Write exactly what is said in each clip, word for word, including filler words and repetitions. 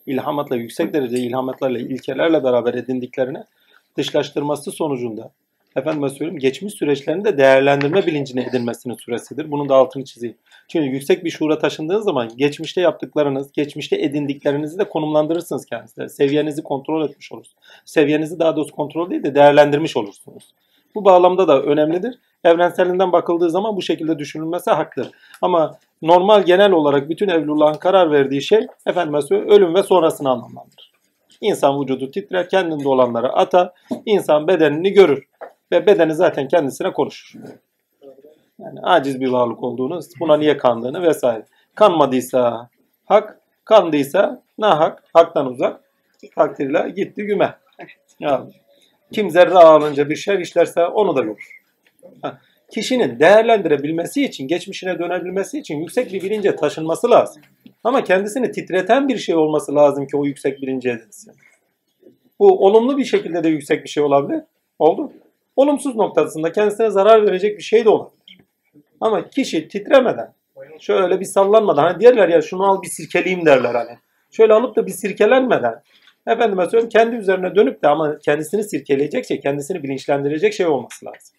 ilhamatla, yüksek derece ilhamatlarla, ilkelerle beraber edindiklerini dışlaştırması sonucunda efendime söyleyeyim geçmiş süreçlerini de değerlendirme bilincine edinmesinin süresidir. Bunun da altını çizeyim. Çünkü yüksek bir şuura taşındığınız zaman geçmişte yaptıklarınız, geçmişte edindiklerinizi de konumlandırırsınız kendinize. Seviyenizi kontrol etmiş olursunuz. Seviyenizi daha doğrusu kontrol değil de değerlendirmiş olursunuz. Bu bağlamda da önemlidir. Evrenselinden bakıldığı zaman bu şekilde düşünülmesi haklıdır. Ama normal genel olarak bütün evlullahın karar verdiği şey efendime söyleyeyim ölüm ve sonrasını anlamlandırır. İnsan vücudu titrer, kendinde olanları atar, insan bedenini görür ve bedeni zaten kendisine konuşur. Yani aciz bir varlık olduğunu, buna niye kandığını vesaire. Kanmadıysa hak, kandıysa nahak, haktan uzak, takdirle gitti güme. Yani, kim zerre alınca bir şer işlerse onu da görür. Ha, kişinin değerlendirebilmesi için, geçmişine dönebilmesi için yüksek bir bilince taşınması lazım. Ama kendisini titreten bir şey olması lazım ki o yüksek bilince edilsin. Bu olumlu bir şekilde de yüksek bir şey olabilir. Oldu. Olumsuz noktasında kendisine zarar verecek bir şey de olabilir. Ama kişi titremeden, şöyle bir sallanmadan, hani derler ya şunu al bir sirkeleyeyim derler hani. Şöyle alıp da bir sirkelenmeden, efendime söyleyeyim kendi üzerine dönüp de ama kendisini sirkeleyecek şey, kendisini bilinçlendirecek şey olması lazım.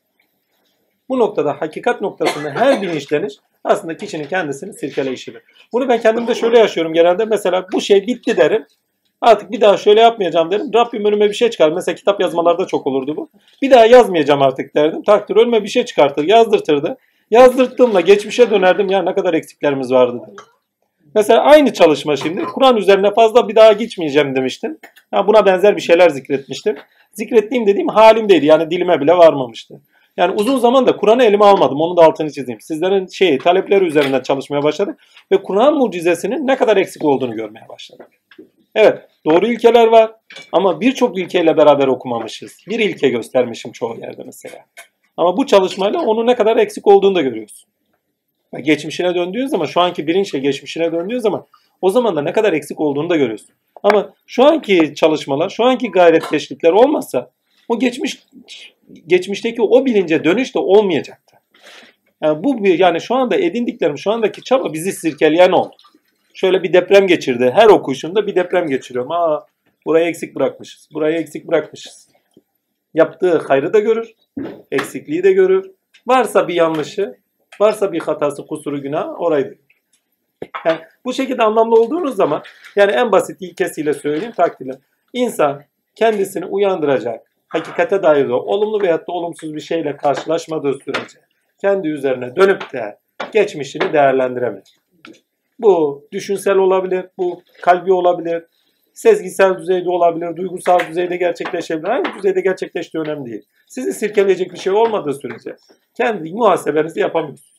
Bu noktada hakikat noktasında her bilinçleniş aslında kişinin kendisini sirkeleyişidir. Bunu ben kendimde şöyle yaşıyorum genelde. Mesela bu şey bitti derim. Artık bir daha şöyle yapmayacağım derim. Rabbim önüme bir şey çıkar. Mesela kitap yazmalarda çok olurdu bu. Bir daha yazmayacağım artık derdim. Takdir önüme bir şey çıkartır, yazdırtırdı. Yazdırttığımda geçmişe dönerdim. Ya ne kadar eksiklerimiz vardı dedim. Mesela aynı çalışma şimdi. Kur'an üzerine fazla bir daha gitmeyeceğim demiştim. Ya buna benzer bir şeyler zikretmiştim. Zikrettiğim dediğim halimdeydi. Yani dilime bile varmamıştı. Yani uzun zaman da Kur'an'ı elime almadım. Onu da altını çizeyim. Sizlerin şeyi, talepleri üzerinden çalışmaya başladık. Ve Kur'an mucizesinin ne kadar eksik olduğunu görmeye başladık. Evet, doğru ilkeler var. Ama birçok ilkeyle beraber okumamışız. Bir ilke göstermişim çoğu yerde mesela. Ama bu çalışmayla onun ne kadar eksik olduğunu da görüyorsun. Geçmişine döndüğün zaman, şu anki bilinçle geçmişine döndüğün zaman o zaman da ne kadar eksik olduğunu da görüyorsun. Ama şu anki çalışmalar, şu anki gayret teşvikler olmazsa o geçmiş geçmişteki o bilince dönüş de olmayacaktı. Yani bu bir, yani şu anda edindiklerim, şu andaki çaba bizi sirkeleyen oldu. Şöyle bir deprem geçirdi. Her okuyuşunda bir deprem geçiriyorum. Aa, burayı eksik bırakmışız. Burayı eksik bırakmışız. Yaptığı hayrı da görür. Eksikliği de görür. Varsa bir yanlışı, varsa bir hatası, kusuru, günah orayı da görür. Yani bu şekilde anlamlı olduğunuz zaman, yani en basit ilkesiyle söyleyeyim takdirle. İnsan kendisini uyandıracak, hakikate dair de olumlu veyahut da olumsuz bir şeyle karşılaşmadığı sürece kendi üzerine dönüp de geçmişini değerlendiremez. Bu düşünsel olabilir, bu kalbi olabilir, sezgisel düzeyde olabilir, duygusal düzeyde gerçekleşebilir. Hangi düzeyde gerçekleştiği önemli değil. Sizi sirkeleyecek bir şey olmadığı sürece kendi muhasebenizi yapamıyorsunuz.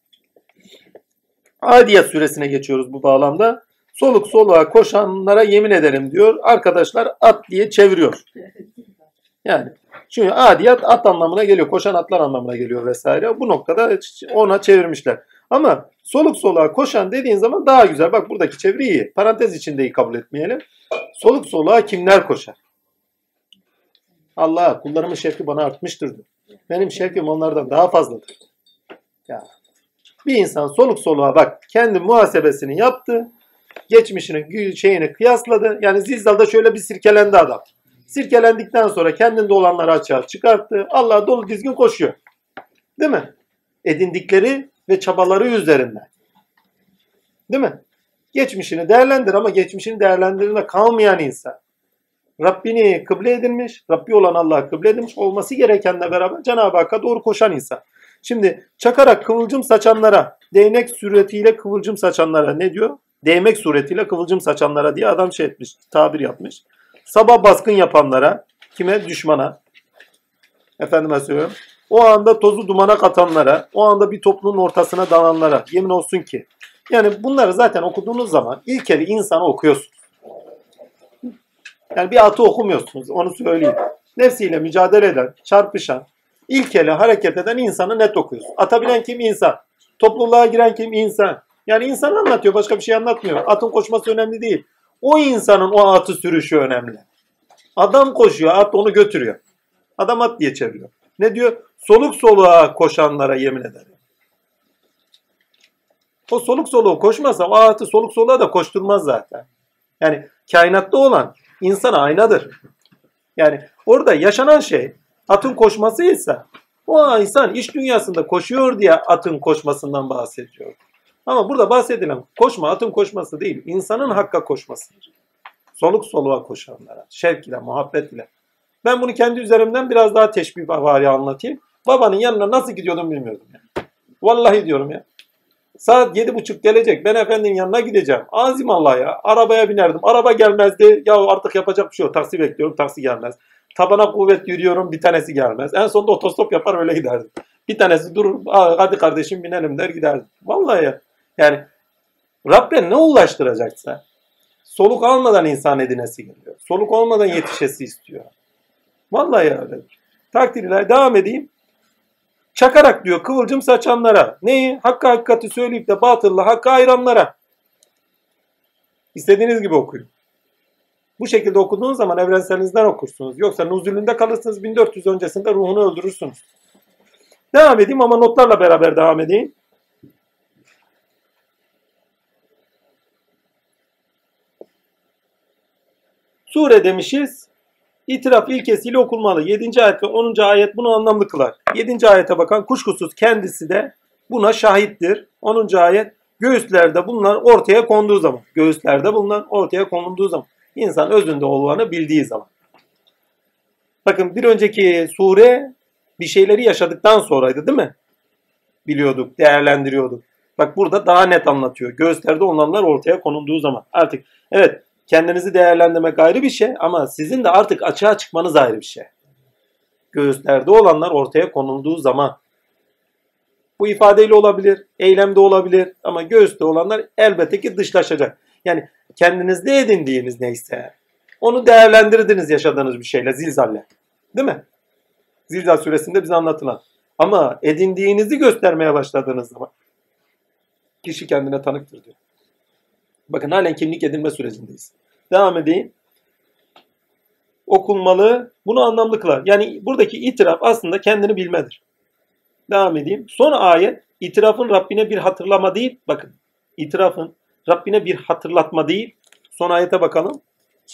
Adiyat suresine geçiyoruz bu bağlamda. Soluk soluğa koşanlara yemin ederim diyor. Arkadaşlar at diye çeviriyor. Yani çünkü adiyat at anlamına geliyor, koşan atlar anlamına geliyor vesaire. Bu noktada ona çevirmişler. Ama soluk soluğa koşan dediğin zaman daha güzel. Bak buradaki çeviri iyi. Parantez içindeyi kabul etmeyelim. Soluk soluğa kimler koşar? Allah, kullarımın şevki bana artmıştır. Benim şevkim onlardan daha fazladır. Ya. Bir insan soluk soluğa bak kendi muhasebesini yaptı. Geçmişinin şeyini kıyasladı. Yani Zilzal'da şöyle bir sirkelendi adam. Sirkelendikten sonra kendinde olanları açığa çıkarttı. Allah dolu dizgin koşuyor. Değil mi? Edindikleri ve çabaları üzerinden. Değil mi? Geçmişini değerlendir ama geçmişini değerlendirme kalmayan insan. Rabbini kıble edinmiş, Rabbi olan Allah'ı kıble edinmiş olması gerekenle beraber Cenab-ı Hakk'a doğru koşan insan. Şimdi çakarak kıvılcım saçanlara, değnek suretiyle kıvılcım saçanlara ne diyor? Değmek suretiyle kıvılcım saçanlara diye adam şey etmiş, tabir yapmış. Sabah baskın yapanlara, kime? Düşmana. Efendime söylüyorum. O anda tozu dumana katanlara, o anda bir toplumun ortasına dalanlara yemin olsun ki. Yani bunları zaten okuduğunuz zaman ilkeli insanı okuyorsunuz. Yani bir atı okumuyorsunuz, onu söyleyeyim. Nefsiyle mücadele eden, çarpışan, ilkeli hareket eden insanı net okuyorsun. Ata binen kim? İnsan. Topluluğa giren kim? İnsan. Yani insan anlatıyor, başka bir şey anlatmıyor. Atın koşması önemli değil. O insanın o atı sürüşü önemli. Adam koşuyor, at onu götürüyor. Adam at diye çeviriyor. Ne diyor? Soluk soluğa koşanlara yemin ederim. O soluk soluğa koşmazsa o atı soluk soluğa da koşturmaz zaten. Yani kainatta olan insana aynadır. Yani orada yaşanan şey atın koşması ise o insan iç dünyasında koşuyor diye atın koşmasından bahsediyor. Ama burada bahsedilen koşma atın koşması değil, insanın hakka koşmasıdır. Soluk soluğa koşanlara, şevk ile, muhabbet ile. Ben bunu kendi üzerimden biraz daha teşbihvari anlatayım. Babanın yanına nasıl gidiyordum bilmiyordum. Yani. Vallahi diyorum ya. Saat yedi buçuk gelecek. Ben efendinin yanına gideceğim. Azim Allah ya. Arabaya binerdim. Araba gelmezdi. Ya artık yapacak bir şey yok. Taksi bekliyorum. Taksi gelmez. Tabana kuvvet yürüyorum. Bir tanesi gelmez. En sonunda otostop yapar öyle giderdim. Bir tanesi durur. Hadi kardeşim binelim der giderdim. Vallahi ya. Yani Rabbe ne ulaştıracaksa soluk almadan insan edinesi geliyor. Soluk olmadan yetişesi istiyor. Vallahi öyle. Takdir ilahi devam edeyim. Çakarak diyor kıvılcım saçanlara. Neyi? Hakkı hakikati söyleyip de batılla hakkı ayıranlara. İstediğiniz gibi okuyun. Bu şekilde okuduğunuz zaman evrenselinizden okursunuz. Yoksa nuzulünde kalırsınız. bin dört yüz öncesinde ruhunu öldürürsünüz. Devam edeyim ama notlarla beraber devam edeyim. Sure demişiz. İtiraf ilkesiyle okunmalı. yedinci ayet ve onuncu ayet bunu anlamlı kılar. yedinci ayete bakan kuşkusuz kendisi de buna şahittir. onuncu ayet göğüslerde bunlar ortaya konduğu zaman. Göğüslerde bunlar ortaya konulduğu zaman. İnsan özünde olanı bildiği zaman. Bakın bir önceki sure bir şeyleri yaşadıktan sonraydı değil mi? Biliyorduk, değerlendiriyorduk. Bak burada daha net anlatıyor. Göğüslerde olanlar ortaya konulduğu zaman. Artık evet kendinizi değerlendirmek ayrı bir şey ama sizin de artık açığa çıkmanız ayrı bir şey. Göğüslerde olanlar ortaya konulduğu zaman. Bu ifadeyle olabilir, eylemde olabilir ama göğüste olanlar elbette ki dışlaşacak. Yani kendinizde edindiğiniz neyse onu değerlendirdiniz yaşadığınız bir şeyle, zilzalle. Değil mi? Zilzal suresinde bize anlatılan. Ama edindiğinizi göstermeye başladığınız zaman kişi kendine tanıktır diyor. Bakın halen kimlik edinme sürecindeyiz. Devam edeyim. Okunmalı, bunu anlamlı kılar. Yani buradaki itiraf aslında kendini bilmedir. Devam edeyim. Son ayet, itirafın Rabbine bir hatırlama değil. Bakın, itirafın Rabbine bir hatırlatma değil. Son ayete bakalım.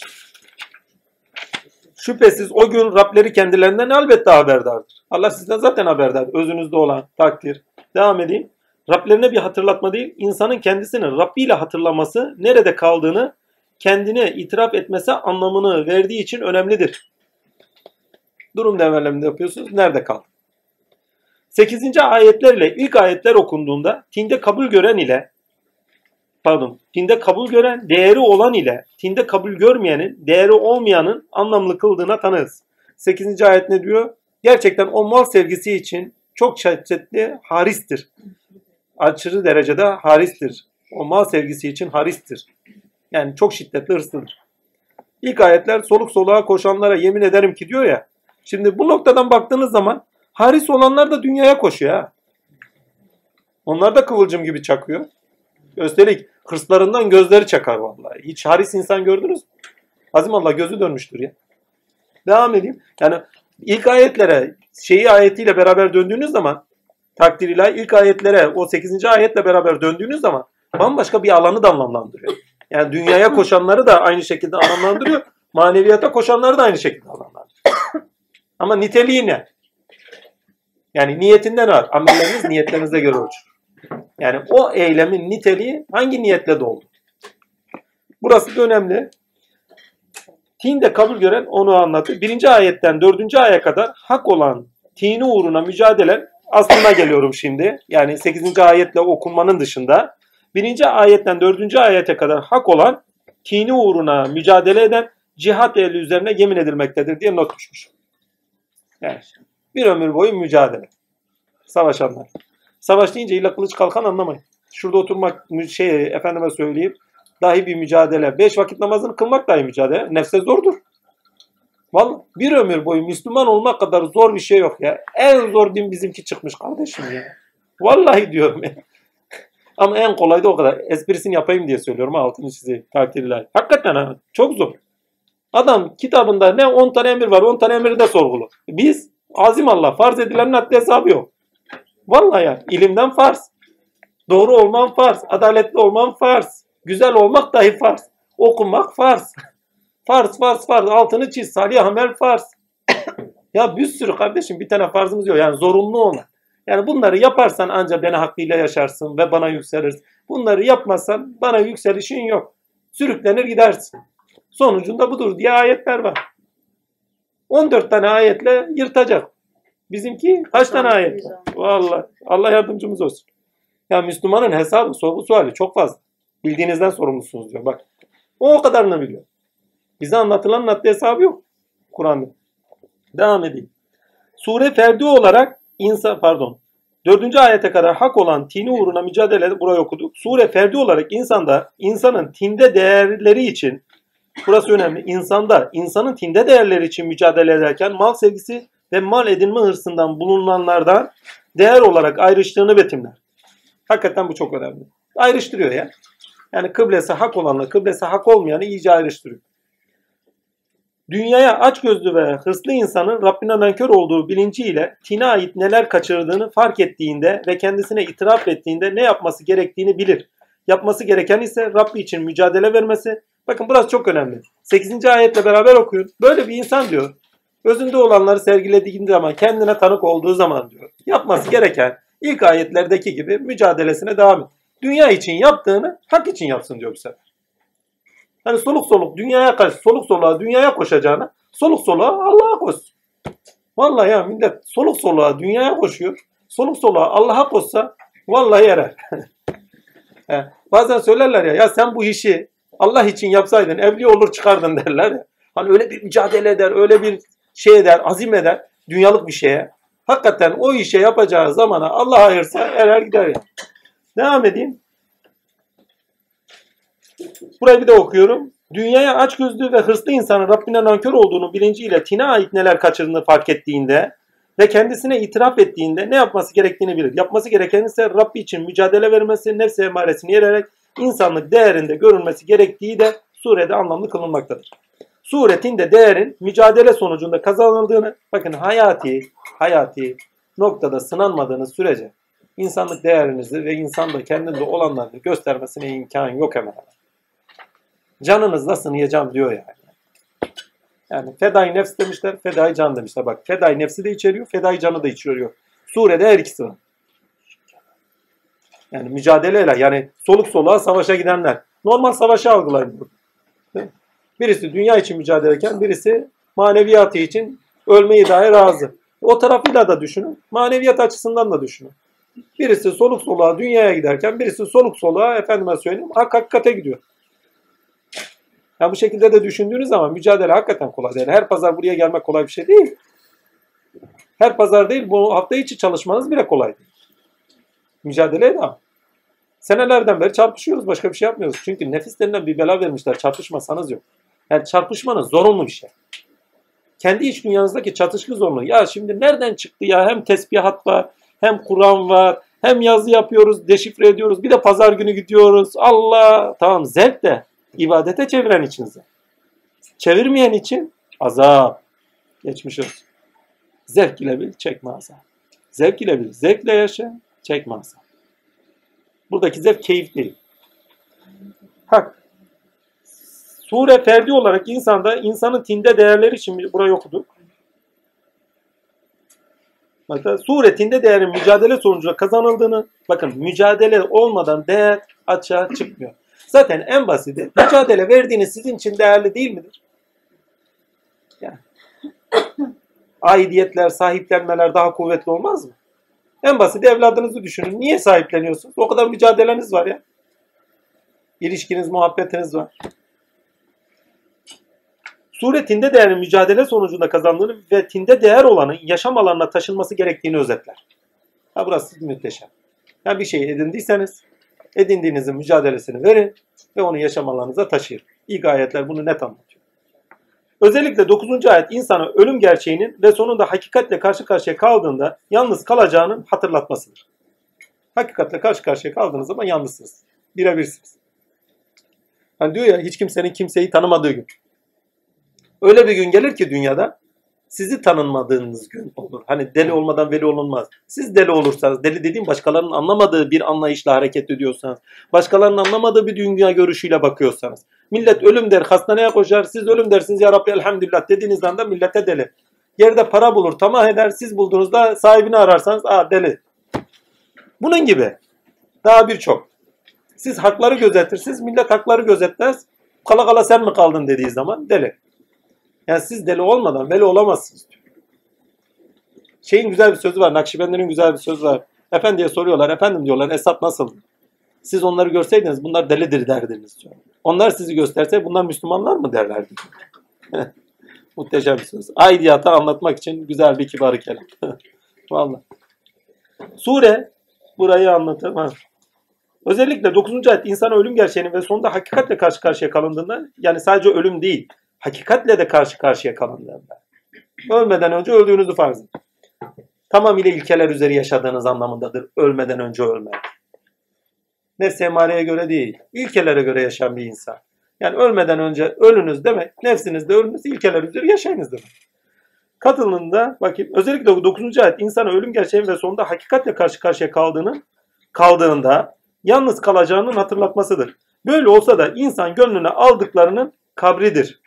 Şüphesiz o gün Rableri kendilerinden elbette haberdardır. Allah sizden zaten haberdar. Özünüzde olan takdir. Devam edeyim. Rablerine bir hatırlatma değil, insanın kendisini Rabbi ile hatırlaması, nerede kaldığını kendine itiraf etmesi anlamını verdiği için önemlidir. Durum değerlendirmesi yapıyorsunuz. Nerede kaldı? sekizinci ayetlerle ilk ayetler okunduğunda tinde kabul gören ile pardon, tinde kabul gören, değeri olan ile tinde kabul görmeyenin, değeri olmayanın anlamlı kıldığına tanığız. sekizinci ayet ne diyor? Gerçekten o mal sevgisi için çok şiddetli haristir. Aşırı derecede haristir. O mal sevgisi için haristir. Yani çok şiddetli hırslıdır. İlk ayetler soluk soluğa koşanlara yemin ederim ki diyor ya. Şimdi bu noktadan baktığınız zaman haris olanlar da dünyaya koşuyor ha. Onlar da kıvılcım gibi çakıyor. Üstelik hırslarından gözleri çakar vallahi. Hiç haris insan gördünüz mü? Azimallah gözü dönmüştür ya. Devam edeyim. Yani ilk ayetlere şeyi ayetiyle beraber döndüğünüz zaman takdir ilahi ilk ayetlere o sekizinci ayetle beraber döndüğünüz zaman bambaşka bir alanı da anlamlandırıyor. Yani dünyaya koşanları da aynı şekilde anlamlandırıyor. Maneviyata koşanları da aynı şekilde anlamlandırıyor. Ama niteliği ne? Yani niyetinden var. Amelleriniz niyetlerinize göre ölçülür. Yani o eylemin niteliği hangi niyetle doldu? Burası da önemli. Tinde kabul gören onu anlatıyor. Birinci ayetten dördüncü aya kadar hak olan tini uğruna mücadele aslına geliyorum şimdi. Yani sekizinci ayetle okunmanın dışında. Birinci ayetten dördüncü ayete kadar hak olan tini uğruna mücadele eden cihat ehli üzerine yemin edilmektedir diye not düşmüş. Yani bir ömür boyu mücadele. Savaşanlar. Savaş deyince illa kılıç kalkan anlamayın. Şurada oturmak şey efendime söyleyeyim dahi bir mücadele. Beş vakit namazını kılmak dahi mücadele. Nefse zordur. Vallahi bir ömür boyu Müslüman olmak kadar zor bir şey yok ya. En zor din bizimki çıkmış kardeşim ya. Vallahi diyorum ya. Ama en kolay da o kadar. Esprisini yapayım diye söylüyorum. Altını çizeyim. Takdirler. Hakikaten ha. Çok zor. Adam kitabında ne on tane emir var. on tane emiri de sorgulu. Biz azim Allah. Farz edilenin haddi hesabı yok. Vallahi ya. İlimden farz. Doğru olman farz. Adaletli olman farz. Güzel olmak dahi farz. Okumak farz. Farz, farz, farz. Altını çiz. Salih amel farz. Ya bir sürü kardeşim, bir tane farzımız yok. Yani zorunlu olan. Yani bunları yaparsan ancak beni hakkıyla yaşarsın ve bana yükselirsin. Bunları yapmazsan bana yükselişin yok. Sürüklenir gidersin. Sonucunda budur diye ayetler var. on dört tane ayetle yırtacak. Bizimki kaç tane ayet? Vallahi Allah yardımcımız olsun. Ya Müslümanın hesabı, sorgu suali çok fazla. Bildiğinizden sorumlusunuz diyor. Bak. O o kadarını biliyor. Bize anlatılanın haddi hesabı yok Kur'an'da. Devam edeyim. Sure ferdi olarak insan pardon. Dördüncü ayete kadar hak olan tini uğruna mücadele burayı okuduk. Sure ferdi olarak insanda insanın tinde değerleri için, burası önemli, insanda insanın tinde değerleri için mücadele ederken mal sevgisi ve mal edinme hırsından bulunanlardan değer olarak ayrıştığını betimler. Hakikaten bu çok önemli. Ayrıştırıyor ya. Yani kıblesi hak olanla kıblesi hak olmayanı iyice ayrıştırıyor. Dünyaya açgözlü ve hırslı insanın Rabbine nankör olduğu bilinciyle tine ait neler kaçırdığını fark ettiğinde ve kendisine itiraf ettiğinde ne yapması gerektiğini bilir. Yapması gereken ise Rabbi için mücadele vermesi. Bakın burası çok önemli. sekizinci ayetle beraber okuyun. Böyle bir insan diyor, özünde olanları sergilediği zaman, kendine tanık olduğu zaman diyor, yapması gereken ilk ayetlerdeki gibi mücadelesine devam et. Dünya için yaptığını hak için yapsın diyor bu sefer. Hani soluk soluk dünyaya karşı, soluk soluğa dünyaya koşacağına soluk soluğa Allah'a koşsun. Vallahi ya millet soluk soluğa dünyaya koşuyor. Soluk soluğa Allah'a koşsa vallahi yarar. Bazen söylerler ya, ya sen bu işi Allah için yapsaydın evliya olur çıkardın derler ya. Hani öyle bir mücadele eder, öyle bir şey eder, azim eder dünyalık bir şeye. Hakikaten o işe yapacağı zamana Allah ayırsa erer gider ya. Devam edeyim. Burayı bir de okuyorum. Dünyaya açgözlü ve hırslı insanın Rabbine nankör olduğunu bilinciyle tine ait neler kaçırdığını fark ettiğinde ve kendisine itiraf ettiğinde ne yapması gerektiğini bilir. Yapması gereken ise Rabbi için mücadele vermesi, nefs emaresini yererek insanlık değerinde görülmesi gerektiği de surede anlamlı kılınmaktadır. Suretinde değerin mücadele sonucunda kazanıldığını, bakın hayati, hayati noktada sınanmadığınız sürece insanlık değerinizi ve insanda kendinde olanlarını göstermesine imkan yok hemen hemen. Canınızla sınayacağım diyor yani. Yani fedai nefs demişler, fedai can demişler. Bak fedai nefsi de içeriyor, fedai canı da içeriyor. Surede her ikisi var. Yani mücadeleyle, yani soluk soluğa savaşa gidenler. Normal savaşı algılayın. Birisi dünya için mücadele ederken, birisi maneviyatı için ölmeyi dahi razı. O tarafıyla da düşünün, maneviyat açısından da düşünün. Birisi soluk soluğa dünyaya giderken, birisi soluk soluğa efendime söyleyeyim hak hakikate gidiyor. Yani bu şekilde de düşündüğünüz zaman mücadele hakikaten kolay değil. Her pazar buraya gelmek kolay bir şey değil. Her pazar değil, bu hafta içi çalışmanız bile kolay değil. Mücadeleye devam. Senelerden beri çarpışıyoruz, başka bir şey yapmıyoruz. Çünkü nefislerinden bir bela vermişler, çarpışmasanız yok. Yani çarpışmanız zorunlu bir şey. Kendi iç dünyanızdaki çatışkı zorunlu. Ya şimdi nereden çıktı ya? Hem tesbihat var, hem Kur'an var, hem yazı yapıyoruz, deşifre ediyoruz. Bir de pazar günü gidiyoruz. Allah! Tamam, zevk de ibadete çeviren içinize. Çevirmeyen için azap. Geçmiş olsun. Zevk ile bil, çekme azap. Zevk ile bil, zevkle yaşa, çekme azap. Buradaki zevk keyif değil. Hak. Sure ferdi olarak insanda, insanın tinde değerleri için burayı okuduk. Mesela suretinde değerin mücadele sonucunda kazanıldığını, bakın mücadele olmadan değer açığa çıkmıyor. Zaten en basiti, mücadele verdiğiniz sizin için değerli değil midir? Yani. Aidiyetler, sahiplenmeler daha kuvvetli olmaz mı? En basit evladınızı düşünün. Niye sahipleniyorsunuz? O kadar mücadeleniz var ya. İlişkiniz, muhabbetiniz var. Suretinde değerin mücadele sonucunda kazandığını ve tinde değer olanın yaşam alanına taşınması gerektiğini özetler. Ha burası muhteşem. Yani bir şey edindiyseniz edindiğinizin mücadelesini verin ve onu yaşam alanınıza taşıyın. İlk ayetler bunu net anlatıyor. Özellikle dokuzuncu ayet insana ölüm gerçeğinin ve sonunda hakikatle karşı karşıya kaldığında yalnız kalacağının hatırlatmasıdır. Hakikatle karşı karşıya kaldığınız zaman yalnızsınız. Birebirsiniz. Hani diyor ya, hiç kimsenin kimseyi tanımadığı gün. Öyle bir gün gelir ki dünyada sizi tanınmadığınız gün olur. Hani deli olmadan veli olunmaz. Siz deli olursanız, deli dediğim başkalarının anlamadığı bir anlayışla hareket ediyorsanız, başkalarının anlamadığı bir dünya görüşüyle bakıyorsanız, Millet ölüm der, hastaneye koşar. Siz ölüm dersiniz ya Rabbi elhamdülillah dediğiniz anda millete deli. Yerde para bulur, tamah eder. Siz bulduğunuzda sahibini ararsanız aa deli. Bunun gibi. Daha birçok. Siz hakları gözetirsiniz, millet hakları gözetmez. Kala kala sen mi kaldın dediği zaman deli. Yani siz deli olmadan veli olamazsınız diyor. Şeyin güzel bir sözü var, Nakşibendi'nin güzel bir sözü var. Efendiye soruyorlar, efendim diyorlar, Esad nasıl? Siz onları görseydiniz bunlar delidir derdiniz diyor. Onlar sizi gösterse bunlar Müslümanlar mı derlerdi? Muhteşem bir söz. Aidiyatı anlatmak için güzel bir kibarı kelam. Vallahi. Sure burayı anlatamaz. Özellikle dokuzuncu ayet insana ölüm gerçeğini ve sonunda hakikatle karşı karşıya kalındığında, yani sadece ölüm değil, hakikatle de karşı karşıya kalındığında. Ölmeden önce öldüğünüzü farz edin. Tamamıyla ilkeler üzeri yaşadığınız anlamındadır. Ölmeden önce ölmek. Nefs-i emareye göre değil, ilkelere göre yaşayan bir insan. Yani ölmeden önce ölünüz demek, nefsinizde ölünüz, ilkeler üzeri yaşayınız demek. Katılımda bakayım, özellikle dokuzuncu ayet insana ölüm gerçeği ve sonunda hakikatle karşı karşıya kaldığının, kaldığında yalnız kalacağının hatırlatmasıdır. Böyle olsa da insan gönlüne aldıklarının kabridir.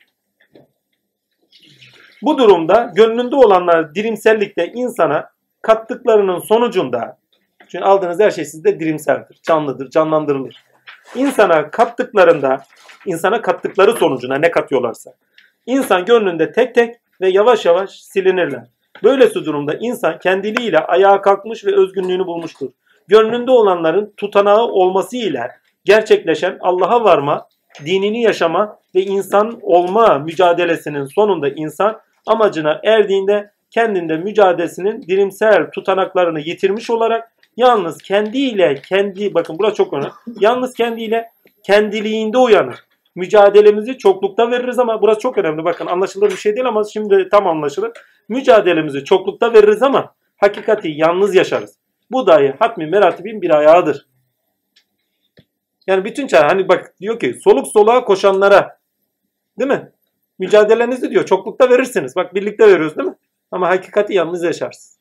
Bu durumda gönlünde olanlar dirimsellikte insana kattıklarının sonucunda, çünkü aldığınız her şey sizde dirimseldir, canlıdır, canlandırılır. İnsana kattıklarında, insana kattıkları sonucuna ne katıyorlarsa, insan gönlünde tek tek ve yavaş yavaş silinirler. Böylesi durumda insan kendiliğiyle ayağa kalkmış ve özgünlüğünü bulmuştur. Gönlünde olanların tutanağı olmasıyla gerçekleşen Allah'a varma, dinini yaşama ve insan olma mücadelesinin sonunda insan amacına erdiğinde kendinde mücadelesinin dirimsel tutanaklarını yitirmiş olarak yalnız kendiyle kendi, bakın burası çok önemli, yalnız kendiyle kendiliğinde uyanır. Mücadelemizi çoklukta veririz ama burası çok önemli, bakın anlaşılır bir şey değil ama şimdi tam anlaşılır. Mücadelemizi çoklukta veririz ama hakikati yalnız yaşarız. Bu dahi hatmi meratibin bir ayağıdır. Yani bütün çare, hani bak diyor ki soluk soluğa koşanlara, değil mi? Mücadelenizi diyor çoklukta verirsiniz. Bak birlikte veriyoruz değil mi? Ama hakikati yalnız yaşarsınız.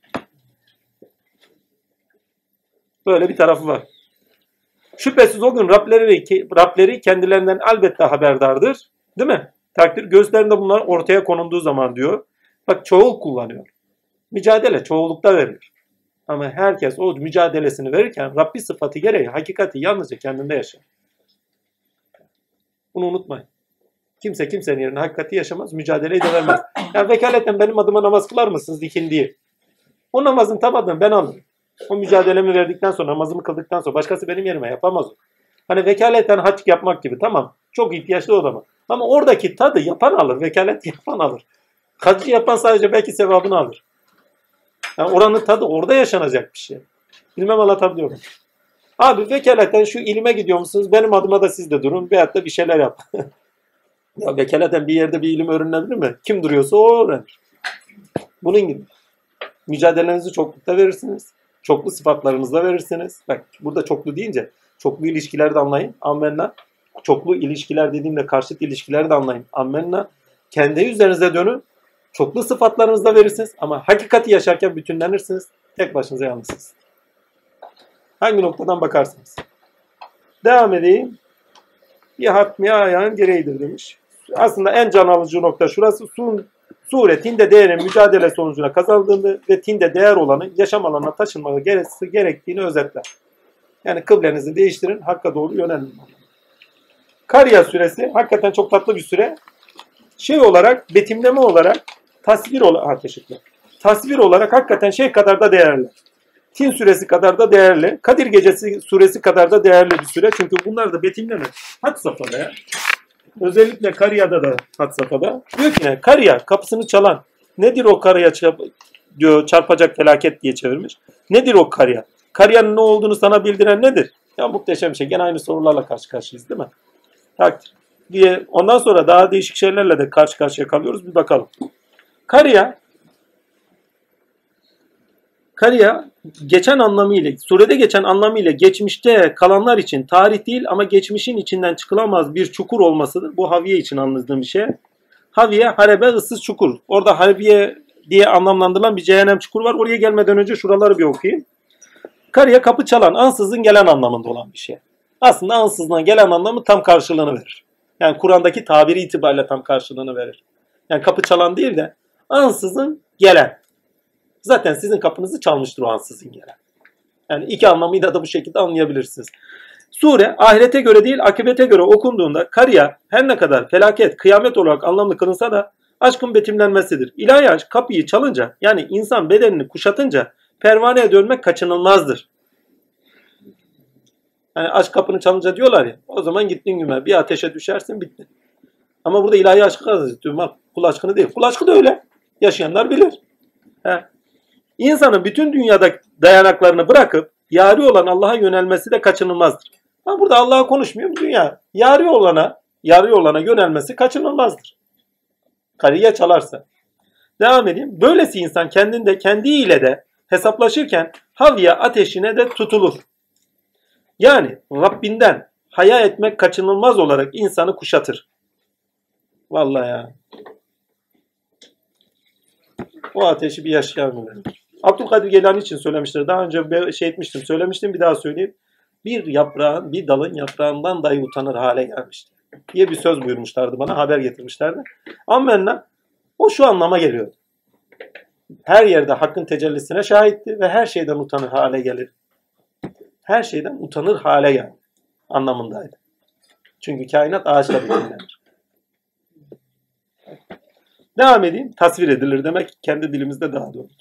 Böyle bir tarafı var. Şüphesiz o gün Rableri, Rableri kendilerinden elbette haberdardır. Değil mi? Takdir gözlerinde bunlar ortaya konulduğu zaman diyor. Bak çoğul kullanıyor. Mücadele çoğullukta verilir. Ama herkes o mücadelesini verirken Rabbi sıfatı gereği hakikati yalnızca kendinde yaşar. Bunu unutmayın. Kimse kimsenin yerine hakikati yaşamaz, mücadeleyi de vermez. Yani vekaleten benim adıma namaz kılar mısınız ikindiyi? O namazın tamadını ben alırım. O mücadelemi verdikten sonra, namazımı kıldıktan sonra başkası benim yerime yapamaz o. Hani vekaleten hac yapmak gibi, tamam. Çok ihtiyaçlı o zaman. Ama oradaki tadı yapan alır, vekalet yapan alır. Hacı yapan sadece belki sevabını alır. Yani oranın tadı orada yaşanacak bir şey. Bilmem anlatabiliyor muyum? Abi vekaleten şu ilime gidiyor musunuz? Benim adıma da siz de durun. Veyahut da bir şeyler yap. Ya vekaleten bir yerde bir ilim öğrenilebilir mi? Kim duruyorsa o öğrenir. Bunun gibi. Mücadelenizi çoklukta verirsiniz. Çoklu sıfatlarınızla verirsiniz. Bak burada çoklu deyince çoklu ilişkileri de anlayın. Ammenna. Çoklu ilişkiler dediğimde karşıt ilişkileri de anlayın. Ammenna. Kendi üzerinize dönün. Çoklu sıfatlarınızla verirsiniz. Ama hakikati yaşarken bütünlenirsiniz. Tek başınıza yalnızsınız. Hangi noktadan bakarsınız? Devam edeyim. Bir hatmi ayağın gereğidir demiş. Aslında en can alıcı nokta şurası. Sun, sure tinde değerin mücadele sonucuna kazandığını ve tinde değer olanın yaşam alanına taşınması gerektiğini özetler. Yani kıblenizi değiştirin, hakka doğru yönelin. Kariya suresi hakikaten çok tatlı bir süre. Şey olarak, betimleme olarak, tasvir olarak, tasvir olarak hakikaten şey kadar da değerli. Tin suresi kadar da değerli. Kadir gecesi suresi kadar da değerli bir süre. Çünkü bunlar da betimleme. Had safhada ya. Özellikle Kariya'da da had safhada. Diyor ki ne? Kariya kapısını çalan. Nedir o Kariya diyor, çarpacak felaket diye çevirmiş. Nedir o Kariya? Kariya'nın ne olduğunu sana bildiren nedir? Ya muhteşem bir şey. Gene aynı sorularla karşı karşıyayız değil mi? Takdir. Diye ondan sonra daha değişik şeylerle de karşı karşıya kalıyoruz. Bir bakalım. Kariya Kariya geçen anlamıyla, surede geçen anlamıyla geçmişte kalanlar için tarih değil ama geçmişin içinden çıkılamaz bir çukur olmasıdır. Bu Haviye için anladığım bir şey. Haviye, harebe, ıssız çukur. Orada Haviye diye anlamlandırılan bir cehennem çukur var. Oraya gelmeden önce şuraları bir okuyayım. Kariye kapı çalan, ansızın gelen anlamında olan bir şey. Aslında ansızdan gelen anlamı tam karşılığını verir. Yani Kur'an'daki tabiri itibariyle tam karşılığını verir. Yani kapı çalan değil de ansızın gelen. Zaten sizin kapınızı çalmıştır o ansızın gelen. Yani iki anlamıyla da bu şekilde anlayabilirsiniz. Sure ahirete göre değil akıbete göre okunduğunda karıya her ne kadar felaket, kıyamet olarak anlamlı kılınsa da aşkın betimlenmesidir. İlahi aşk kapıyı çalınca yani insan bedenini kuşatınca pervaneye dönmek kaçınılmazdır. Yani aşk kapını çalınca diyorlar ya o zaman gittin güme bir ateşe düşersin bitti. Ama burada ilahi aşkı kastediyorum. Bak kul aşkını değil. Kul aşkı da öyle. Yaşayanlar bilir. He. İnsanın bütün dünyada dayanaklarını bırakıp yari olan Allah'a yönelmesi de kaçınılmazdır. Ama burada Allah'a konuşmuyor dünya. Yari olana, yari olana yönelmesi kaçınılmazdır. Karıya çalarsa. Devam edeyim. Böylesi insan kendinde kendiyle de hesaplaşırken havya ateşine de tutulur. Yani Rabbinden haya etmek kaçınılmaz olarak insanı kuşatır. Vallahi ya. O ateşi bir yaşayalım. Abdülkadir Geylani için söylemiştir. Daha önce bir şey etmiştim, söylemiştim bir daha söyleyeyim. Bir yaprağın, bir dalın yaprağından dahi utanır hale gelmişti diye bir söz buyurmuşlardı bana, haber getirmişlerdi. Ammenna o şu anlama geliyor. Her yerde hakkın tecellisine şahitti ve her şeyden utanır hale gelir. Her şeyden utanır hale geldi anlamındaydı. Çünkü kainat ağaçla betimlenir. Devam edeyim. Tasvir edilir demek kendi dilimizde daha doğrudur.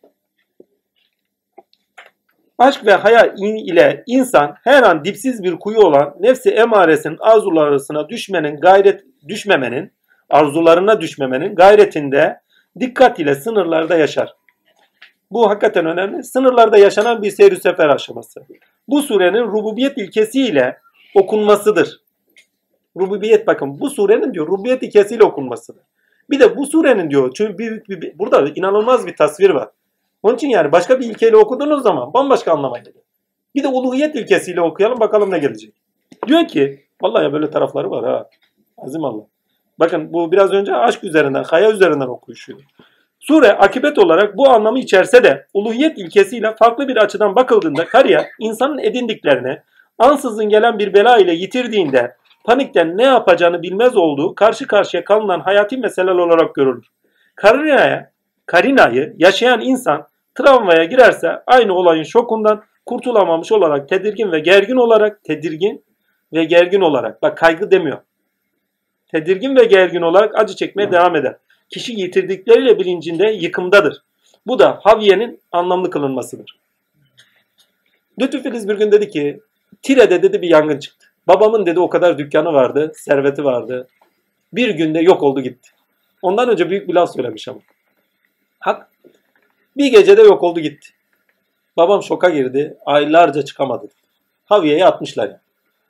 Aşk ve haya ile insan her an dipsiz bir kuyu olan nefsi emaresinin arzular arasına düşmenin gayret düşmemenin, arzularına düşmemenin gayretinde dikkat ile sınırlarda yaşar. Bu hakikaten önemli. Sınırlarda yaşanan bir seyir sefer aşaması. Bu surenin rububiyet ilkesiyle okunmasıdır. Rububiyet bakın bu surenin diyor rububiyet ilkesiyle okunmasıdır. Bir de bu surenin diyor çünkü büyük bir, bir, burada inanılmaz bir tasvir var. Onun için yani başka bir ilkeyle okuduğunuz zaman bambaşka anlama geliyor. Bir de uluhiyet ilkesiyle okuyalım bakalım ne gelecek. Diyor ki vallahi ya böyle tarafları var ha. Azim Allah. Bakın bu biraz önce aşk üzerinden, haya üzerinden okuyuşuyor. Sure akibet olarak bu anlamı içerse de uluhiyet ilkesiyle farklı bir açıdan bakıldığında karıya insanın edindiklerini ansızın gelen bir bela ile yitirdiğinde panikten ne yapacağını bilmez olduğu karşı karşıya kalınan hayati meseleler olarak görülür. Karinaya, karinayı yaşayan insan travmaya girerse aynı olayın şokundan kurtulamamış olarak tedirgin ve gergin olarak tedirgin ve gergin olarak bak kaygı demiyor. Tedirgin ve gergin olarak acı çekmeye devam eder. Kişi yitirdikleriyle bilincinde yıkımdadır. Bu da Haviye'nin anlamlı kılınmasıdır. Lütfü Filiz bir gün dedi ki Tire'de dedi bir yangın çıktı. Babamın dedi o kadar dükkanı vardı, serveti vardı. Bir günde yok oldu gitti. Ondan önce büyük bir laf söylemiş ama. Hak. Bir gecede yok oldu gitti. Babam şoka girdi. Aylarca çıkamadı. Haviye'ye atmışlar ya.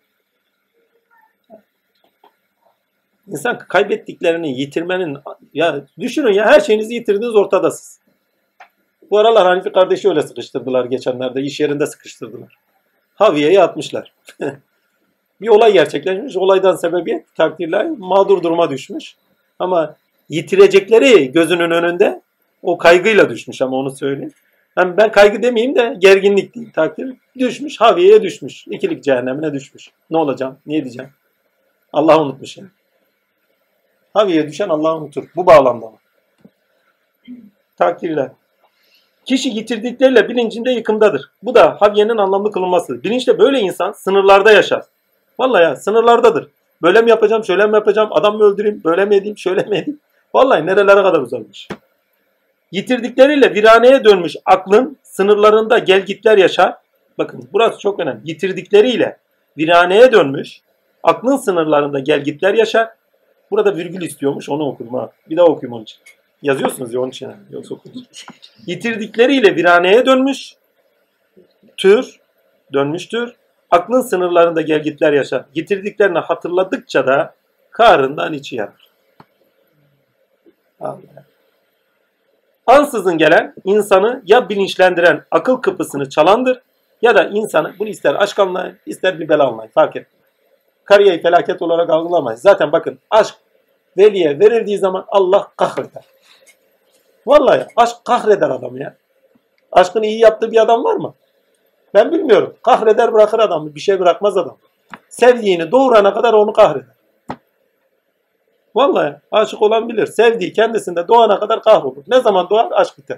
İnsan kaybettiklerini yitirmenin ya düşünün ya her şeyinizi yitirdiniz ortadasınız. Bu aralar Hanifi kardeşi öyle sıkıştırdılar geçenlerde. İş yerinde sıkıştırdılar. Haviye'ye atmışlar. Bir olay gerçekleşmiş. Olaydan sebebiyet takdirler mağdur duruma düşmüş. Ama yitirecekleri gözünün önünde o kaygıyla düşmüş ama onu söyleyeyim. Yani ben kaygı demeyeyim de gerginlik değil takdir. Düşmüş, Haviye'ye düşmüş. İkilik cehennemine düşmüş. Ne olacağım? Ne diyeceğim? Allah unutmuş yani. Haviye'ye düşen Allah'ı unutur. Bu bağlamda mı? Takdirler. Kişi yitirdikleriyle bilincinde yıkımdadır. Bu da Haviye'nin anlamlı kılınmasıdır. Bilinçle böyle insan sınırlarda yaşar. Vallahi ya sınırlardadır. Böyle mi yapacağım, şöyle mi yapacağım, adam mı öldüreyim, böyle mi edeyim, şöyle mi edeyim. Vallahi nerelere kadar uzanmış. Yitirdikleriyle viraneye dönmüş aklın sınırlarında gelgitler yaşar. Bakın burası çok önemli. Yitirdikleriyle viraneye dönmüş aklın sınırlarında gelgitler yaşar. Burada virgül istiyormuş onu okudum ha. Bir daha okuyayım onun için. Yazıyorsunuz ya onun için. Yoksa okuyayım. Yitirdikleriyle viraneye dönmüş tür dönmüştür. Aklın sınırlarında gelgitler yaşar. Yitirdiklerini hatırladıkça da kahrından içi yanar. Allah. Ansızın gelen insanı ya bilinçlendiren akıl kapısını çalandır ya da insanı bunu ister aşk anlayın ister bir bela anlayın fark etmez. Kariyayı felaket olarak algılamayın. Zaten bakın aşk veliye verildiği zaman Allah kahreder. Vallahi aşk kahreder adamı ya. Aşkını iyi yaptığı bir adam var mı? Ben bilmiyorum. Kahreder bırakır adamı. Bir şey bırakmaz adam. Sevdiğini doğurana kadar onu kahreder. Vallahi aşık olan bilir. Sevdiği kendisinde doğana kadar kahrolur. Ne zaman doğar? Aşk biter.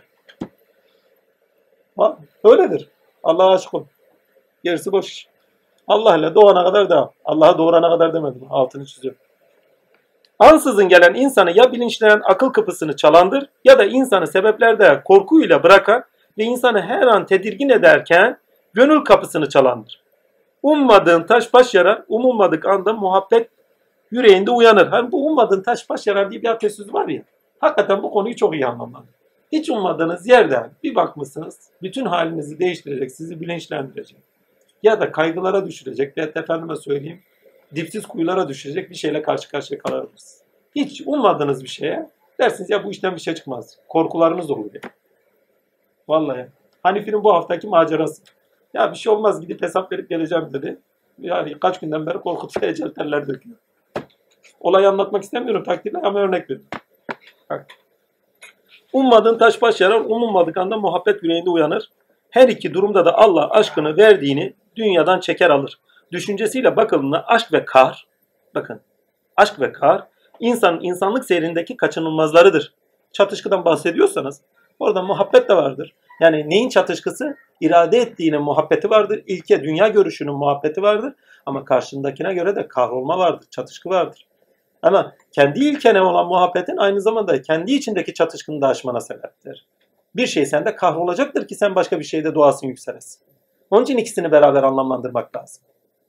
Ha, öyledir. Allah'a aşık ol. Gerisi boş iş. Allah ile doğana kadar devam. Allah'a doğurana kadar demedim. Altını çiziyorum. Ansızın gelen insanı ya bilinçlenen akıl kapısını çalandır ya da insanı sebeplerde korkuyla bırakan ve insanı her an tedirgin ederken gönül kapısını çalandır. Ummadığın taş baş yarar, umulmadık anda muhabbet yüreğinde uyanır. Hani bu ummadığın taş baş yarar diye bir atasözü var ya. Hakikaten bu konuyu çok iyi anlamalı. Hiç ummadığınız yerden bir bakmışsınız, bütün halinizi değiştirecek, sizi bilinçlendirecek. Ya da kaygılara düşürecek, ya da efendime söyleyeyim, dipsiz kuyulara düşecek bir şeyle karşı karşıya kalabilirsiniz. Hiç ummadığınız bir şeye dersiniz ya bu işten bir şey çıkmaz. Korkularınız olur ya. Vallahi. Hanifi'nin bu haftaki macerası. Ya bir şey olmaz gidip hesap verip geleceğim dedi. Yani kaç günden beri korkutuyor, ecel teller döküyor. Olayı anlatmak istemiyorum takdirle ama örnek veriyorum. Bak. Ummadığın taş baş yarar, umulmadık anda muhabbet yüreğinde uyanır. Her iki durumda da Allah aşkını verdiğini dünyadan çeker alır. Düşüncesiyle bakıldığında aşk ve kar, bakın aşk ve kar insanın insanlık seyrindeki kaçınılmazlarıdır. Çatışkıdan bahsediyorsanız orada muhabbet de vardır. Yani neyin çatışkısı? İrade ettiğinin muhabbeti vardır. İlke dünya görüşünün muhabbeti vardır. Ama karşındakine göre de kahrolma vardır, çatışkı vardır. Ama kendi ilkene olan muhabbetin aynı zamanda kendi içindeki çatışkını da aşmana sebeptir. Bir şey sende kahrolacaktır ki sen başka bir şeyde doğasın yükselesin. Onun için ikisini beraber anlamlandırmak lazım.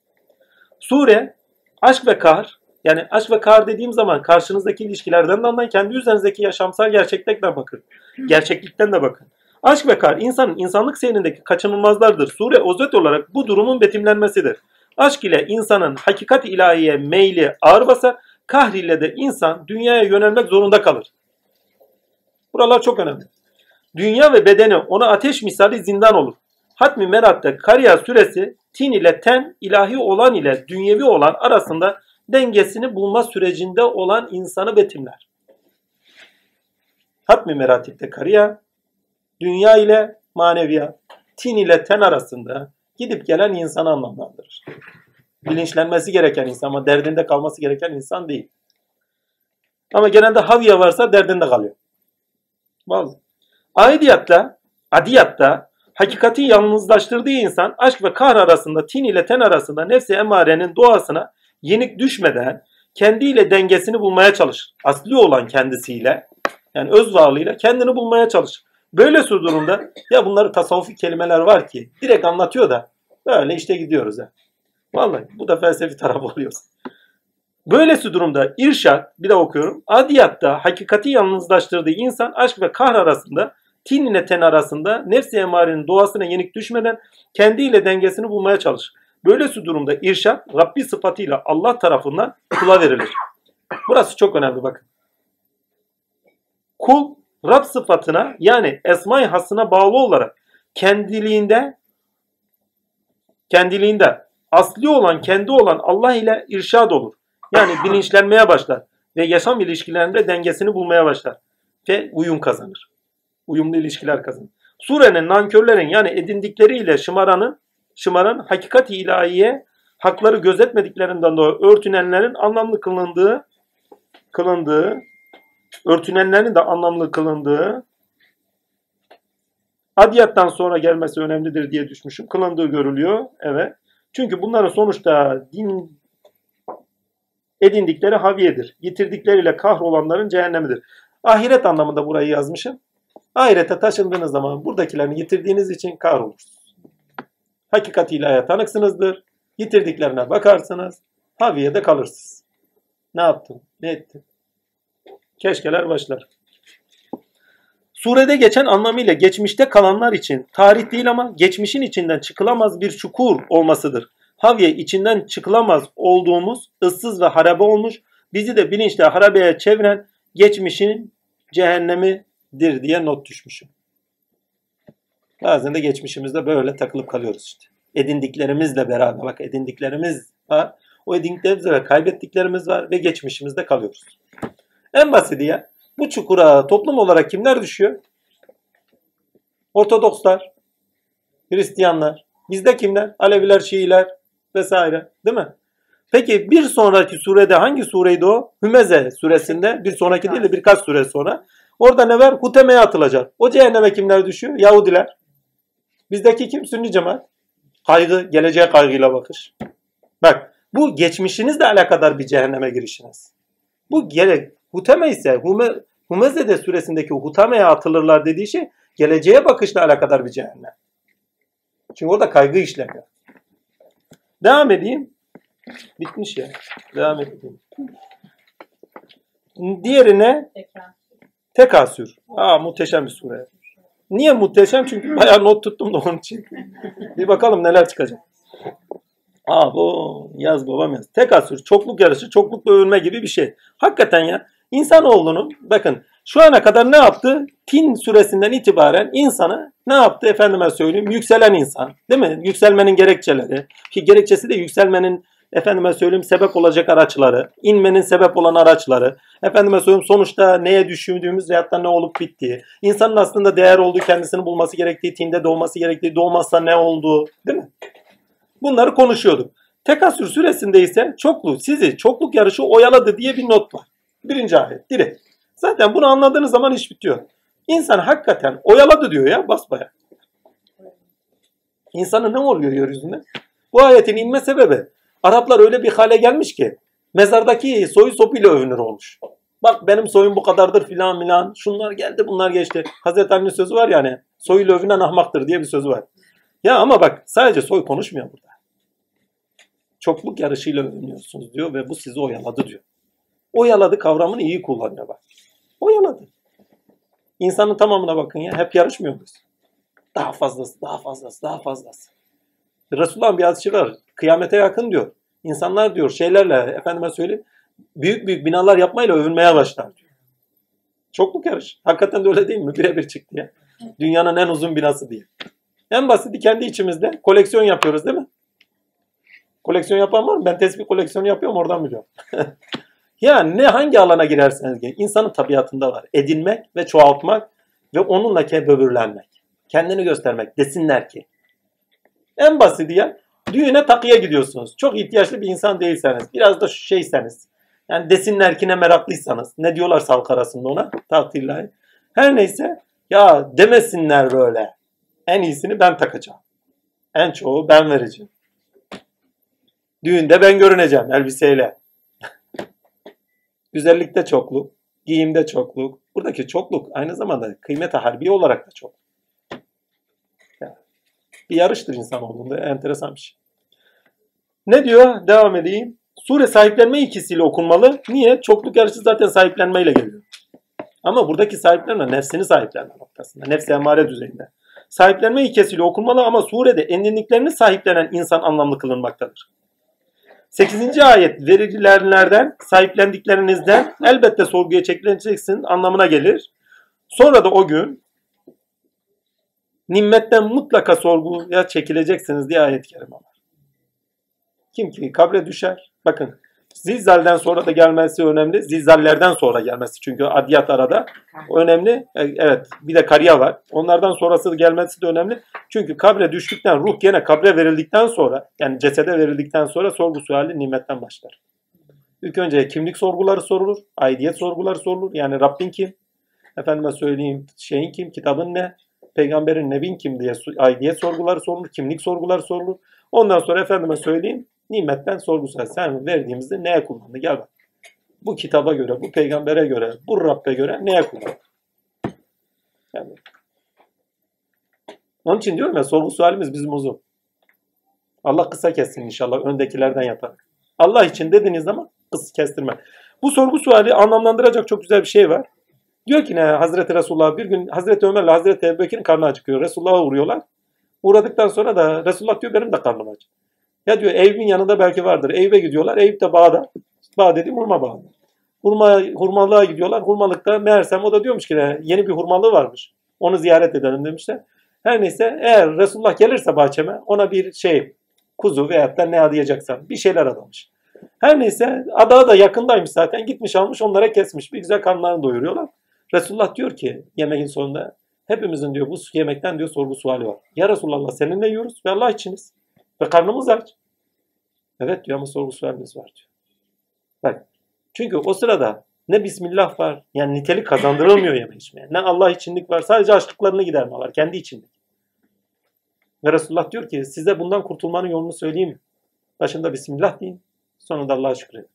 Sure, aşk ve kahr, yani aşk ve kahr dediğim zaman karşınızdaki ilişkilerden de anlayın, kendi üzerinizdeki yaşamsal gerçeklikten bakın. Gerçeklikten de bakın. Aşk ve kahr insanın insanlık seyrindeki kaçınılmazlardır. Sure özet olarak bu durumun betimlenmesidir. Aşk ile insanın hakikat ilahiye meyli ağır basar, kahr ile de insan dünyaya yönelmek zorunda kalır. Buralar çok önemli. Dünya ve bedeni ona ateş misali zindan olur. Hatmi Merat'ta Kariya suresi tin ile ten, ilahi olan ile dünyevi olan arasında dengesini bulma sürecinde olan insanı betimler. Hatmi Merat'te Kariya, dünya ile maneviyat, tin ile ten arasında gidip gelen insanı anlamlandırır. Bilinçlenmesi gereken insan ama derdinde kalması gereken insan değil. Ama genelde havya varsa derdinde kalıyor. Vallahi. Aidiyatta, adiyatta hakikati yalnızlaştırdığı insan aşk ve kahr arasında, tin ile ten arasında nefsi emarenin doğasına yenik düşmeden kendiyle dengesini bulmaya çalışır. Asli olan kendisiyle, yani öz varlığıyla kendini bulmaya çalışır. Böyle bir durumda ya bunları tasavvufi kelimeler var ki direkt anlatıyor da böyle işte gidiyoruz ya. Vallahi bu da felsefi taraf oluyoruz. Böylesi durumda irşad, bir de okuyorum, adiyatta hakikati yalnızlaştırdığı insan aşk ve kahr arasında, tin ile ten arasında nefsi emarenin doğasına yenik düşmeden kendiyle dengesini bulmaya çalışır. Böylesi durumda irşad, Rabbi sıfatıyla Allah tarafından kula verilir. Burası çok önemli bakın. Kul, Rab sıfatına yani esma-i hasına bağlı olarak kendiliğinde kendiliğinde asli olan, kendi olan Allah ile irşad olur. Yani bilinçlenmeye başlar ve yaşam ilişkilerinde dengesini bulmaya başlar ve uyum kazanır. Uyumlu ilişkiler kazanır. Surenin nankörlerin yani edindikleriyle şımaranın, şımaran hakikat-i ilahiye hakları gözetmediklerinden dolayı örtünenlerin anlamlı kılındığı, kılındığı, örtünenlerin de anlamlı kılındığı, adiyattan sonra gelmesi önemlidir diye düşmüşüm. Kılındığı görülüyor. Evet. Çünkü bunların sonuçta din edindikleri haviyedir. Yitirdikleriyle kahrolanların cehennemidir. Ahiret anlamında burayı yazmışım. Ahirete taşındığınız zaman buradakilerini yitirdiğiniz için kahrolursunuz. Hakikatiyle hayat tanıksınızdır. Yitirdiklerine bakarsınız. Haviyede kalırsınız. Ne yaptın? Ne ettin? Keşkeler başlar. Surede geçen anlamıyla geçmişte kalanlar için tarih değil ama geçmişin içinden çıkılamaz bir çukur olmasıdır. Haviye içinden çıkılamaz olduğumuz ıssız ve harabe olmuş, bizi de bilinçle harabeye çeviren geçmişin cehennemidir diye not düşmüşüm. Bazen de geçmişimizde böyle takılıp kalıyoruz işte. Edindiklerimizle beraber, bak edindiklerimiz var, o edindiklerimiz ve kaybettiklerimiz var ve geçmişimizde kalıyoruz. En basiti ya, bu çukura toplum olarak kimler düşüyor? Ortodokslar, Hristiyanlar, bizde kimler? Aleviler, Şiiler vesaire, değil mi? Peki bir sonraki surede hangi sureydi o? Hümeze suresinde bir sonraki değil de birkaç sure sonra. Orada ne var? Huteme'ye atılacak. O cehenneme kimler düşüyor? Yahudiler. Bizdeki kim? Sünni cemaat. Kaygı, geleceğe kaygıyla bakış. Bak bu geçmişinizle alakadar bir cehenneme girişiniz. Bu gerek Huteme ise Hume, Humezede suresindeki Huteme'ye atılırlar dediği şey geleceğe bakışla alakadar bir cehennem. Çünkü orada kaygı işlemiyor. Devam edeyim. Bitmiş ya. Devam edeyim. Diğerine Tekasür. Aa, muhteşem bir sure. Niye muhteşem? Çünkü bayağı not tuttum da onun için. Bir bakalım neler çıkacak. Aa bu yaz babam yaz. Tekasür, çokluk yarışı, çoklukla övünme gibi bir şey. Hakikaten ya insanoğlunun bakın şu ana kadar ne yaptı? Tin suresinden itibaren insanı ne yaptı efendime söyleyeyim? Yükselen insan. Değil mi? Yükselmenin gerekçeleri. Ki gerekçesi de yükselmenin efendime söyleyeyim sebep olacak araçları. İnmenin sebep olan araçları. Efendime söyleyeyim sonuçta neye düşündüğümüz veyahut da ne olup bittiği. İnsanın aslında değer olduğu kendisini bulması gerektiği, tinde doğması gerektiği, doğmazsa ne olduğu. Değil mi? Bunları konuşuyorduk. Tekasür suresinde ise çoklu, sizi çokluk yarışı oyaladı diye bir not var. Birinci ayet direkt. Zaten bunu anladığınız zaman iş bitiyor. İnsan hakikaten oyaladı diyor ya basbaya. İnsanın ne oluyor yeryüzünde? Bu ayetin inme sebebi Araplar öyle bir hale gelmiş ki mezardaki soyu sopuyla övünür olmuş. Bak benim soyum bu kadardır filan filan. Şunlar geldi bunlar geçti. Hazreti Ali'nin sözü var yani soyuyla övünen ahmaktır diye bir sözü var. Ya ama bak sadece soy konuşmuyor burada. Çokluk yarışıyla övünüyorsunuz diyor ve bu sizi oyaladı diyor. Oyaladı kavramını iyi kullanıyor bak. Oyaladı. İnsanın tamamına bakın ya hep yarışmıyor muyuz? Daha fazlası, daha fazlası, daha fazlası. Resulullah'ın bir hadisi var. Kıyamete yakın diyor. İnsanlar diyor şeylerle efendime söyleyeyim büyük büyük binalar yapmayla övünmeye başlar diyor. Çokluk yarış. Hakikaten de öyle değil mi? Birebir çıktı ya. Dünyanın en uzun binası diye. En basiti kendi içimizde koleksiyon yapıyoruz değil mi? Koleksiyon yapan var mı? Ben tespih koleksiyonu yapıyorum oradan biliyorum. Yani ne hangi alana girerseniz girin. İnsanın tabiatında var. Edinmek ve çoğaltmak ve onunla böbürlenmek. Kendini göstermek. Desinler ki. En basiti ya. Düğüne takıya gidiyorsunuz. Çok ihtiyaçlı bir insan değilseniz. Biraz da şeyseniz. Yani desinler ki ne meraklıysanız. Ne diyorlar halk arasında ona? Takdirlahi. Her neyse. Ya demesinler böyle. En iyisini ben takacağım. En çoğu ben vereceğim. Düğünde ben görüneceğim elbiseyle. Güzellikte çokluk, giyimde çokluk. Buradaki çokluk aynı zamanda kıymet-i harbiye olarak da çok. Yani bir yarıştır insanoğlunda. Enteresan bir şey. Ne diyor? Devam edeyim. Sure sahiplenme ikisiyle okunmalı. Niye? Çokluk yarışı zaten sahiplenmeyle geliyor. Ama buradaki sahiplenme nefsini sahiplenme noktasında. Nefs-i emmare düzeyinde. Sahiplenme ikisiyle okunmalı ama surede endinliklerini sahiplenen insan anlamlı kılınmaktadır. sekizinci ayet verilenlerden, sahiplendiklerinizden elbette sorguya çekileceksin anlamına gelir. Sonra da o gün nimmetten mutlaka sorguya çekileceksiniz diye ayet-i kerime var. Kim ki kabre düşer. Bakın zilzalden sonra da gelmesi önemli. Zilzallerden sonra gelmesi çünkü adiyat arada. O önemli. Evet bir de kariye var. Onlardan sonrası gelmesi de önemli. Çünkü kabre düştükten ruh gene kabre verildikten sonra yani cesede verildikten sonra sorgu suali nimetten başlar. İlk önce kimlik sorguları sorulur. Aidiyet sorguları sorulur. Yani Rabbin kim? Efendime söyleyeyim şeyin kim? Kitabın ne? Peygamberin nebin kim diye aidiyet sorguları sorulur. Kimlik sorguları sorulur. Ondan sonra efendime söyleyeyim nimetten sorgu suali. Sen verdiğimizde neye kullandı? Gel bak. Bu kitaba göre, bu peygambere göre, bu Rabbe göre neye kullandı? Yani. Onun için diyorum ya sorgu sualimiz bizim uzun. Allah kısa kessin inşallah öndekilerden yaparak. Allah için dediğiniz zaman kısa kestirme. Bu sorgu suali anlamlandıracak çok güzel bir şey var. Diyor ki ne Hazreti Resulullah bir gün Hazreti Ömer'le Hazreti Ebubekir'in karnı acıkıyor. Resulullah'a uğruyorlar. Uğradıktan sonra da Resulullah diyor benim de karnım aç. Ya diyor Eyüp'ün yanında belki vardır. Eyüp'e gidiyorlar. Eyüp de bağda. Bağ dediğim hurma bağı. Hurma, hurmalığa gidiyorlar. Hurmalıkta meğersem o da diyormuş ki ne, yeni bir hurmalığı varmış. Onu ziyaret edelim demişler. Her neyse eğer Resulullah gelirse bahçeme ona bir şey kuzu veyahut da ne adayacaksam bir şeyler adamış. Her neyse adağı da yakındaymış zaten. Gitmiş almış onlara kesmiş. Bir güzel karnlarını doyuruyorlar. Resulullah diyor ki yemeğin sonunda hepimizin diyor bu yemekten diyor sorgu suali var. Ya Resulullah seninle yiyoruz ve Allah içiniz. Ve karnımız aç. Evet diyor ama sorgu sualiniz var diyor. Bak. Çünkü o sırada ne Bismillah var, yani nitelik kazandırılmıyor yeme içmeye. Ne Allah içinlik var, sadece açlıklarını giderme var, kendi içinlik. Ve Resulullah diyor ki size bundan kurtulmanın yolunu söyleyeyim mi? Başında Bismillah deyin, sonra da Allah'a şükredin.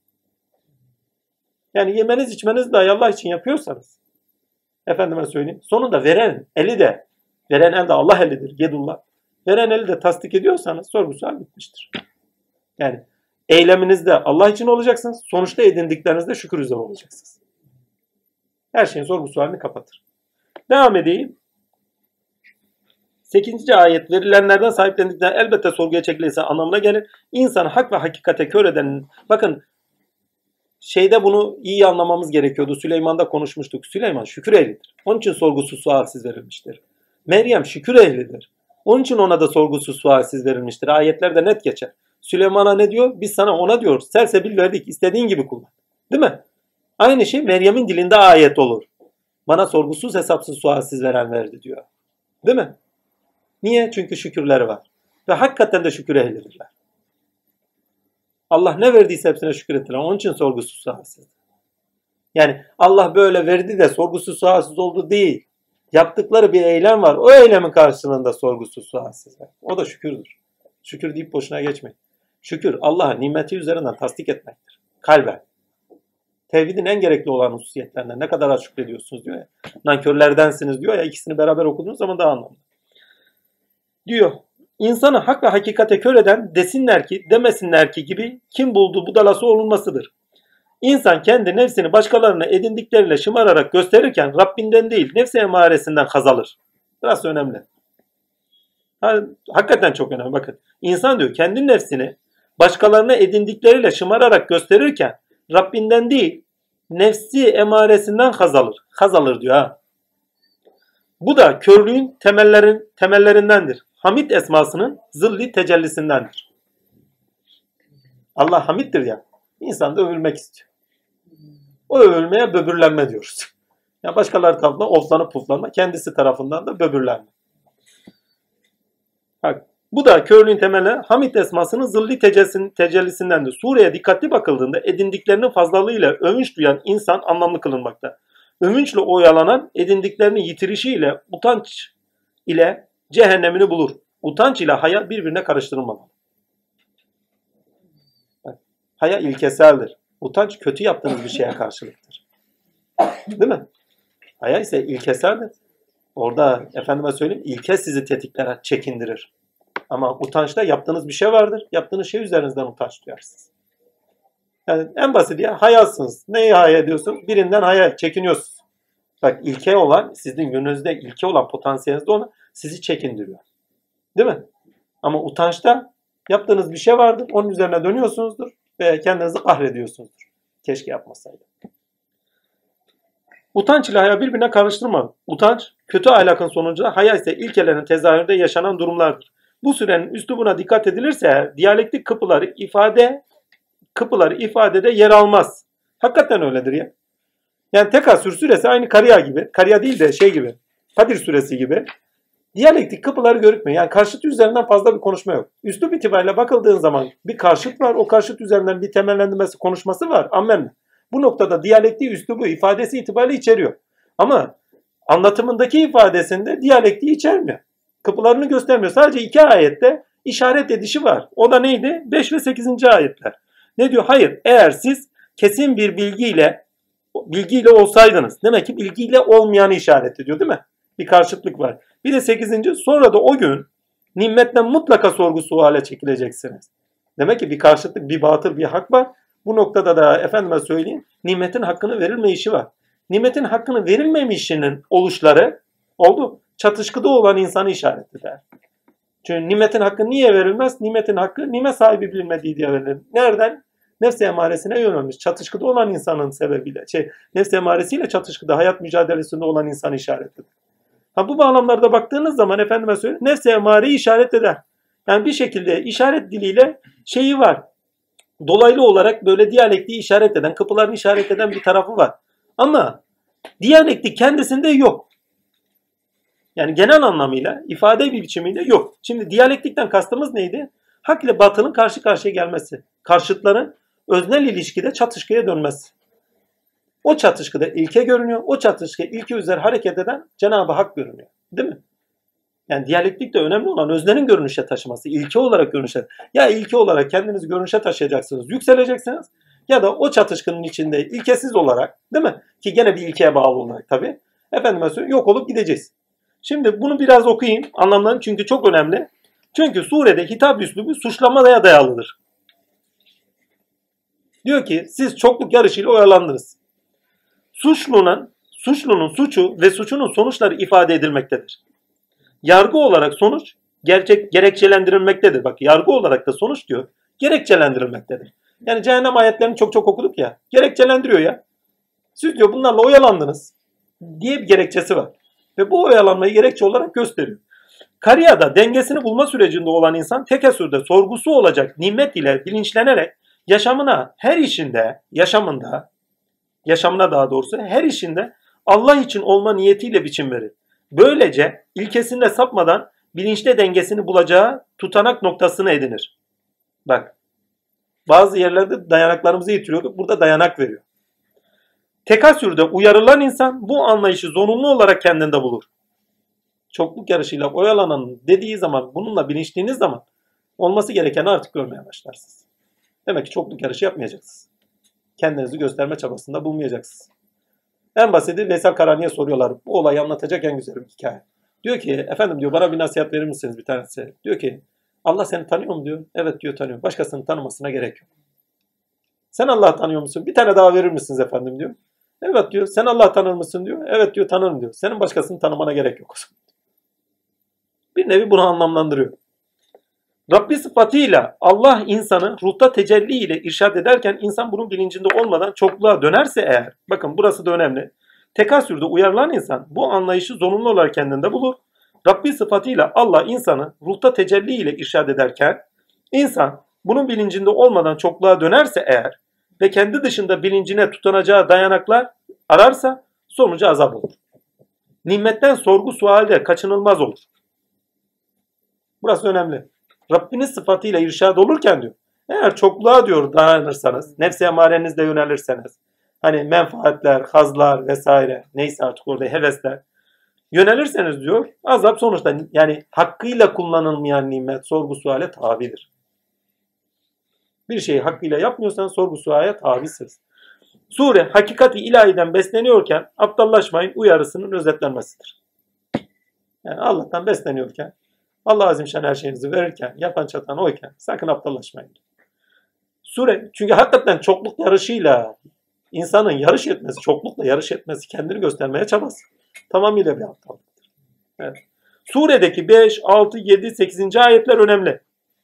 Yani yemeniz içmeniz dahi Allah için yapıyorsanız, efendime söyleyeyim, sonunda veren eli de, veren el de Allah elidir, yedullah. Veren eli de tasdik ediyorsanız sorgu sual bitmiştir. Yani eyleminizde Allah için olacaksınız, sonuçta edindiklerinizde şükür üzere olacaksınız. Her şeyin sorgu sualini kapatır. Devam edeyim. sekizinci ayet verilenlerden sahiplendikten elbette sorguya çekilirse anlamına gelir. İnsanı hak ve hakikate kör edenin, bakın şeyde bunu iyi anlamamız gerekiyordu. Süleyman'da konuşmuştuk. Süleyman şükür ehlidir. Onun için sorgusuz sualsiz verilmiştir. Meryem şükür ehlidir. Onun için ona da sorgusuz sualsiz verilmiştir. Ayetlerde net geçer. Süleyman'a ne diyor? Biz sana ona diyor. Selsebil verdik. İstediğin gibi kullan. Değil mi? Aynı şey Meryem'in dilinde ayet olur. Bana sorgusuz hesapsız sualsiz veren verdi diyor. Değil mi? Niye? Çünkü şükürleri var. Ve hakikaten de şükür ehlidirler. Allah ne verdiyse hepsine şükür ettiler. Onun için sorgusuz sualsiz. Yani Allah böyle verdi de sorgusuz sualsiz oldu değil. Yaptıkları bir eylem var. O eylemin karşılığında sorgusuz sualsiz. O da şükürdür. Şükür deyip boşuna geçmeyin. Şükür Allah'a nimeti üzerinden tasdik etmektir. Kalben. Tevhidin en gerekli olan hususiyetlerinden ne kadar az şükrediyorsunuz diyor ya. Nankörlerdensiniz diyor ya, ikisini beraber okuduğunuz zaman daha anlamlı. Diyor. İnsanı hak ve hakikate kör eden desinler ki, demesinler ki gibi kim buldu budalası olunmasıdır. İnsan kendi nefsini başkalarına edindikleriyle şımararak gösterirken Rabbinden değil nefsi emaresinden haz alır. Burası önemli. Ha, hakikaten çok önemli. Bakın insan diyor kendi nefsini başkalarına edindikleriyle şımararak gösterirken Rabbinden değil nefsi emaresinden haz alır. Haz alır diyor ha. Bu da körlüğün temellerin, temellerindendir. Hamid esmasının zilli tecellisindendir. Allah Hamid'dir ya. İnsan da övülmek istiyor. O övülmeye böbürlenme diyoruz. Yani başkaları tarafından oflanıp puflanma, kendisi tarafından da böbürlenme. Bak, bu da körlüğün temeli Hamid esmasının zilli tecellisindendir. Sureye dikkatli bakıldığında edindiklerinin fazlalığıyla övünç duyan insan anlamlı kılınmakta. Övünçle oyalanan edindiklerini yitirişiyle utanç ile cehennemini bulur. Utanç ile haya birbirine karıştırılmamalı. Haya ilkeseldir. Utanç kötü yaptığınız bir şeye karşılıktır. Değil mi? Haya ise ilkeseldir. Orada efendime söyleyeyim ilke sizi tetikler, çekindirir. Ama utançta yaptığınız bir şey vardır. Yaptığınız şey üzerinizden utanç duyarsınız. Yani en basit ya hayasınız. Neyi haya ediyorsunuz? Birinden haya çekiniyorsunuz. Bak ilke olan sizin yönünüzde ilke olan potansiyelinizde olan sizi çekindiriyor. Değil mi? Ama utançta yaptığınız bir şey vardır. Onun üzerine dönüyorsunuzdur ve kendinizi kahrediyorsunuzdur. Keşke yapmasaydım. Utanç ile haya birbirine karıştırma. Utanç, kötü ahlakın sonucunda, haya ise ilkelerin tezahüründe yaşanan durumlardır. Bu sürenin üslubuna dikkat edilirse eğer, diyalektik kapıları ifade kapıları ifadede yer almaz. Hakikaten öyledir ya. Yani Tekasür suresi aynı Kariya gibi. Kariya değil de şey gibi. Kadir suresi gibi. Diyalektik kapıları görükmüyor. Yani karşıt üzerinden fazla bir konuşma yok. Üslup itibariyle bakıldığın zaman bir karşıt var. O karşıt üzerinden bir temellendirmesi, konuşması var. Amenna. Bu noktada diyalektiği üslubu, ifadesi itibariyle içeriyor. Ama anlatımındaki ifadesinde diyalektiği içermiyor. Kapılarını göstermiyor. Sadece iki ayette işaret edişi var. O da neydi? beş ve sekizinci ayetler. Ne diyor? Hayır. Eğer siz kesin bir bilgiyle bilgiyle olsaydınız. Demek ki bilgiyle olmayanı işaret ediyor değil mi? Bir karşıtlık var. Bir de sekizinci sonra da o gün nimetten mutlaka sorgu suale çekileceksiniz. Demek ki bir karşıtlık, bir batıl, bir hak var. Bu noktada da efendime söyleyeyim nimetin hakkını verilmeyişi var. Nimetin hakkını verilmemişinin oluşları oldu. Çatışkıda olan insanı işaret eder. Çünkü nimetin hakkı niye verilmez? Nimetin hakkı nimet sahibi bilmediği diye verilir. Nereden? Nefs emaresine yönelmiş. Çatışkıda olan insanın sebebiyle. Şey, nefs emaresiyle çatışkıda, hayat mücadelesinde olan insanı işaret eder. Ha, bu bağlamlarda baktığınız zaman efendime söyleyeyim nefs emareyi işaret eder. Yani bir şekilde işaret diliyle şeyi var. Dolaylı olarak böyle diyalektiği işaret eden, kapılarını işaret eden bir tarafı var. Ama diyalektik kendisinde yok. Yani genel anlamıyla, ifade bir biçimiyle yok. Şimdi diyalektikten kastımız neydi? Hak ile batılın karşı karşıya gelmesi. Karşıtların öznel ilişkide çatışkıya dönmesi. O çatışkıda ilke görünüyor. O çatışkı ilke üzere hareket eden Cenab-ı Hak görünüyor. Değil mi? Yani diyalektikte önemli olan öznenin görünüşe taşıması. İlke olarak görünüşe. Ya ilke olarak kendinizi görünüşe taşıyacaksınız, yükseleceksiniz. Ya da o çatışkının içinde ilkesiz olarak, değil mi? Ki gene bir ilkeye bağlı olarak tabii. Efendime söyleyeyim, yok olup gideceğiz. Şimdi bunu biraz okuyayım anlamlarını, çünkü çok önemli. Çünkü surede hitap üslubu suçlamaya dayalıdır. Diyor ki siz çokluk yarışıyla oyalandınız. Suçlunun, suçlunun suçu ve suçunun sonuçları ifade edilmektedir. Yargı olarak sonuç gerçek gerekçelendirilmektedir. Bak, yargı olarak da sonuç diyor, gerekçelendirilmektedir. Yani cehennem ayetlerini çok çok okuduk ya, gerekçelendiriyor ya. Siz diyor bunlarla oyalandınız diye bir gerekçesi var. Ve bu oyalanmayı gerekçe olarak gösteriyor. Kariyada dengesini bulma sürecinde olan insan tekessürde sorgusu olacak nimet ile bilinçlenerek yaşamına, her işinde, yaşamında, yaşamına daha doğrusu her işinde Allah için olma niyetiyle biçim verir. Böylece ilkesinde sapmadan bilinçte dengesini bulacağı tutanak noktasını edinir. Bak, bazı yerlerde dayanaklarımızı yitiriyorduk, burada dayanak veriyor. Tekasürde uyarılan insan bu anlayışı zorunlu olarak kendinde bulur. Çokluk yarışıyla oyalanan dediği zaman, bununla bilinçliğiniz zaman olması gerekeni artık görmeye başlarsınız. Demek ki çokluk yarışı yapmayacaksınız. Kendinizi gösterme çabasında bulmayacaksınız. En basiti Veysel Karani'ye soruyorlar. Bu olayı anlatacak en güzel bir hikaye. Diyor ki efendim diyor bana bir nasihat verir misiniz bir tanesi? Diyor ki Allah seni tanıyor mu diyor. Evet diyor tanıyor. Başkasının tanımasına gerek yok. Sen Allah'ı tanıyor musun? Bir tane daha verir misiniz efendim diyor. Evet diyor. Sen Allah'ı tanır mısın diyor. Evet diyor tanırım diyor. Senin başkasını tanımana gerek yok o zaman. Bir nevi bunu anlamlandırıyor. Rabbi sıfatıyla Allah insanı ruhta tecelli ile irşad ederken insan bunun bilincinde olmadan çokluğa dönerse eğer, bakın burası da önemli. Tekasürde uyarılan insan bu anlayışı zorunlu olarak kendinde bulur. Rabbi sıfatıyla Allah insanı ruhta tecelli ile irşad ederken insan bunun bilincinde olmadan çokluğa dönerse eğer ve kendi dışında bilincine tutanacağı dayanaklar ararsa sonucu azap olur. Nimetten sorgu sualde kaçınılmaz olur. Burası önemli. Rabbiniz sıfatıyla irşad olurken diyor, eğer çokluğa diyor dayanırsanız, nefsi emarenizle yönelirseniz, hani menfaatler, hazlar vesaire, neyse artık orada hevesler, yönelirseniz diyor, azap sonuçta yani hakkıyla kullanılmayan nimet sorgu suale tabidir. Bir şeyi hakkıyla yapmıyorsan sorgu suale tabisiniz. Sure hakikati ilahiden besleniyorken aptallaşmayın uyarısının özetlenmesidir. Yani Allah'tan besleniyorken, Allah Azimşan her şeyinizi verirken, yapan çatan oyken sakın aptallaşmayın. Sure, çünkü hakikaten çokluk yarışıyla insanın yarış etmesi, çoklukla yarış etmesi, kendini göstermeye çabası tamamıyla bir aptallıktır. Evet. Suredeki beş, altı, yedi, sekizinci ayetler önemli.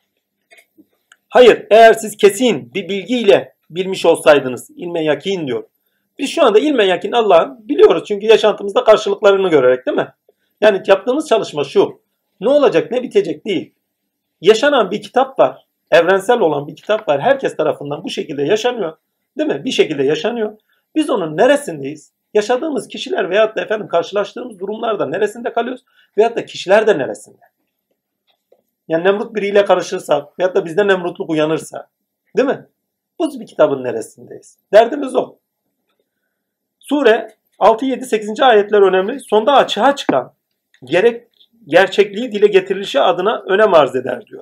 Hayır, eğer siz kesin bir bilgiyle bilmiş olsaydınız, ilme yakin diyor. Biz şu anda ilme yakin Allah'ın biliyoruz çünkü yaşantımızda karşılıklarını görerek, değil mi? Yani yaptığımız çalışma şu. Ne olacak, ne bitecek değil. Yaşanan bir kitap var. Evrensel olan bir kitap var. Herkes tarafından bu şekilde yaşanıyor. Değil mi? Bir şekilde yaşanıyor. Biz onun neresindeyiz? Yaşadığımız kişiler veyahut da efendim karşılaştığımız durumlarda neresinde kalıyoruz? Veyahut da kişiler de neresinde? Yani Nemrut biriyle karışırsa veyahut da bizde Nemrutluk uyanırsa, değil mi? Bu bir kitabın neresindeyiz? Derdimiz o. Sure altı, yedi, sekizinci ayetler önemli. Sonda açığa çıkan gerek gerçekliği dile getirilişi adına önem arz eder diyor.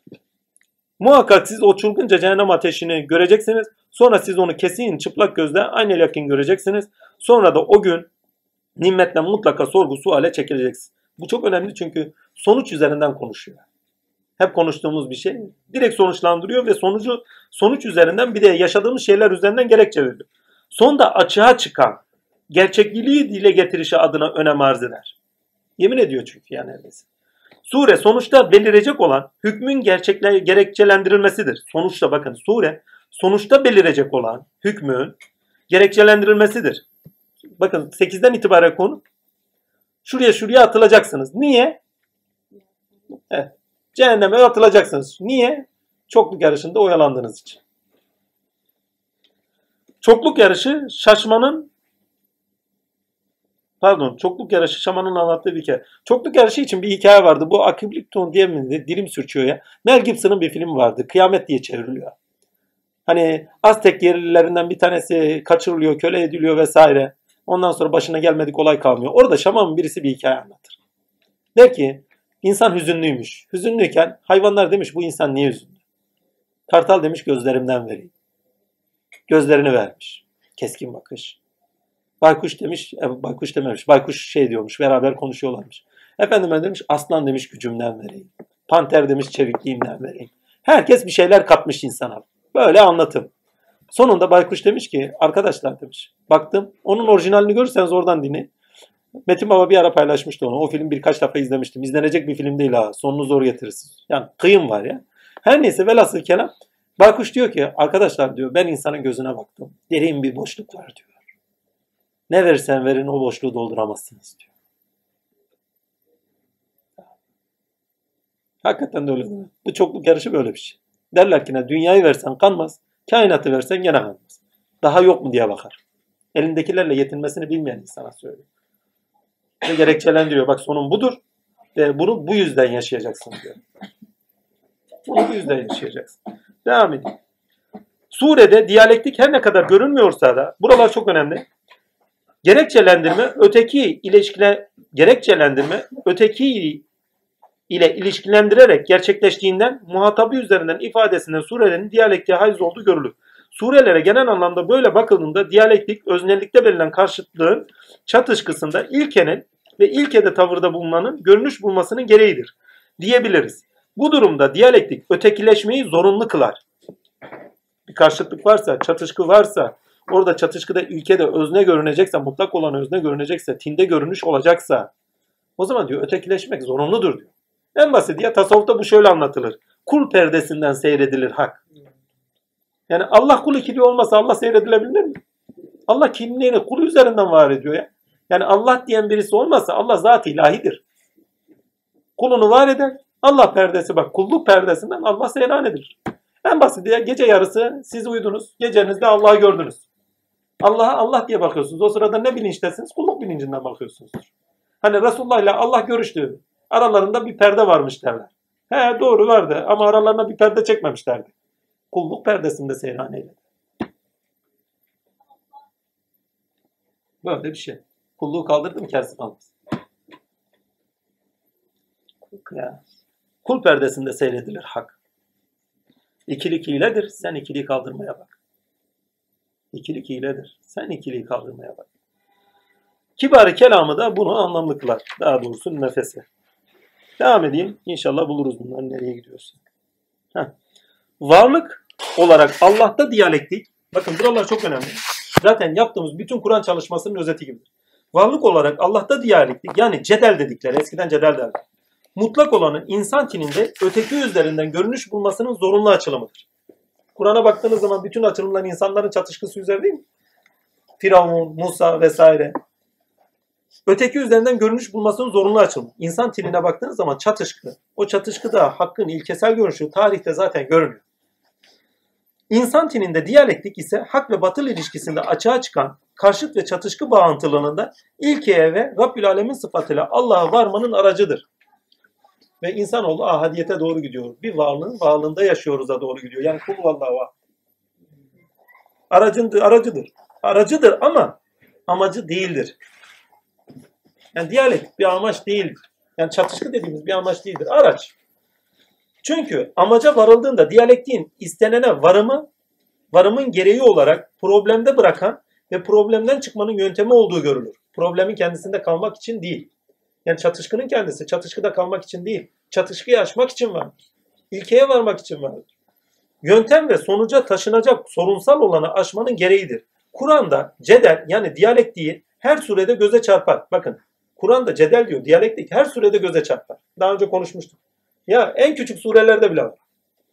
Muhakkak siz o çılgınca cehennem ateşini göreceksiniz. Sonra siz onu kesin çıplak gözle aynı yakin göreceksiniz. Sonra da o gün nimetle mutlaka sorgu suale çekileceksiniz. Bu çok önemli çünkü sonuç üzerinden konuşuyor. Hep konuştuğumuz bir şey. Direkt sonuçlandırıyor ve sonucu sonuç üzerinden bir de yaşadığımız şeyler üzerinden gerekçe veriyor. Sonda açığa çıkan gerçekliği dile getirişi adına önem arz eder. Yemin ediyor çünkü yani neredeyse. Sure sonuçta belirecek olan hükmün gerçekle gerekçelendirilmesidir. Sonuçta bakın sure sonuçta belirecek olan hükmün gerekçelendirilmesidir. Bakın sekizden itibaren konu şuraya şuraya atılacaksınız. Niye? Evet. Cehenneme atılacaksınız. Niye? Çokluk yarışında oyalandığınız için. Çokluk yarışı şaşmanın Pardon, çokluk yarışı şamanın anlattığı bir hikaye. Çokluk yarışı için bir hikaye vardı. Bu Akib Lipton diye mi? Dilim sürçüyor ya. Mel Gibson'ın bir filmi vardı. Kıyamet diye çevriliyor. Hani Aztek yerlilerinden bir tanesi kaçırılıyor, köle ediliyor vesaire. Ondan sonra başına gelmedik olay kalmıyor. Orada şamanın birisi bir hikaye anlatır. Der ki insan hüzünlüymüş. Hüzünlüyken hayvanlar demiş bu insan niye hüzünlü? Kartal demiş gözlerimden vereyim. Gözlerini vermiş. Keskin bakış. Baykuş demiş, e, baykuş dememiş. Baykuş şey diyormuş, beraber konuşuyorlarmış. Efendime demiş, aslan demiş gücümden vereyim. Panter demiş çevikliğimden vereyim. Herkes bir şeyler katmış insana. Böyle anlatım. Sonunda baykuş demiş ki, arkadaşlar demiş. Baktım, onun orijinalini görürseniz oradan dinleyin. Metin Baba bir ara paylaşmıştı onu. O film birkaç defa izlemiştim. İzlenecek bir film değil ha. Sonunu zor getirirsiniz. Yani kıyım var ya. Her neyse velhasıl kelam. Baykuş diyor ki, arkadaşlar diyor ben insanın gözüne baktım. Derin bir boşluk var diyor. Ne verirsen verin o boşluğu dolduramazsınız diyor. Hakikaten de öyle değil mi? Bu çokluk yarışı böyle bir şey. Derler ki ne dünyayı versen kanmaz, kainatı versen gene kanmaz. Daha yok mu diye bakar. Elindekilerle yetinmesini bilmeyen insana söylüyor. Ve gerekçelendiriyor. Bak sonun budur ve bunu bu yüzden yaşayacaksın diyor. Bunu bu yüzden yaşayacaksın. Devam edeyim. Surede diyalektik her ne kadar görünmüyorsa da buralar çok önemli. Gerekçelendirme öteki ilişkile gerekçelendirme öteki ile ilişkilendirerek gerçekleştiğinden muhatabı üzerinden ifadesinden surelerin diyalektiğe haiz olduğu görülür. Surelere genel anlamda böyle bakıldığında diyalektik öznellikte verilen karşıtlığın çatışkısında ilkenin ve ilkede tavırda bulunanın görünüş bulmasının gereğidir diyebiliriz. Bu durumda diyalektik ötekileşmeyi zorunlu kılar. Bir karşıtlık varsa, çatışkı varsa, orada çatışkıda ilkede özne görünecekse, mutlak olan özne görünecekse, tinde görünüş olacaksa o zaman diyor ötekileşmek zorunludur diyor. En basit ya tasavvufta bu şöyle anlatılır. Kul perdesinden seyredilir hak. Yani Allah kul ikili olmasa Allah seyredilebilir mi? Allah kimliğini kulu üzerinden var ediyor ya. Yani Allah diyen birisi olmasa Allah zat-ı ilahidir. Kulunu var eder. Allah perdesi bak kulluk perdesinden Allah seyran edilir. En basit ya gece yarısı siz uyudunuz. Gecenizde Allah'ı gördünüz. Allah'a Allah diye bakıyorsunuz. O sırada ne bilinçtesiniz? Kulluk bilincinden bakıyorsunuz. Hani Resulullah ile Allah görüştü. Aralarında bir perde varmış derler. He doğru vardı ama aralarına bir perde çekmemişlerdi. Kulluk perdesinde seyran eyledi. Böyle bir şey. Kulluğu kaldırdı mı kersi kalmaz. Ya. Kul perdesinde seyredilir hak. İkilik hiledir. Sen ikiliği kaldırmaya bak. İkilik hiledir. Sen ikiliği kaldırmaya bak. Kibar-ı kelamı da bunu anlamlı kılar. Daha doğrusu nefesi. Devam edeyim. İnşallah buluruz bunları nereye gidiyorsa. Heh. Varlık olarak Allah'ta diyalektik. Bakın buralar çok önemli. Zaten yaptığımız bütün Kur'an çalışmasının özeti gibidir. Varlık olarak Allah'ta diyalektik. Yani cedel dedikleri. Eskiden cedel derler. Mutlak olanın insan tininde öteki üzerinden görünüş bulmasının zorunlu açılımıdır. Kur'an'a baktığınız zaman bütün açılımlar insanların çatışkısı üzerine değil mi? Firavun, Musa vesaire. Öteki üzerinden görünüş bulmasının zorunlu açılımı. İnsan tinine baktığınız zaman çatışkı. O çatışkıda hakkın ilkesel görünüşü tarihte zaten görünüyor. İnsan tininde diyalektik ise hak ve batıl ilişkisinde açığa çıkan karşıt ve çatışkı bağıntılığında ilkeye ve Rabbül Alemin sıfatıyla Allah'a varmanın aracıdır. Ve insanoğlu ahadiyete doğru gidiyor. Bir varlığın varlığında yaşıyoruz'a doğru gidiyor. Yani kul vallahi var. Aracındır, aracıdır. Aracıdır ama amacı değildir. Yani diyalektik bir amaç değildir. Yani çatışkı dediğimiz bir amaç değildir. Araç. Çünkü amaca varıldığında diyalektiğin istenene varımı, varımın gereği olarak problemde bırakan ve problemden çıkmanın yöntemi olduğu görülür. Problemin kendisinde kalmak için değil. Yani çatışkının kendisi çatışkıda kalmak için değil. Çatışkıyı aşmak için vardır. İlkeye varmak için vardır. Yöntem ve sonuca taşınacak sorunsal olanı aşmanın gereğidir. Kur'an'da cedel yani diyalektiği her surede göze çarpar. Bakın Kur'an'da cedel diyor. Diyalektik her surede göze çarpar. Daha önce konuşmuştuk. Ya en küçük surelerde bile var.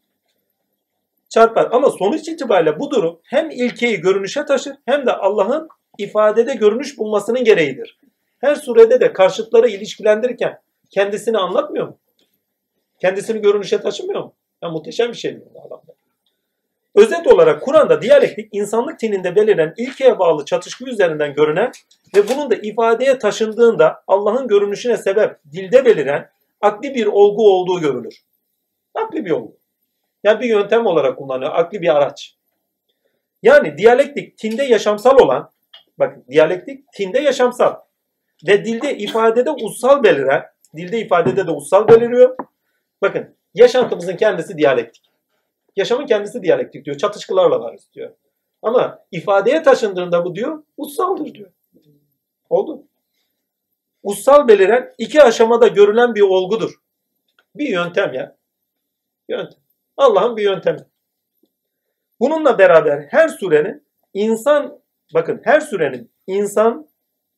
Çarpar. Ama sonuç itibariyle bu durum hem ilkeyi görünüşe taşır hem de Allah'ın ifadede görünüş bulmasının gereğidir. Her surede de karşıtları ilişkilendirirken kendisini anlatmıyor mu? Kendisini görünüşe taşımıyor mu? Ya muhteşem bir şey bu adamda. Özet olarak Kur'an'da diyalektik insanlık tininde beliren ilkeye bağlı çatışkı üzerinden görünen ve bunun da ifadeye taşındığında Allah'ın görünüşüne sebep dilde beliren akli bir olgu olduğu görülür. Akli bir olgu. Yani bir yöntem olarak kullanılıyor. Akli bir araç. Yani diyalektik tinde yaşamsal olan, bakın diyalektik tinde yaşamsal ve dilde ifadede ussal beliren, dilde ifadede de ussal beliriyor. Bakın yaşantımızın kendisi diyalektik. Yaşamın kendisi diyalektik diyor. Çatışkılarla varız diyor. Ama ifadeye taşındığında bu diyor ussaldır diyor. Oldu. Ussal beliren iki aşamada görülen bir olgudur. Bir yöntem ya. Yöntem. Allah'ın bir yöntemi. Bununla beraber her surenin insan, bakın her surenin insan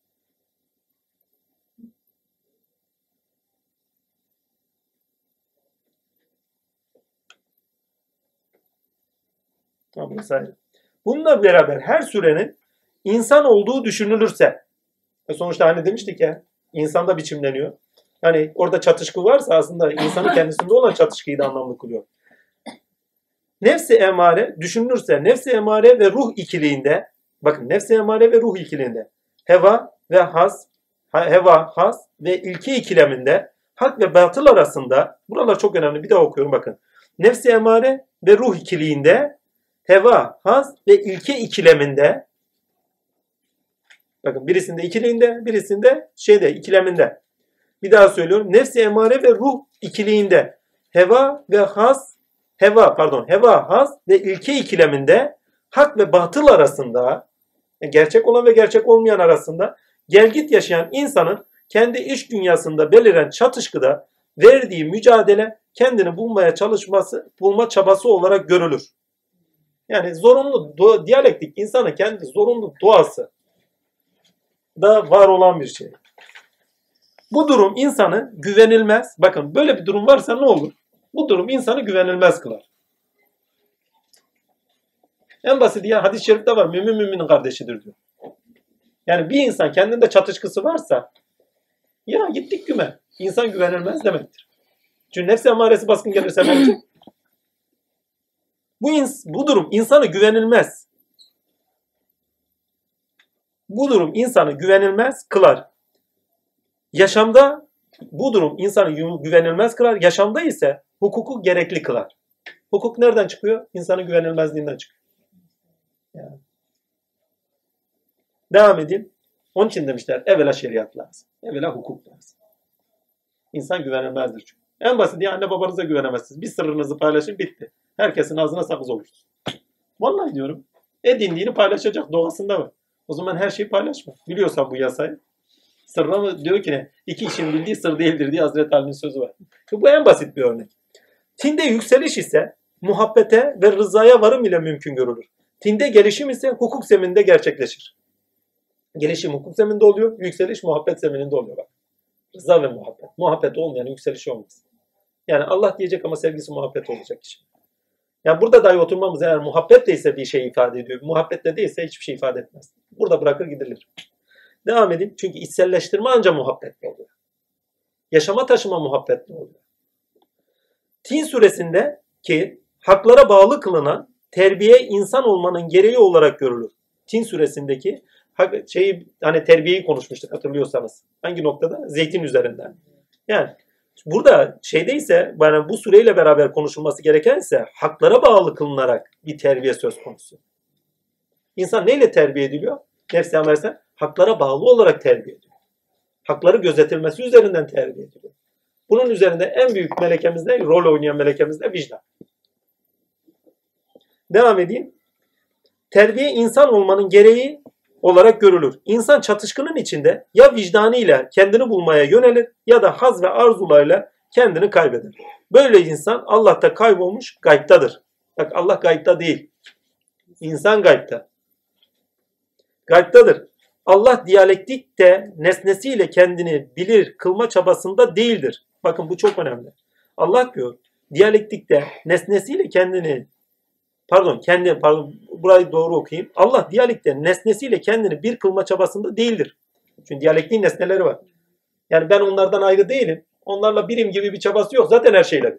tamam, vesaire. Bununla beraber her surenin insan olduğu düşünülürse, sonuçta hani demiştik ya, insanda biçimleniyor. Hani orada çatışkı varsa aslında insanın kendisinde olan çatışkıyı da anlamlı kılıyor. Nefs-i emare düşünülürse, nefs-i emare ve ruh ikiliğinde, bakın nefs-i emare ve ruh ikiliğinde, heva ve has, heva, has ve ilke ikileminde, hak ve batıl arasında, buralar çok önemli, bir daha okuyorum bakın. Nefs-i emare ve ruh ikiliğinde, heva, has ve ilke ikileminde, bakın birisinde ikiliğinde, birisinde şeyde ikileminde. Bir daha söylüyorum. Nefs-i emare ve ruh ikiliğinde, heva ve has, heva pardon, heva, has ve ilke ikileminde, hak ve batıl arasında, yani gerçek olan ve gerçek olmayan arasında gelgit yaşayan insanın kendi iç dünyasında beliren çatışkıda verdiği mücadele kendini bulmaya çalışması, bulma çabası olarak görülür. Yani zorunlu doğa, diyalektik insanın kendi zorunlu doğası da var olan bir şey. Bu durum insanı güvenilmez. Bakın böyle bir durum varsa ne olur? Bu durum insanı güvenilmez kılar. En basit ya hadis-i şerifte var. Mümin müminin kardeşidir diyor. Yani bir insan kendinde çatışkısı varsa ya gittik güme. İnsan güvenilmez demektir. Çünkü nefs emaresi baskın gelirse ne olacak? Bu, bu durum insanı güvenilmez. Bu durum insanı güvenilmez kılar. Yaşamda bu durum insanı güvenilmez kılar. Yaşamda ise hukuku gerekli kılar. Hukuk nereden çıkıyor? İnsanın güvenilmezliğinden çıkıyor. Yani. Devam edeyim. Onun için demişler evvela şeriat lazım. Evvela hukuk lazım. İnsan güvenilmezdir çünkü. En basit ya anne babanıza güvenemezsiniz. Bir sırrınızı paylaşın bitti. Herkesin ağzına sakız olursunuz. Vallahi diyorum. Edindiğini paylaşacak doğasında var. O zaman her şeyi paylaşma. Biliyorsan bu yasayı. Sırrı mı diyor ki ne? İki kişinin bildiği sır değildir diye Hazreti Ali'nin sözü var. Bu en basit bir örnek. Tinde yükseliş ise muhabbete ve rızaya varım ile mümkün görülür. Tinde gelişim ise hukuk zemininde gerçekleşir. Gelişim hukuk zemininde oluyor, yükseliş muhabbet zemininde oluyor bak. Rıza ve muhabbet. Muhabbet olmayan yükseliş olmaz. Yani Allah diyecek ama sevgisi muhabbet olacak kişi. Yani burada dahi oturmamız eğer muhabbetle ise bir şey ifade ediyor. Muhabbetle değilse hiçbir şey ifade etmez. Burada bırakır gidilir. Devam edeyim. Çünkü içselleştirme ancak muhabbetle oluyor. Yaşama taşıma muhabbetle oluyor. Tin suresinde ki haklara bağlı kılınan terbiye insan olmanın gereği olarak görülür. Tin suresindeki şeyi hani terbiyeyi konuşmuştuk hatırlıyorsanız. Hangi noktada? Zeytin üzerinden. Yani burada şeydeyse yani bu sureyle beraber konuşulması gereken ise haklara bağlı kılınarak bir terbiye söz konusu. İnsan neyle terbiye ediliyor? Nefsi amelsen haklara bağlı olarak terbiye ediliyor. Hakları gözetilmesi üzerinden terbiye ediliyor. Bunun üzerinde en büyük melekemiz ne? Rol oynayan melekemiz de vicdan. Devam edeyim. Terbiye insan olmanın gereği olarak görülür. İnsan çatışkının içinde ya vicdanıyla kendini bulmaya yönelir ya da haz ve arzularıyla kendini kaybeder. Böyle insan Allah'ta kaybolmuş gaybtadır. Bak Allah gaybta değil. İnsan gaybta. Gaybtadır. Allah diyalektikte nesnesiyle kendini bilir kılma çabasında değildir. Bakın bu çok önemli. Allah diyor diyalektikte nesnesiyle kendini pardon kendi pardon burayı doğru okuyayım. Allah diyalektikte nesnesiyle kendini bir kılma çabasında değildir. Çünkü diyalektiğin nesneleri var. Yani ben onlardan ayrı değilim. Onlarla birim gibi bir çabası yok. Zaten her şeyle bir.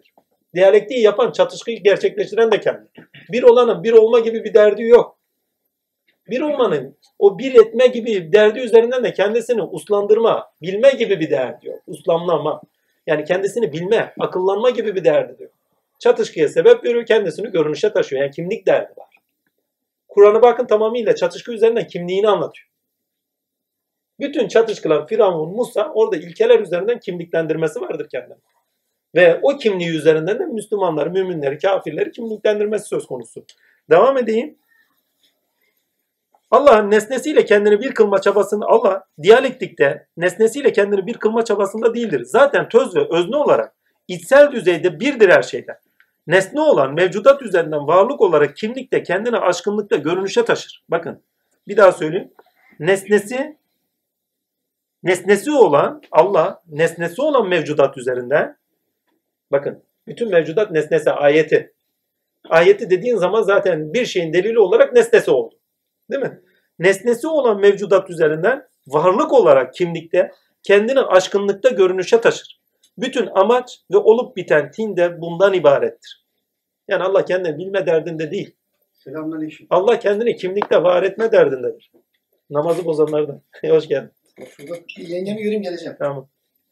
Diyalektiği yapan, çatışkıyı gerçekleştiren de kendi. Bir olanın bir olma gibi bir derdi yok. Bir olmanın o bir etme gibi derdi üzerinden de kendisini uslandırma, bilme gibi bir derdi yok. Uslamlama. Yani kendisini bilme, akıllanma gibi bir derdi yok. Çatışkıya sebep veriyor, kendisini görünüşe taşıyor. Yani kimlik derdi var. Kur'an'a bakın, tamamıyla çatışkı üzerinden kimliğini anlatıyor. Bütün çatışkılar Firavun, Musa orada ilkeler üzerinden kimliklendirmesi vardır kendine. Ve o kimliği üzerinden de Müslümanları, müminleri, kafirleri kimliklendirmesi söz konusu. Devam edeyim. Allah'ın nesnesiyle kendini bir kılma çabasında, Allah diyalektikte nesnesiyle kendini bir kılma çabasında değildir. Zaten töz ve özne olarak içsel düzeyde birdir her şeyler. Nesne olan mevcudat üzerinden varlık olarak kimlikte kendini aşkınlıkta görünüşe taşır. Bakın bir daha söyleyeyim. Nesnesi nesnesi olan Allah, nesnesi olan mevcudat üzerinden, bakın bütün mevcudat nesnesi, ayeti. Ayeti dediğin zaman zaten bir şeyin delili olarak nesnesi oldu. Değil mi? Nesnesi olan mevcudat üzerinden varlık olarak kimlikte kendini aşkınlıkta görünüşe taşır. Bütün amaç ve olup biten tin de bundan ibarettir. Yani Allah kendini bilme derdinde değil. Selamünaleyküm. Allah kendini kimlikte var etme derdindedir. Namazı bozanlardan. Hoş geldin. Şurada bir yengemi göreyim geleceğim. Tamam.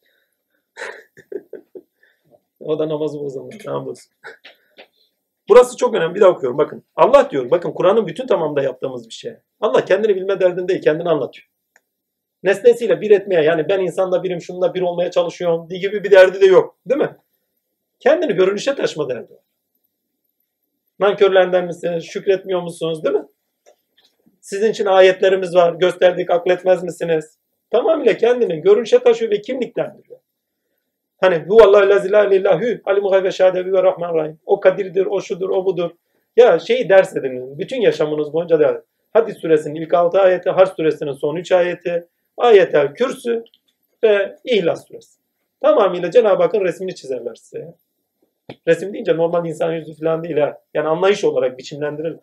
O da namazı bozanlar. Tamam bozsun. Burası çok önemli. Bir daha okuyorum. Bakın. Allah diyor. Bakın Kur'an'ın bütün tamamında yaptığımız bir şey. Allah kendini bilme derdinde değil. Kendini anlatıyor. Nesnesiyle bir etmeye, yani ben insanda birim, şununla bir olmaya çalışıyorum diye gibi bir derdi de yok. Değil mi? Kendini görünüşe taşıma derdi var. Nankörlerden misiniz? Şükretmiyor musunuz? Değil mi? Sizin için ayetlerimiz var. Gösterdik, akletmez misiniz? Tamamıyla kendini görünüşe taşıyor ve kimliklendiriyor. Hani huvallahu la ilahe illahü alimul gayb ve şehadet ve rahman rahim. O kadirdir, o şudur, o budur. Ya şeyi ders ediniz. Bütün yaşamınız boyunca da Hadis suresinin ilk altı ayeti, Hac suresinin son üç ayeti, Ayetel Kürsü ve İhlas suresi. Tamamıyla Cenab-ı Hakk'ın resmini çizerler size. Resim deyince normal insan yüzü falan değil ha. Yani anlayış olarak biçimlendirilir.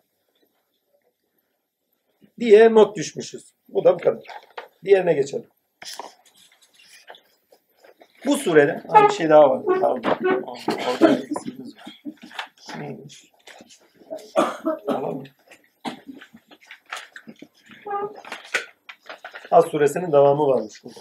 Diye not düşmüşüz. Bu da bu kadar. Diğerine geçelim. Bu surede bir şey daha var. Pardon. Orada eksiğimiz var. Neymiş? Tamam mı? As suresinin devamı varmış burada.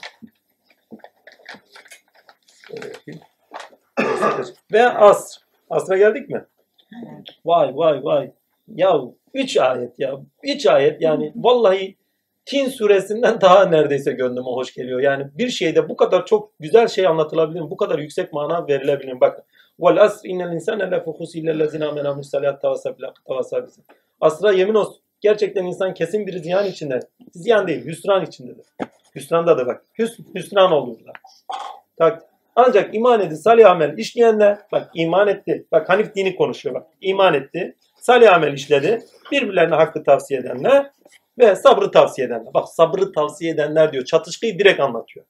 Ve Asr. Asr'a geldik mi? Vay vay vay. Ya üç ayet ya. Üç ayet yani vallahi Tin suresinden daha neredeyse gönlüme hoş geliyor. Yani bir şeyde bu kadar çok güzel şey anlatılabilir mi? Bu kadar yüksek mana verilebilir mi? Bakın. Vel asr innel insane lefî husr illellezîne âmenû ve amilu's-salâhâti tevâsâv bil Asra yemin olsun. Gerçekten insan kesin bir ziyan içinde. Ziyan değil, hüsran içindedir. Hüsrandadır bak. Hüs, hüsran oldu burada. Tak. Ancak iman edip salih amel işleyenler, bak iman etti. Bak Hanif dini konuşuyor bak. İman etti. Salih amel işledi. Birbirlerine hakkı tavsiye edenler ve sabrı tavsiye edenler. Bak sabrı tavsiye edenler diyor. Çatışkıyı direkt anlatıyor.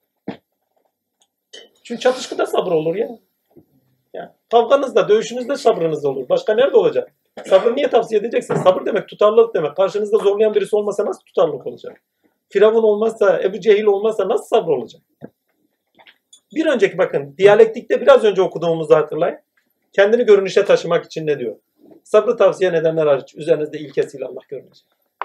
Çünkü çatışkıda sabır olur ya. Yani kavganızda, dövüşünüzde sabrınız olur. Başka nerede olacak? Sabrı niye tavsiye edeceksin? Sabır demek tutarlılık demek. Karşınızda zorlayan birisi olmasa nasıl tutarlılık olacak? Firavun olmazsa, Ebu Cehil olmazsa nasıl sabır olacak? Bir önceki bakın, diyalektikte biraz önce okuduğumuzu hatırlayın. Kendini görünüşe taşımak için ne diyor? Sabrı tavsiye edenler hariç üzerinizde ilkesiyle Allah görünecek.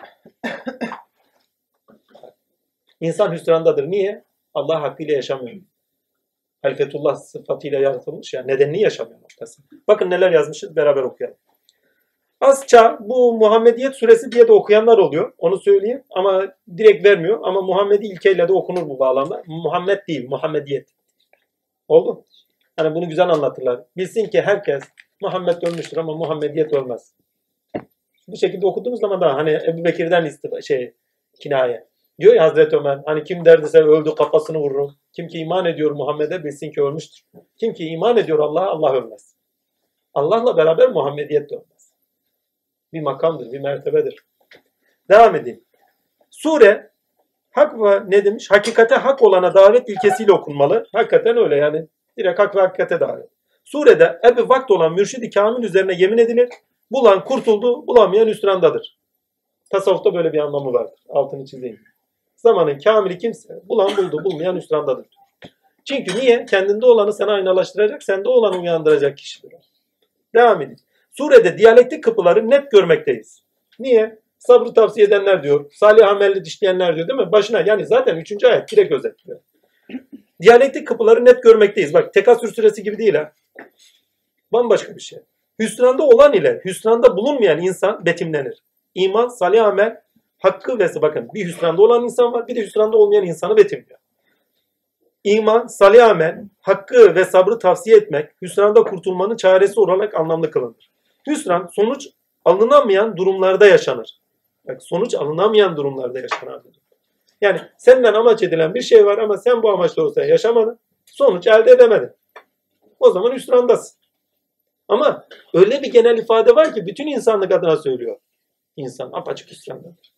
İnsan hüsrandadır. Niye? Allah hakkıyla yaşamıyor. Halifetullah sıfatıyla yaratılmış ya. Nedenini yaşamıyor noktası. Bakın neler yazmışız, beraber okuyalım. Azça bu Muhammediyet suresi diye de okuyanlar oluyor. Onu söyleyeyim ama direkt vermiyor. Ama Muhammedi ilkeyle de okunur bu bağlamda. Muhammed değil, Muhammediyet. Oldu? Hani bunu güzel anlatırlar. Bilsin ki herkes Muhammed ölmüştür ama Muhammediyet ölmez. Bu şekilde okuduğumuz zaman da hani Ebu Bekir'den istifa, şey, kinaye. Diyor ya Hazreti Ömer, hani kim derdise öldü kafasını vururum. Kim ki iman ediyor Muhammed'e bilsin ki ölmüştür. Kim ki iman ediyor Allah'a, Allah ölmez. Allah'la beraber Muhammediyet de ölmez. Bir makamdır, bir mertebedir. Devam edeyim. Sure hak ve ne demiş? Hakikate hak olana davet ilkesiyle okunmalı. Hakikaten öyle yani. Direkt hak ve hakikate davet. Surede ebi vakt olan mürşid-i kamil üzerine yemin edilir. Bulan kurtuldu, bulamayan hüsrandadır. Tasavvufta böyle bir anlamı vardır. Altını çizeyim. Zamanın kamili kimse bulan buldu, bulmayan hüsrandadır. Çünkü niye? Kendinde olanı sana aynalaştıracak, sende olanı uyandıracak kişidir. Devam edin. Surede diyalektik kapıları net görmekteyiz. Niye? Sabrı tavsiye edenler diyor. Salih amelli dişleyenler diyor değil mi? Başına yani zaten üçüncü ayet direkt özetliyor. Diyalektik kapıları net görmekteyiz. Bak Tekasür suresi gibi değil ha. Bambaşka bir şey. Hüsranda olan ile hüsranda bulunmayan insan betimlenir. İman, salih amel, hakkı ve bakın bir hüsranda olan insan var, bir de hüsranda olmayan insanı betimliyor. İman, salih amel, hakkı ve sabrı tavsiye etmek, hüsranda kurtulmanın çaresi olarak anlamlı kılınır. Hüsran, sonuç alınamayan durumlarda yaşanır. Bak, sonuç alınamayan durumlarda yaşanır. Yani senden amaç edilen bir şey var ama sen bu amaçla olsa yaşamadın, sonuç elde edemedin. O zaman hüsrandasın. Ama öyle bir genel ifade var ki bütün insanlık adına söylüyor. İnsan apaçık hüsrandadır.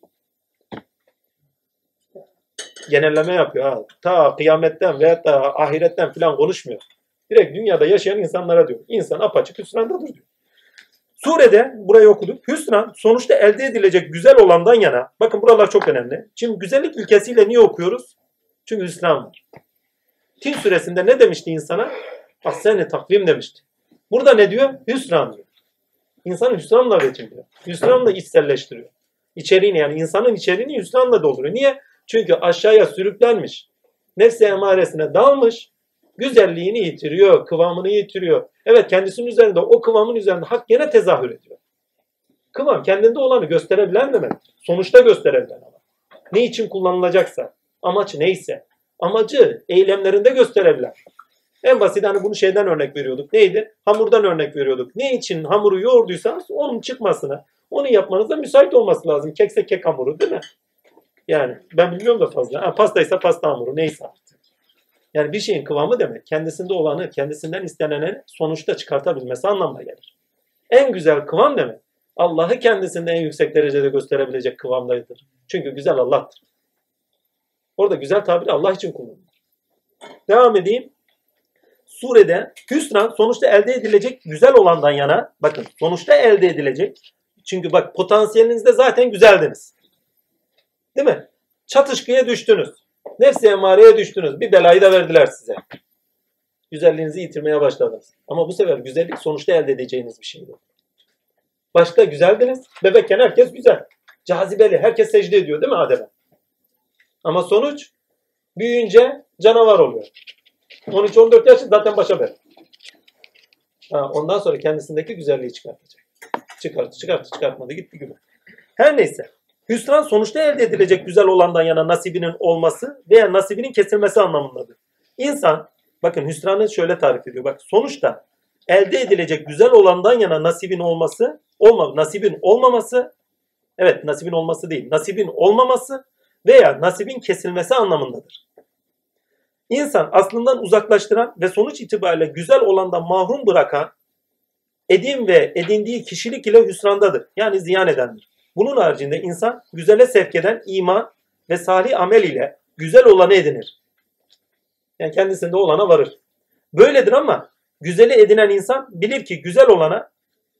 Genelleme yapıyor. Ha. Ta kıyametten veya da ahiretten falan konuşmuyor. Direkt dünyada yaşayan insanlara diyor. İnsan apaçık hüsrandadır diyor. Surede burayı okuduk. Hüsran sonuçta elde edilecek güzel olandan yana. Bakın buralar çok önemli. Şimdi güzellik ilkesiyle niye okuyoruz? Çünkü hüsran var. Tin suresinde ne demişti insana? Ahsen-i takvim demişti. Burada ne diyor? Hüsran diyor. İnsanı hüsranla betimliyor. Hüsranla içselleştiriyor. İçeriğini yani insanın içeriğini hüsranla dolduruyor. Niye? Çünkü aşağıya sürüklenmiş. Nefs-i emaresine dalmış. Güzelliğini yitiriyor. Kıvamını yitiriyor. Evet kendisinin üzerinde o kıvamın üzerinde hak gene tezahür ediyor. Kıvam kendinde olanı gösterebilen demek. Sonuçta gösterebilen ama. Ne için kullanılacaksa. Amaç neyse. Amacı eylemlerinde gösterebilen. En basit hani bunu şeyden örnek veriyorduk. Neydi? Hamurdan örnek veriyorduk. Ne için hamuru yoğurduysanız onun çıkmasına, onu yapmanıza müsait olması lazım. Kekse kek hamuru değil mi? Yani ben bilmiyorum da fazla. Ha, pastaysa pasta hamuru neyse artık. Yani bir şeyin kıvamı demek kendisinde olanı, kendisinden isteneni sonuçta çıkartabilmesi anlamına gelir. En güzel kıvam demek Allah'ı kendisinde en yüksek derecede gösterebilecek kıvamdadır. Çünkü güzel Allah'tır. Orada güzel tabir Allah için kullanılır. Devam edeyim. Surede hüsran sonuçta elde edilecek güzel olandan yana, bakın sonuçta elde edilecek. Çünkü bak potansiyelinizde zaten güzeldiniz. Değil mi? Çatışkıya düştünüz. Nefs-i emareye düştünüz. Bir belayı da verdiler size. Güzelliğinizi yitirmeye başladınız. Ama bu sefer güzellik sonuçta elde edeceğiniz bir şeydi. Başta güzeldiniz. Bebekken herkes güzel. Cazibeli. Herkes secde ediyor değil mi Adem'e? Ama sonuç büyüyünce canavar oluyor. on üç on dört yaş zaten başa ver. Ha, ondan sonra kendisindeki güzelliği çıkartacak. Çıkarttı, çıkarttı, çıkartmadı, gitti gibi. Her neyse. Hüsran sonuçta elde edilecek güzel olandan yana nasibinin olması veya nasibinin kesilmesi anlamındadır. İnsan, bakın hüsranı şöyle tarif ediyor. Bak sonuçta elde edilecek güzel olandan yana nasibin olması, olma, nasibin olmaması, evet nasibin olması değil, nasibin olmaması veya nasibin kesilmesi anlamındadır. İnsan aslından uzaklaştıran ve sonuç itibariyle güzel olandan mahrum bırakan edin ve edindiği kişilik ile hüsrandadır. Yani ziyan edendir. Bunun haricinde insan güzele sevk eden iman ve salih amel ile güzel olanı edinir. Yani kendisinde olana varır. Böyledir ama güzeli edinen insan bilir ki güzel olana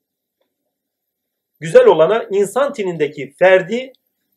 güzel olana insan tinindeki ferdi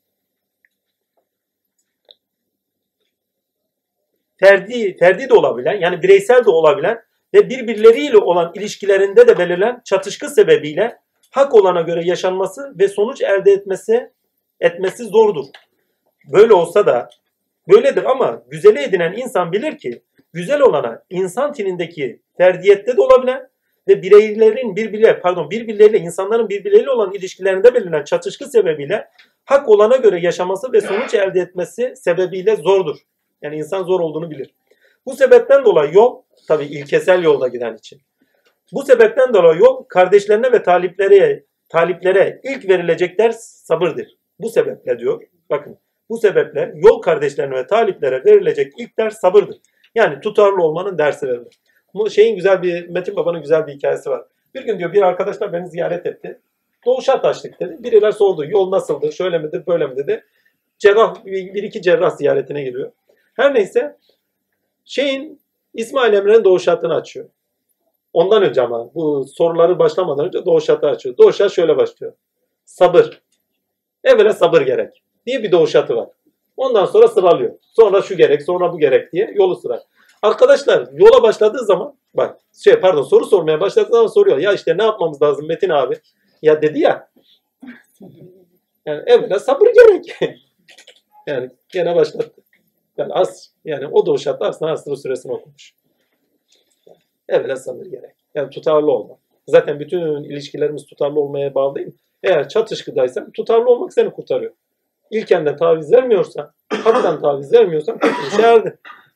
ferdi ferdi de olabilen yani bireysel de olabilen ve birbirleriyle olan ilişkilerinde de belirlen çatışkı sebebiyle hak olana göre yaşanması ve sonuç elde etmesi etmesi zordur. Böyle olsa da böyledir ama güzeli edinen insan bilir ki güzel olana insan tinindeki ferdiyette de olabilen ve bireylerin birbirleriyle pardon birbirleriyle insanların birbirleriyle olan ilişkilerinde belirlen çatışkı sebebiyle hak olana göre yaşaması ve sonuç elde etmesi sebebiyle zordur. Yani insan zor olduğunu bilir. Bu sebepten dolayı yol tabii ilkesel yolda giden için. Bu sebepten dolayı yol kardeşlerine ve taliplere, taliplere ilk verilecek ders sabırdır. Bu sebeple diyor. Bakın bu sebeple yol kardeşlerine ve taliplere verilecek ilk ders sabırdır. Yani tutarlı olmanın dersi verilir. Bu şeyin güzel bir Metin Baba'nın güzel bir hikayesi var. Bir gün diyor bir arkadaşlar beni ziyaret etti. Doğuşa taştık dedi. Biriler sordu yol nasıldı, şöyle midir, böyle mi dedi. Cerrah, bir iki cerrah ziyaretine giriyor. Her neyse şeyin İsmail Emre'nin doğuşatını açıyor. Ondan önce ama bu soruları başlamadan önce doğuşatı açıyor. Doğuşat şöyle başlıyor. Sabır. Evvela sabır gerek diye bir doğuşatı var. Ondan sonra sıralıyor. Sonra şu gerek, sonra bu gerek diye yolu sırar. Arkadaşlar yola başladığı zaman bak şey pardon soru sormaya başladığı zaman soruyor. Ya işte ne yapmamız lazım Metin abi? Ya dedi ya. Yani evvela sabır gerek. Yani gene başlattı. Yani az yani o da o şartla aslında Asr suresini okumuş. Evvela sabır gerek. Yani tutarlı olmak. Zaten bütün ilişkilerimiz tutarlı olmaya bağlı değil mi? Eğer çatışkıdaysan tutarlı olmak seni kurtarıyor. İlkenden taviz vermiyorsan, haktan taviz vermiyorsan kurtuluşa erdin.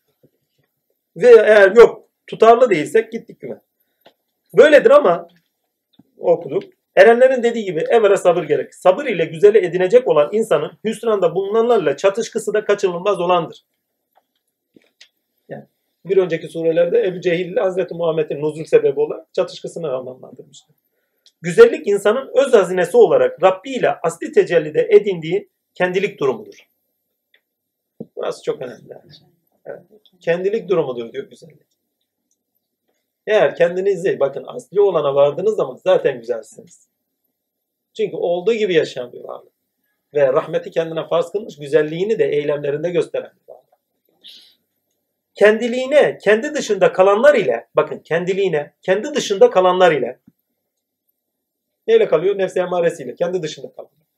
Ve eğer yok tutarlı değilsek gittik güme. Böyledir ama okuduk. Erenlerin dediği gibi evvela sabır gerek. Sabır ile güzeli edinecek olan insanın hüsranda bulunanlarla çatışkısı da kaçınılmaz olandır. Yani bir önceki surelerde Ebu Cehil ile Hazreti Muhammed'in nuzul sebebi olan çatışkısını anlamlandırmıştı. Güzellik insanın öz hazinesi olarak Rabbi ile asli tecellide edindiği kendilik durumudur. Burası çok önemli. Evet. Kendilik durumudur diyor güzellik. Eğer kendinizi bakın asli olana vardığınız zaman zaten güzelsiniz. Çünkü olduğu gibi yaşayan bir varlık. Ve rahmeti kendine farz kılmış, güzelliğini de eylemlerinde gösteren bir varlık. Kendiliğine, kendi dışında kalanlar ile, bakın kendiliğine, kendi dışında kalanlar ile, neyle kalıyor? Nefs-i emmaresiyle, kendi dışında kalanlar.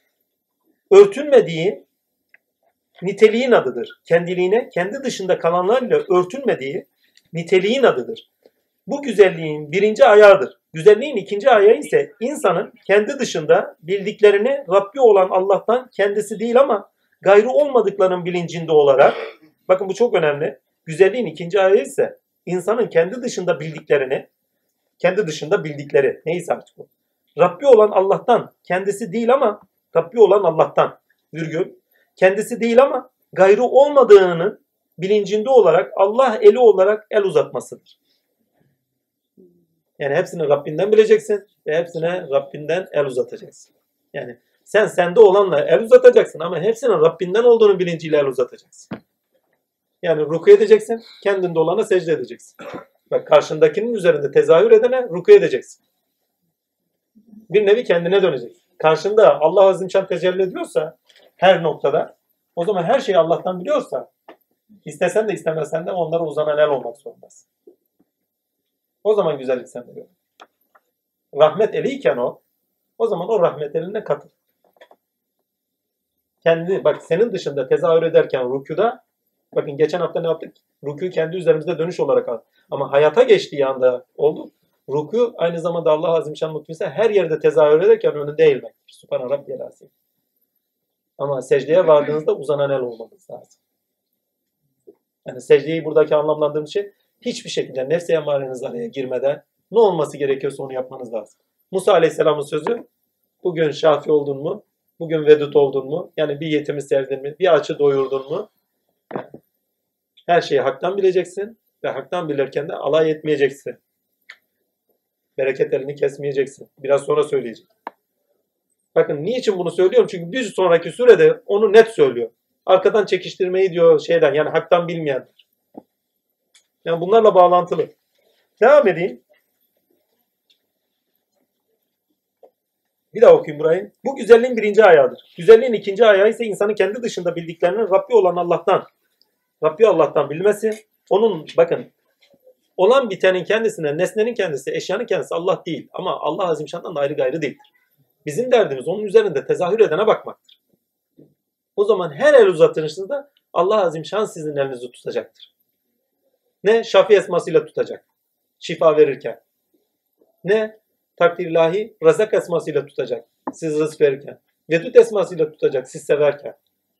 Örtünmediği niteliğin adıdır. Kendiliğine, kendi dışında kalanlarla örtünmediği niteliğin adıdır. Bu güzelliğin birinci ayağıdır. Güzelliğin ikinci ayağı ise insanın kendi dışında bildiklerini Rabbi olan Allah'tan kendisi değil ama gayrı olmadıklarının bilincinde olarak, bakın bu çok önemli. Güzelliğin ikinci ayağı ise insanın kendi dışında bildiklerini, kendi dışında bildikleri, neyse artık bu. Rabbi olan Allah'tan kendisi değil ama Rabbi olan Allah'tan, virgül, kendisi değil ama gayrı olmadığının bilincinde olarak Allah eli olarak el uzatmasıdır. Yani hepsini Rabbinden bileceksin ve hepsine Rabbinden el uzatacaksın. Yani sen sende olanla el uzatacaksın ama hepsinin Rabbinden olduğunu bilinciyle el uzatacaksın. Yani ruku edeceksin, kendinde olana secde edeceksin. Bak karşındakinin üzerinde tezahür edene ruku edeceksin. Bir nevi kendine döneceksin. Karşında Allah azimşan tecelli ediyorsa her noktada, o zaman her şeyi Allah'tan biliyorsa, istesen de istemesen de onlara uzanan el olmak zorundasın. O zaman güzellik sende görür. Rahmet eliyken o, o zaman o rahmet eline katıl. Kendi, bak senin dışında tezahür ederken rükûda, bakın geçen hafta ne yaptık? Rükû kendi üzerimizde dönüş olarak aldı. Ama hayata geçtiği anda oldu. Rükû aynı zamanda Allah azimşan mutluysa her yerde tezahür ederken önünde eğilmektir. Sübhane Rabbiyel azim. Ama secdeye vardığınızda uzanan el olmanız lazım. Yani secdeyi buradaki anlamlandırdığım şey hiçbir şekilde nefs-i emmareniz araya girmeden ne olması gerekiyorsa onu yapmanız lazım. Musa Aleyhisselam'ın sözü, bugün şafi oldun mu? Bugün vedut oldun mu? Yani bir yetimi sevdin mi? Bir açı doyurdun mu? Her şeyi haktan bileceksin ve haktan bilirken de alay etmeyeceksin. Bereket elini kesmeyeceksin. Biraz sonra söyleyeceğim. Bakın niçin bunu söylüyorum? Çünkü bir sonraki sürede onu net söylüyor. Arkadan çekiştirmeyi diyor şeyden, yani haktan bilmeyenler. Yani bunlarla bağlantılı. Devam edeyim. Bir daha okuyayım burayı. Bu güzelliğin birinci ayağıdır. Güzelliğin ikinci ayağı ise insanın kendi dışında bildiklerini Rabbi olan Allah'tan, Rabbi Allah'tan bilmesi. Onun bakın olan bitenin kendisine, nesnenin kendisi, eşyanın kendisi Allah değil. Ama Allah azimşandan da ayrı gayrı değildir. Bizim derdimiz onun üzerinde tezahür edene bakmaktır. O zaman her el uzatışınızda Allah azimşan sizin elinizi tutacaktır. Ne? Şafi esmasıyla tutacak. Şifa verirken. Ne? Takdir ilahi razak esmasıyla tutacak. Siz rızk verirken. Vedud esmasıyla tutacak. Siz severken.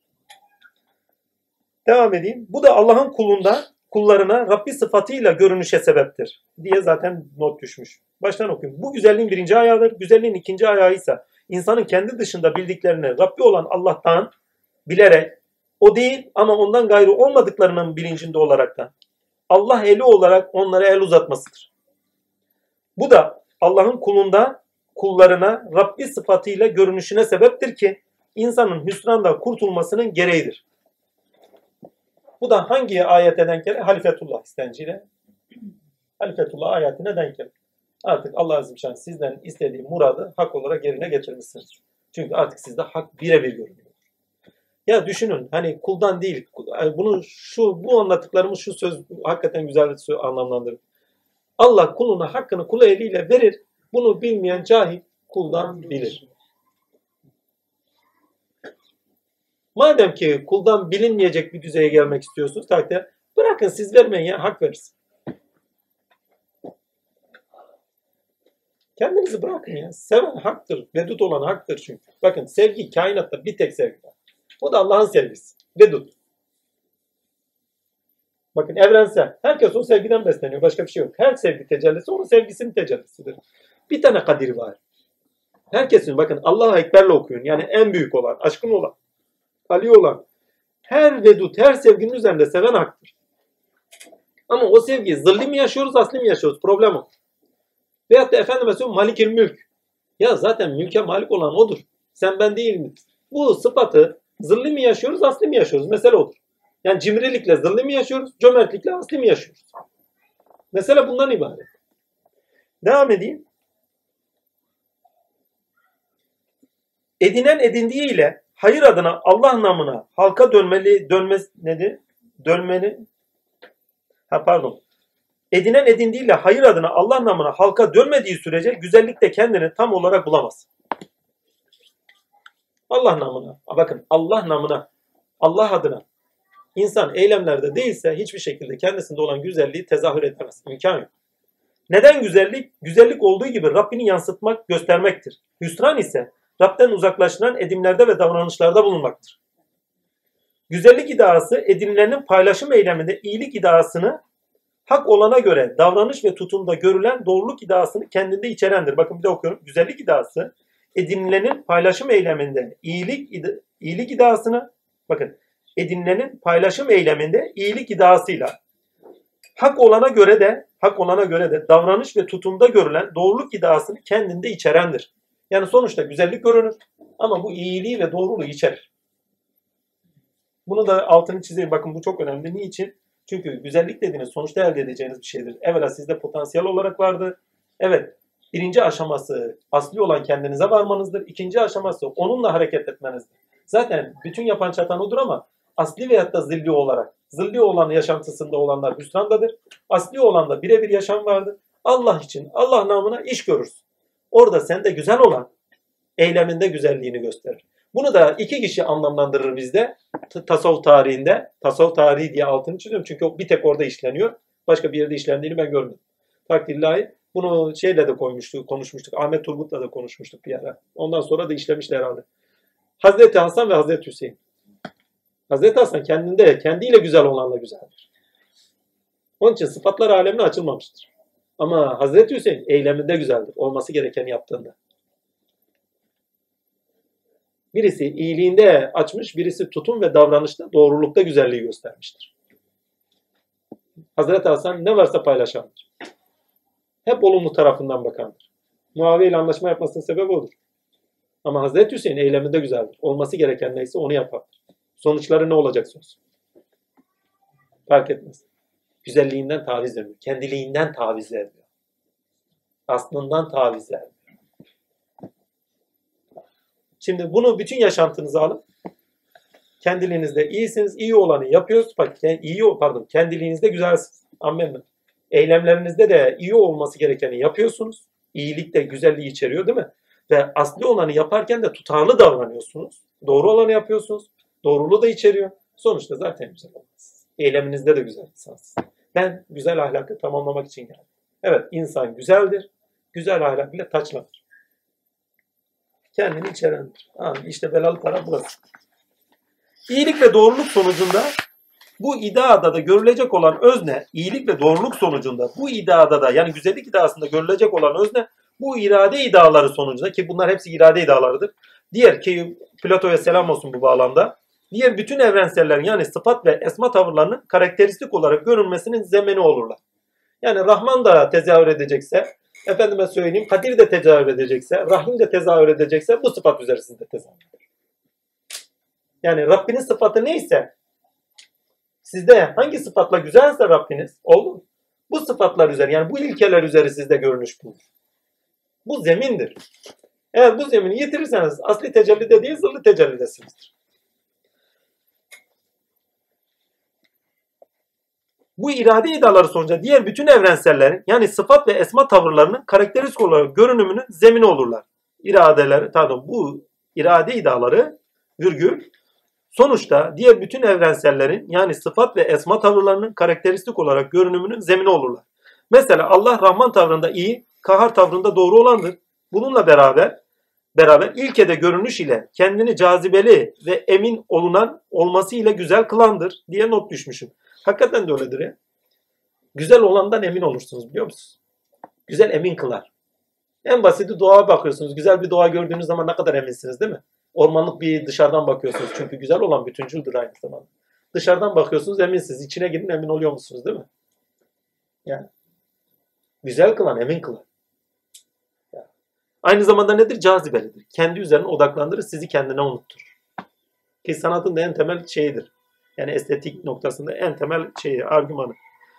Devam edeyim. Bu da Allah'ın kulunda, kullarına Rabbi sıfatıyla görünüşe sebeptir diye zaten not düşmüş. Baştan okuyayım. Bu güzelliğin birinci ayağıdır. Güzelliğin ikinci ayağı ise insanın kendi dışında bildiklerini Rabbi olan Allah'tan bilerek, o değil ama ondan gayrı olmadıklarının bilincinde olaraktan Allah eli olarak onlara el uzatmasıdır. Bu da Allah'ın kulunda, kullarına Rabbi sıfatıyla görünüşüne sebeptir ki insanın hüsrandan kurtulmasının gereğidir. Bu da hangi ayete denk gelir? Halifetullah istenciyle. Halifetullah ayetine denk gelir. Artık Allah azimşan sizden istediği muradı hak olarak yerine getirmişsiniz. Çünkü artık sizde hak birebir görünüyor. Ya düşünün hani kuldan değil. Yani bunu şu bu anlattıklarımız şu söz hakikaten güzel anlamlandırır. Allah kuluna hakkını kulu eliyle verir. Bunu bilmeyen cahil kuldan bilir. Madem ki kuldan bilinmeyecek bir düzeye gelmek istiyorsunuz takdirde bırakın siz vermeyin ya hak verirsin. Kendinizi bırakın ya. Seven haktır. Vedud olan haktır çünkü. Bakın sevgi kainatta bir tek sevgi var. O da Allah'ın sevgisi. Vedud. Bakın evrensel. Herkes o sevgiden besleniyor. Başka bir şey yok. Her sevgi tecellisi onun sevgisinin tecellisidir. Bir tane Kadir var. Herkesin bakın Allahu Ekber'le okuyun. Yani en büyük olan, aşkın olan, Ali olan. Her vedud, her sevginin üzerinde seven haktır. Ama o sevgiyi zilli mi yaşıyoruz, asli mi yaşıyoruz? Problem o. Veyahut da efendime söyleyeyim Malikil Mülk. Ya zaten mülke malik olan odur. Sen ben değil mi? Bu sıfatı zilli mi yaşıyoruz, asli mi yaşıyoruz? Mesele odur. Yani cimrilikle zilli mi yaşıyoruz, cömertlikle asli mi yaşıyoruz? Mesele bundan ibaret. Devam edeyim. Edinen edindiğiyle hayır adına Allah namına halka dönmeli, dönmez nedir? Dönmeli. Ha pardon. Edinen edindiğiyle hayır adına Allah namına halka dönmediği sürece güzellikte kendini tam olarak bulamaz. Allah namına, bakın Allah namına, Allah adına insan eylemlerde değilse hiçbir şekilde kendisinde olan güzelliği tezahür edemez. İmkan yok. Neden güzellik? Güzellik olduğu gibi Rabbini yansıtmak, göstermektir. Hüsran ise Rab'den uzaklaştıran edimlerde ve davranışlarda bulunmaktır. Güzellik iddiası edimlerinin paylaşım eyleminde iyilik iddiasını hak olana göre davranış ve tutumda görülen doğruluk iddiasını kendinde içerendir. Bakın bir de okuyorum. Güzellik iddiası edinilenin paylaşım eyleminde iyilik iyilik iddiasını bakın edinilenin paylaşım eyleminde iyilik iddiasıyla hak olana göre de hak olana göre de davranış ve tutumda görülen doğruluk iddiasını kendinde içerendir. Yani sonuçta güzellik görünür ama bu iyiliği ve doğruluğu içerir. Bunu da altını çizeyim. Bakın bu çok önemli. Niçin? Çünkü güzellik dediğiniz sonuçta elde edeceğiniz bir şeydir. Evvela sizde potansiyel olarak vardı. Evet. Birinci aşaması asli olan kendinize varmanızdır. İkinci aşaması onunla hareket etmenizdir. Zaten bütün yapan çatan odur ama asli veyahut da zilli olarak. Zilli olan yaşantısında olanlar hüsrandadır. Asli olan da birebir yaşam vardır. Allah için, Allah namına iş görürsün. Orada sende güzel olan eyleminde güzelliğini gösterir. Bunu da iki kişi anlamlandırır bizde. Tasavvuf tarihinde. Tasavvuf tarihi diye altını çiziyorum. Çünkü bir tek orada işleniyor. Başka bir yerde işlendiğini ben görmedim. Takdirlahi. Bunu şeyle de koymuştuk, konuşmuştuk. Ahmet Turgut'la da konuşmuştuk bir ara. Ondan sonra da işlemişler herhalde. Hazreti Hasan ve Hazreti Hüseyin. Hazreti Hasan kendinde, kendiyle güzel olanla güzeldir. Onun için sıfatlar alemine açılmamıştır. Ama Hazreti Hüseyin eyleminde güzeldir. Olması gerekeni yaptığında. Birisi iyiliğinde açmış, birisi tutum ve davranışta, doğrulukta güzelliği göstermiştir. Hazreti Hasan ne varsa paylaşandır. Hep olumlu tarafından bakandır. Muaviye ile anlaşma yapmasının sebebi odur. Ama Hazreti Hüseyin eyleminde güzeldir. Olması gereken neyse onu yapar. Sonuçları ne olacaksa olsun. Fark etmez. Güzelliğinden taviz vermiyor. Kendiliğinden taviz vermiyor. Aslından taviz vermiyor. Şimdi bunu bütün yaşantınıza alın. Kendiliğinizde iyisiniz, iyi olanı yapıyoruz. Bak, iyi pardon, kendiliğinizde güzelsiniz. Amin. Eylemlerinizde de iyi olması gerekeni yapıyorsunuz. İyilik de güzelliği içeriyor değil mi? Ve asli olanı yaparken de tutarlı davranıyorsunuz. Doğru olanı yapıyorsunuz. Doğruluğu da içeriyor. Sonuçta zaten güzel olmaz. Eyleminizde de güzel insansınız. Ben güzel ahlakı tamamlamak için geldim. Evet, insan güzeldir. Güzel ahlak ile taçlanır. Kendini içerendir. İşte belalı taraf burası. İyilik ve doğruluk sonucunda bu iddiada da görülecek olan özne, iyilik ve doğruluk sonucunda bu iddiada da yani güzellik iddiasında görülecek olan özne bu irade iddiaları sonucunda ki bunlar hepsi irade iddialarıdır. Diğer ki Plato'ya selam olsun bu bağlamda. Diğer bütün evrensellerin yani sıfat ve esma tavırlarının karakteristik olarak görünmesinin zemini olurlar. Yani Rahman da tezahür edecekse, efendime söyleyeyim Kadir de tezahür edecekse, Rahim de tezahür edecekse bu sıfat üzerinde tezahür eder. Yani Rabbinin sıfatı neyse, sizde hangi sıfatla güzelse Rabbiniz, oldu mu? Bu sıfatlar üzeri, yani bu ilkeler üzeri sizde görünüş bulur. Bu zemindir. Eğer bu zemini yitirirseniz asli tecellide değil zıllı tecellidesinizdir. Bu irade idaları sonucu diğer bütün evrensellerin yani sıfat ve esma tavırlarının karakteristik olarak görünümünün zemini olurlar. İradeler, pardon bu irade idaları virgül sonuçta diğer bütün evrensellerin yani sıfat ve esma tavırlarının karakteristik olarak görünümünün zemini olurlar. Mesela Allah Rahman tavrında iyi, Kahhar tavrında doğru olandır. Bununla beraber beraber ilkede görünüş ile kendini cazibeli ve emin olunan olması ile güzel kılandır diye not düşmüşüm. Hakikaten de öyledir ya. Güzel olandan emin olursunuz biliyor musunuz? Güzel emin kılar. En basiti doğaya bakıyorsunuz. Güzel bir doğa gördüğünüz zaman ne kadar eminsiniz değil mi? Ormanlık bir dışarıdan bakıyorsunuz. Çünkü güzel olan bütüncüldür aynı zamanda. Dışarıdan bakıyorsunuz eminsiniz. İçine girin emin oluyor musunuz değil mi? Yani güzel kılan emin kılar. Yani. Aynı zamanda nedir? Cazibelidir. Kendi üzerine odaklandırır, sizi kendine unutturur. Ki sanatın da en temel şeyidir. Yani estetik noktasında en temel şeyi, argümanı.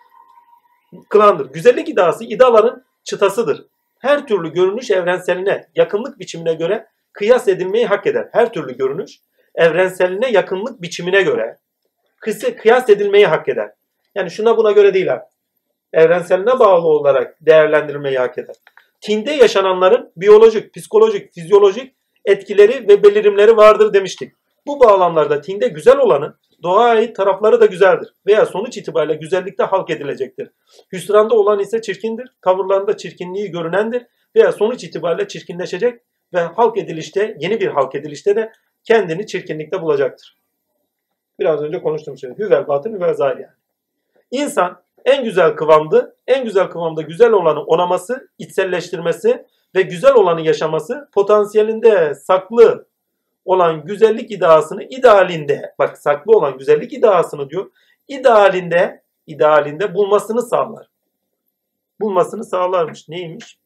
Kılandır. Güzellik iddiası idaların çıtasıdır. Her türlü görünüş evrenseline yakınlık biçimine göre kıyas edilmeyi hak eder. Her türlü görünüş evrenseline yakınlık biçimine göre kıyas edilmeyi hak eder. Yani şuna buna göre değil ha. Evrenseline bağlı olarak değerlendirilmeyi hak eder. Tinde yaşananların biyolojik, psikolojik, fizyolojik etkileri ve belirimleri vardır demiştik. Bu bağlamlarda tinde güzel olanın doğaya ait tarafları da güzeldir veya sonuç itibariyle güzellikte halk edilecektir. Hüsranda olan ise çirkindir, tavırlarında çirkinliği görünendir veya sonuç itibariyle çirkinleşecek ve halk edilişte, yeni bir halk edilişte de kendini çirkinlikte bulacaktır. Biraz önce konuştuğum şey. Hüvel batın, hüvel zahir yani. İnsan en güzel kıvamda, en güzel kıvamda güzel olanı onaması, içselleştirmesi ve güzel olanı yaşaması potansiyelinde saklı olan güzellik iddiasını idealinde, bak saklı olan güzellik iddiasını diyor, idealinde, idealinde bulmasını sağlar. Bulmasını sağlarmış. Neymiş?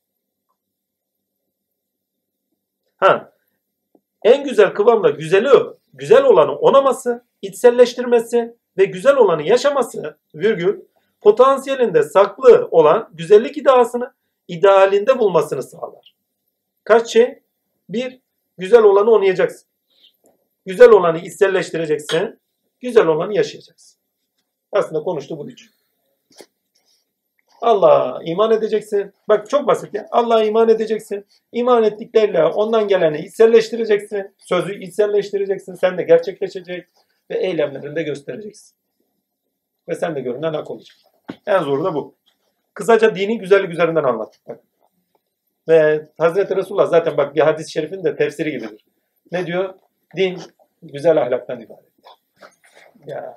Ha, en güzel kıvamda güzeli, güzel olanı onaması, içselleştirmesi ve güzel olanı yaşaması, virgül, potansiyelinde saklı olan güzellik iddiasını idealinde bulmasını sağlar. Kaç şey? Bir, güzel olanı onayacaksın. Güzel olanı içselleştireceksin. Güzel olanı yaşayacaksın. Aslında konuştu bu üç. Allah'a iman edeceksin. Bak çok basit ya. Allah'a iman edeceksin. İman ettiklerle ondan geleni içselleştireceksin. Sözü içselleştireceksin. Sen de gerçekleşecek. Ve eylemlerinde göstereceksin. Ve sen de görünen hak olacak. En zoru da bu. Kısaca dini güzellik üzerinden anlattık. Bak. Ve Hazreti Resulullah zaten bak bir hadis-i şerifin de tefsiri gibidir. Ne diyor? Din güzel ahlaktan ibarettir. Ya.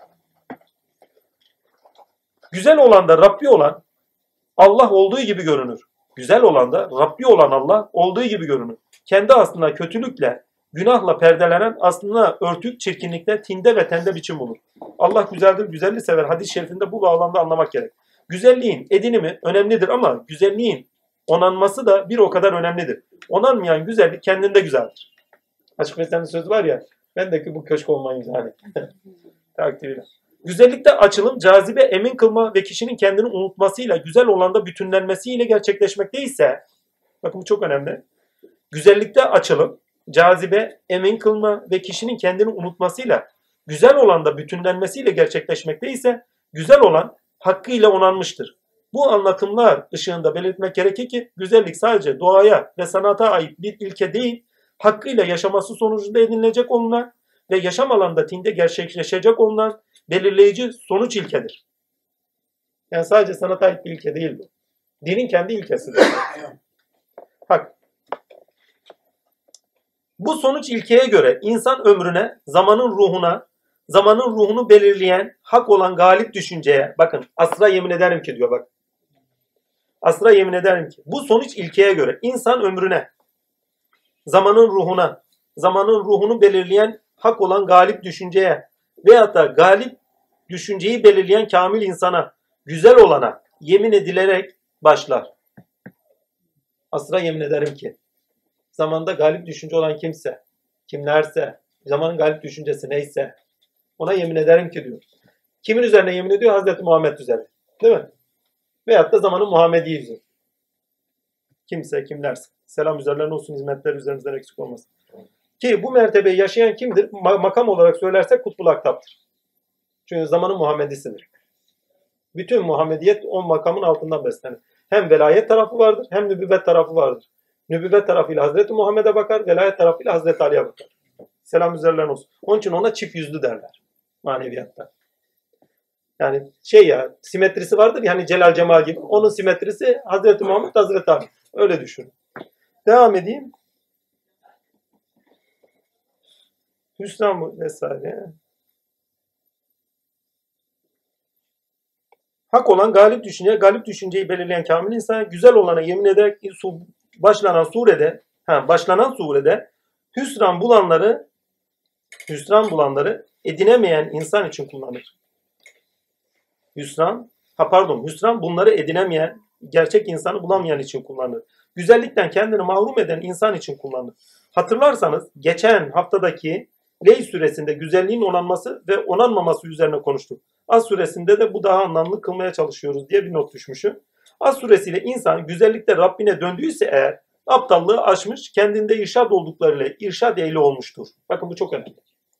Güzel olan da Rabbi olan Allah olduğu gibi görünür. Güzel olan da Rabbi olan Allah olduğu gibi görünür. Kendi aslında kötülükle, günahla perdelenen aslında örtük, çirkinlikle, tinde ve tende biçim bulur. Allah güzeldir, güzelliği sever. Hadis-i şerifinde bu bağlamda anlamak gerek. Güzelliğin edinimi önemlidir ama güzelliğin onanması da bir o kadar önemlidir. Onanmayan güzellik kendinde güzeldir. Açık Mesleğin sözü var ya, bendeki bu köşk olmayın yani. Takdiriyle. Güzellikte açılım, cazibe, emin kılma ve kişinin kendini unutmasıyla, güzel olanda bütünlenmesiyle gerçekleşmekteyse, bakın bu çok önemli. Güzellikte açılım, cazibe, emin kılma ve kişinin kendini unutmasıyla, güzel olanda bütünlenmesiyle gerçekleşmekteyse, güzel olan hakkıyla onanmıştır. Bu anlatımlar ışığında belirtmek gerekir ki, güzellik sadece doğaya ve sanata ait bir ilke değil, hakkıyla yaşaması sonucunda edinilecek olunan ve yaşam alanında tinde gerçekleşecek olunan belirleyici sonuç ilkedir. Yani sadece sanata ait bir ilke değil bu. Dinin kendi ilkesidir. Bak. Bu sonuç ilkeye göre insan ömrüne, zamanın ruhuna, zamanın ruhunu belirleyen hak olan galip düşünceye, bakın asra yemin ederim ki diyor bak. Asra yemin ederim ki bu sonuç ilkeye göre insan ömrüne, zamanın ruhuna, zamanın ruhunu belirleyen hak olan galip düşünceye veyahut da galip düşünceyi belirleyen kamil insana, güzel olana yemin edilerek başlar. Asra yemin ederim ki zamanda galip düşünce olan kimse, kimlerse, zamanın galip düşüncesi neyse ona yemin ederim ki diyor. Kimin üzerine yemin ediyor? Hazreti Muhammed üzerine. Değil mi? Veyahut da zamanın Muhammedi yüzü. Kimse, kimlerse. Selam üzerlerine olsun, hizmetler üzerimizden eksik olmasın. Ki bu mertebeyi yaşayan kimdir? Makam olarak söylersek Kutbul Aktap'tır. Çünkü zamanın Muhammedisidir. Bütün Muhammediyet on makamın altından beslenir. Hem velayet tarafı vardır hem nübüvvet tarafı vardır. Nübüvvet tarafıyla Hazreti Muhammed'e bakar, velayet tarafıyla Hazreti Ali'ye bakar. Selam üzerlerine olsun. Onun için ona çift yüzlü derler maneviyatta. Yani şey ya, simetrisi vardır ya hani Celal Cemal gibi. Onun simetrisi Hazreti Muhammed, Hazreti Ali. Öyle düşün. Devam edeyim. Hüsran vesaire. Hak olan galip düşünce, galip düşünceyi belirleyen kamil insan güzel olana yemin ederek başlanan surede, ha, başlanan surede hüsran bulanları hüsran bulanları edinemeyen insan için kullanır. Hüsran, ha pardon, hüsran bunları edinemeyen, gerçek insanı bulamayan için kullanır. Güzellikten kendini mahrum eden insan için kullanır. Hatırlarsanız geçen haftadaki Ley suresinde güzelliğin onanması ve onanmaması üzerine konuştuk. Az suresinde de bu daha anlamlı kılmaya çalışıyoruz diye bir not düşmüşüm. Az suresiyle insan güzellikte Rabbine döndüyse eğer aptallığı aşmış, kendinde irşad olduklarıyla irşad ehli olmuştur. Bakın bu çok önemli.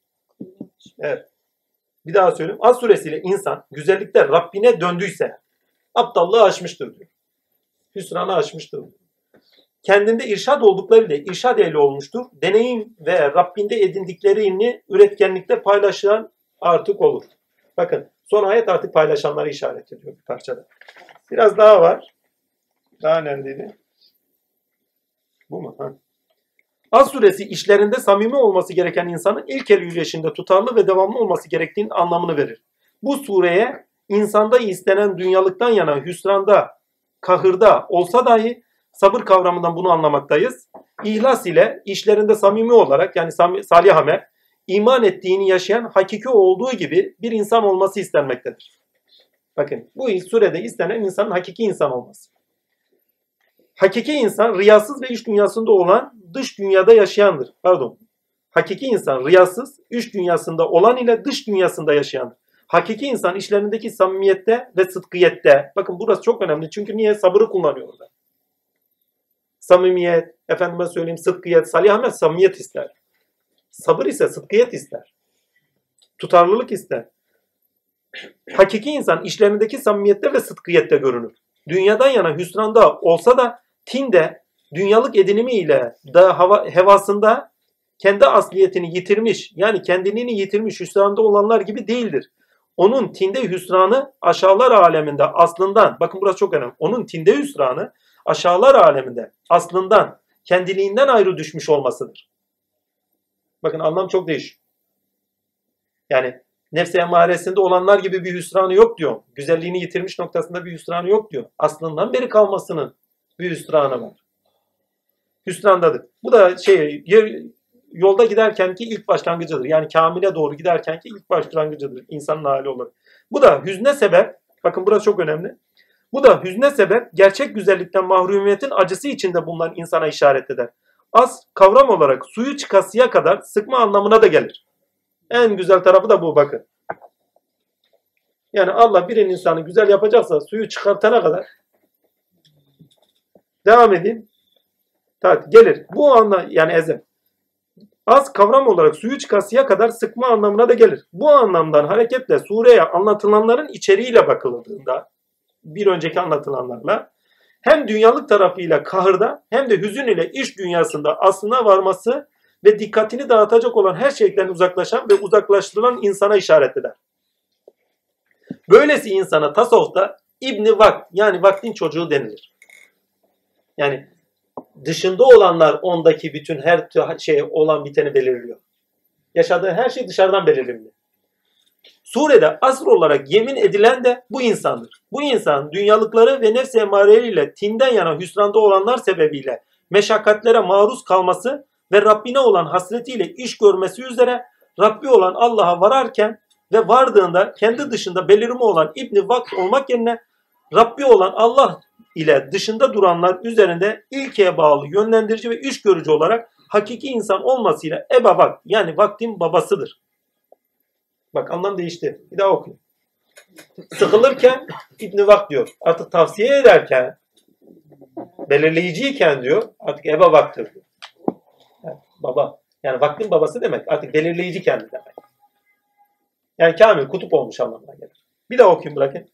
Evet. Bir daha söyleyeyim. Az suresiyle insan güzellikte Rabbine döndüyse aptallığı aşmıştır diyor. Hüsranı aşmıştır diyor. Kendinde irşad olduklarıyla irşad ehli olmuştur. Deneyim ve Rabbinde edindiklerini üretkenlikte paylaşan artık olur. Bakın son ayet artık paylaşanları işaret ediyor bir parçada. Biraz daha var. Daha neredeydi? Bu mu? Ha. Az suresi işlerinde samimi olması gereken insanın ilk el yürüyüşünde tutarlı ve devamlı olması gerektiğinin anlamını verir. Bu sureye insanda istenen dünyalıktan yana hüsranda, kahırda olsa dahi sabır kavramından bunu anlamaktayız. İhlas ile işlerinde samimi olarak yani salih amel, iman ettiğini yaşayan hakiki olduğu gibi bir insan olması istenmektedir. Bakın bu surede istenen insanın hakiki insan olması. Hakiki insan riyasız ve iç dünyasında olan dış dünyada yaşayandır. Pardon. Hakiki insan riyasız, iç dünyasında olan ile dış dünyasında yaşayandır. Hakiki insan işlerindeki samimiyette ve sıdkiyette. Bakın burası çok önemli. Çünkü niye? Sabırı kullanıyor orada. Samimiyet, efendime söyleyeyim sıdkiyet, salih amel samimiyet ister. Sabır ise sıdkiyet ister. Tutarlılık ister. Hakiki insan işlerindeki samimiyette ve sıdkiyette görünür. Dünyadan yana hüsranda olsa da tinde dünyalık edinimiyle da hava, hevasında kendi asliyetini yitirmiş, yani kendiliğini yitirmiş hüsranda olanlar gibi değildir. Onun tinde hüsranı aşağılar aleminde aslından, bakın burası çok önemli. Onun tinde hüsranı aşağılar aleminde aslından, kendiliğinden ayrı düşmüş olmasıdır. Bakın anlam çok değişik. Yani nefs-i emaresinde olanlar gibi bir hüsranı yok diyor. Güzelliğini yitirmiş noktasında bir hüsranı yok diyor. Aslından beri kalmasının bir hüsranı var. Hüsrandadır. Bu da şey yolda giderkenki ilk başlangıcıdır. Yani kamile doğru giderkenki ilk başlangıcıdır insanın hali olarak. Bu da hüzne sebep. Bakın burası çok önemli. Bu da hüzne sebep gerçek güzellikten mahrumiyetin acısı içinde bulunan insana işaret eder. Az kavram olarak suyu çıkasıya kadar sıkma anlamına da gelir. En güzel tarafı da bu bakın. Yani Allah bir insanı güzel yapacaksa suyu çıkartana kadar devam edeyim. Tabii gelir. Bu anla yani ezel. Az kavram olarak suyu çıkasıya kadar sıkma anlamına da gelir. Bu anlamdan hareketle sureye anlatılanların içeriğiyle bakıldığında bir önceki anlatılanlarla hem dünyalık tarafıyla kahırda hem de hüzün ile iç dünyasında aslına varması ve dikkatini dağıtacak olan her şeyden uzaklaşan ve uzaklaştırılan insana işaret eder. Böylesi insana tasavvufta İbn-i Vakt yani vaktin çocuğu denilir. Yani dışında olanlar ondaki bütün her şey olan biteni belirliyor. Yaşadığı her şey dışarıdan belirleniyor. Surede asr olarak yemin edilen de bu insandır. Bu insan dünyalıkları ve nefs-i emareleriyle tinden yana hüsranda olanlar sebebiyle meşakkatlere maruz kalması ve Rabbine olan hasretiyle iş görmesi üzere Rabbi olan Allah'a vararken ve vardığında kendi dışında belirimi olan İbn-i Vakt olmak yerine Rabbi olan Allah ile dışında duranlar üzerinde ilkeye bağlı yönlendirici ve iş görücü olarak hakiki insan olmasıyla Eba Vakt yani vaktin babasıdır. Bak anlam değişti. Bir daha okuyayım. Sıkılırken İbn-i Vakt diyor. Artık tavsiye ederken belirleyiciyken diyor artık Eba Vakt'tır diyor. Yani baba. Yani vaktin babası demek. Artık belirleyici kendi demek. Yani kamil kutup olmuş anlamına gelir. Bir daha okuyayım bırakın.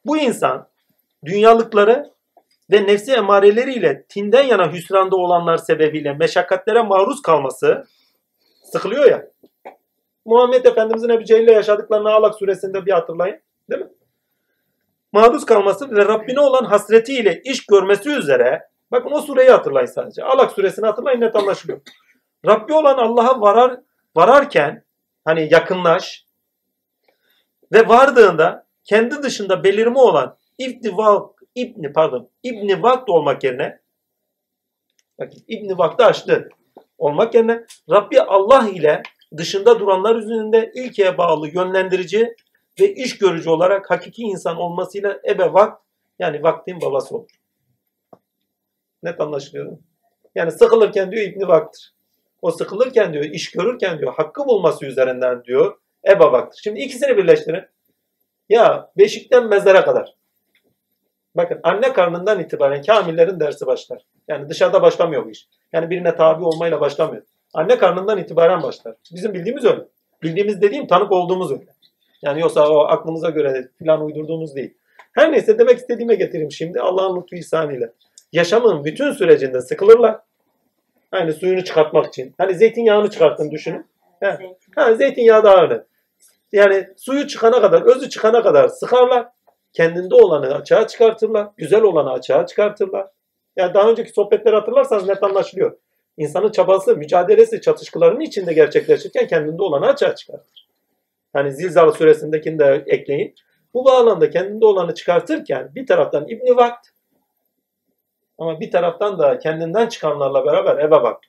Bu insan dünyalıkları ve nefsi emareleriyle tinden yana hüsranda olanlar sebebiyle meşakkatlere maruz kalması sıkılıyor ya. Muhammed Efendimizin Ebu Cehil'le yaşadıklarını Alak suresinde bir hatırlayın. Değil mi? Maruz kalması ve Rabbine olan hasretiyle iş görmesi üzere, bakın o sureyi hatırlayın sadece. Alak suresini hatırlayın, net anlaşılıyor. Rabbi olan Allah'a varar, vararken hani yakınlaş ve vardığında kendi dışında belirme olan İbni Vak, İbni pardon İbni Vakt olmak yerine, bakın İbni Vakt'ı açtı olmak yerine Rabbi Allah ile dışında duranlar üzerinde ilkeye bağlı yönlendirici ve iş görücü olarak hakiki insan olmasıyla ebe vakt, yani vaktin babası olur. Net anlaşılıyor değil mi? Yani sıkılırken diyor İbni Vakt'tır. O sıkılırken diyor, iş görürken diyor, hakkı bulması üzerinden diyor ebe vakt'tır. Şimdi ikisini birleştirin. Ya beşikten mezara kadar. Bakın anne karnından itibaren kamillerin dersi başlar. Yani dışarıda başlamıyor bu iş. Yani birine tabi olmayla başlamıyor. Anne karnından itibaren başlar. Bizim bildiğimiz öyle. Bildiğimiz dediğim tanık olduğumuz öyle. Yani yoksa o aklımıza göre falan uydurduğumuz değil. Her neyse demek istediğime getireyim şimdi Allah'ın lütfu ihsanıyla. Yaşamın bütün sürecinde sıkılırlar. Hani suyunu çıkartmak için. Hani zeytinyağını çıkarttın düşünün. He. Ha, zeytinyağı daha önemli. Yani suyu çıkana kadar, özü çıkana kadar sıkarlar. Kendinde olanı açığa çıkartırlar. Güzel olanı açığa çıkartırlar. Yani daha önceki sohbetleri hatırlarsanız net anlaşılıyor. İnsanın çabası, mücadelesi, çatışkılarının içinde gerçekleşirken kendinde olanı açığa çıkartır. Hani Zilzal suresindekini de ekleyin. Bu bağlamda kendinde olanı çıkartırken bir taraftan İbni Vakt ama bir taraftan da kendinden çıkanlarla beraber eve Vakt.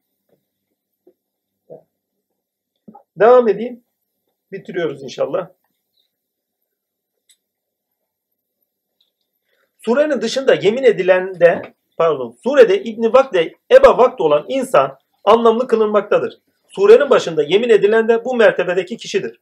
Devam edeyim. Bitiriyoruz inşallah. Surenin dışında yemin edilende, pardon, surede İbni Vakt ile Eba Vakt olan insan anlamlı kılınmaktadır. Surenin başında yemin edilen de bu mertebedeki kişidir.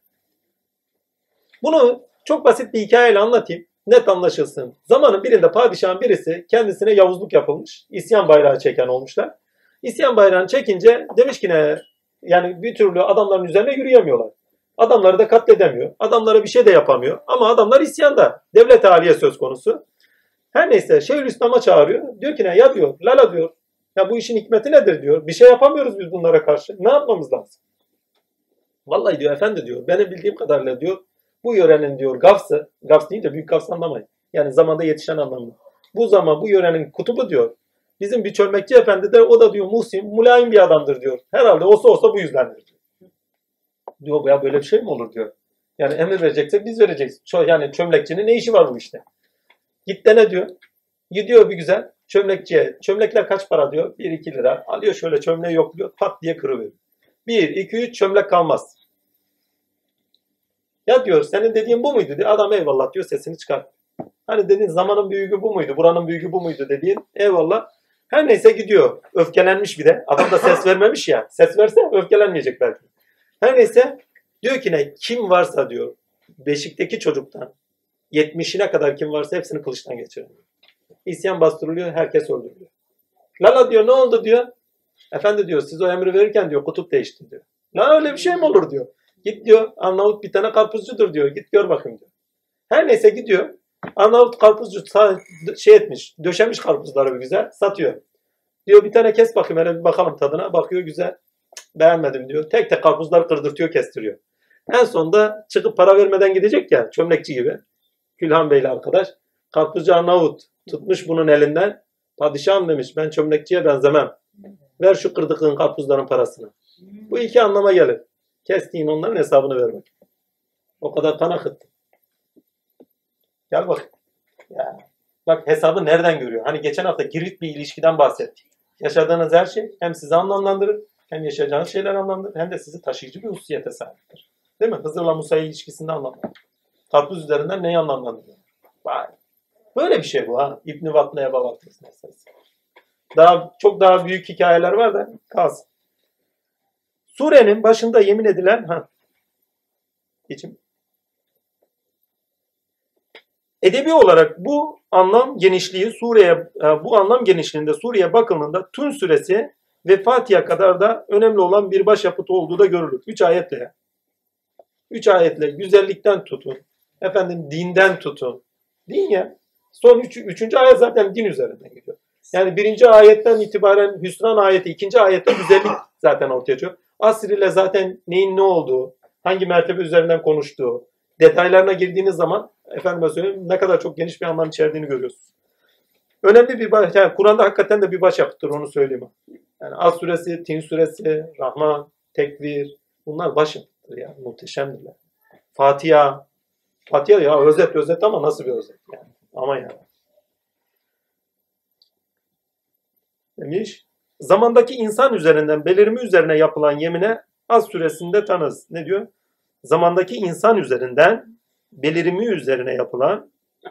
Bunu çok basit bir hikayeyle anlatayım. Net anlaşılsın. Zamanın birinde padişahın birisi kendisine yavuzluk yapılmış. İsyan bayrağı çeken olmuşlar. İsyan bayrağını çekince demiş ki ne? Yani bir türlü adamların üzerine yürüyemiyorlar. Adamları da katledemiyor. Adamlara bir şey de yapamıyor. Ama adamlar isyanda. Devlet-i aliye söz konusu. Her neyse Şeyhülislam'a çağırıyor. Diyor ki ne? Ya diyor. Lala diyor. Ya bu işin hikmeti nedir diyor. Bir şey yapamıyoruz biz bunlara karşı. Ne yapmamız lazım? Vallahi diyor efendi diyor. Benim bildiğim kadarıyla diyor. Bu yörenin diyor gavsı. Gavs deyince büyük gavs anlamayın. Yani zamanda yetişen anlamında. Bu zaman bu yörenin kutubu diyor. Bizim bir çölmekçi efendi de o da diyor muhsin, mulayim bir adamdır diyor. Herhalde olsa olsa bu yüzdendir diyor. Diyor ya böyle bir şey mi olur diyor. Yani emir verecekse biz vereceğiz. Yani çömlekçinin ne işi var bu işte. Git de ne diyor. Gidiyor bir güzel çömlekçiye. Çömlekler kaç para diyor. bir iki lira. Alıyor şöyle çömleği yokluyor. Pat diye kırıveriyor. bir iki üç çömlek kalmaz. Ya diyor senin dediğin bu muydu diyor. Adam eyvallah diyor sesini çıkart. Hani dediğin zamanın büyüğü bu muydu? Buranın büyüğü bu muydu dediğin eyvallah. Her neyse gidiyor. Öfkelenmiş bir de. Adam da ses vermemiş ya. Ses verse öfkelenmeyecek belki. Her neyse diyor ki ne? Kim varsa diyor beşikteki çocuktan yetmişine kadar kim varsa hepsini kılıçtan geçiriyor. İsyan bastırılıyor. Herkes öldürülüyor. Lala diyor ne oldu diyor. Efendi diyor siz o emri verirken diyor kutup değişti diyor. La öyle bir şey mi olur diyor. Git diyor Arnavut bir tane karpuzcudur diyor. Git gör bakayım diyor. Her neyse gidiyor. Arnavut karpuzcu şey etmiş. Döşemiş karpuzları bir güzel. Satıyor. Diyor bir tane kes bakayım. Hele bir bakalım tadına. Bakıyor güzel. Beğenmedim diyor. Tek tek karpuzları kırdırtıyor kestiriyor. En sonunda çıkıp para vermeden gidecek ya. Çömlekçi gibi. Külhan Beyli arkadaş. Karpuzcu Arnavut tutmuş bunun elinden. Padişahım demiş ben çömlekçiye benzemem. Ver şu kırdıkların karpuzların parasını. Bu iki anlama gelir. Kestiğin onların hesabını vermek. O kadar kan akıttı. Gel bak. Ya. Bak hesabı nereden görüyor? Hani geçen hafta girit bir ilişkiden bahsettik. Yaşadığınız her şey hem sizi anlamlandırır, hem yaşayacağınız şeyler anlamlandırır, hem de sizi taşıyıcı bir hususiyete sahiptir. Değil mi? Hızır'la Musa ilişkisinde anlamlandırır. Karpuz üzerinden neyi anlamlandırıyor? Vay. Böyle bir şey bu ha. İbn-i Vatna'ya Eba Vakt'ız meselesi. Daha, çok daha büyük hikayeler var da kalsın. Surenin başında yemin edilen ha. Geçim. Edebi olarak bu anlam genişliği Suriye bu anlam genişliğinde Suriye bakımında Tün suresi ve Fatiha kadar da önemli olan bir başyapıtı olduğu da görülür. Üç ayetle ya. Üç ayetle güzellikten tutun. Efendim dinden tutun. Din ya. Son üç, üçüncü ayet zaten din üzerinden gidiyor. Yani birinci ayetten itibaren hüsran ayeti, ikinci ayette güzellik zaten ortaya çıkıyor. Asr ile zaten neyin ne olduğu, hangi mertebe üzerinden konuştuğu, detaylarına girdiğiniz zaman efendime söyleyeyim ne kadar çok geniş bir anlam içerdiğini görüyorsunuz. Önemli bir baş, yani Kur'an'da hakikaten de bir başyapıttır onu söyleyeyim. Yani As suresi, Tin suresi, Rahman, Tekvir bunlar başyapıttır yani muhteşemdirler. Fatiha, Fatiha ya özet özet ama nasıl bir özet yani. Aman ya. Demiş. Zamandaki insan üzerinden belirimi üzerine yapılan yemine Az suresinde tanız. Ne diyor? Zamandaki insan üzerinden belirimi üzerine yapılan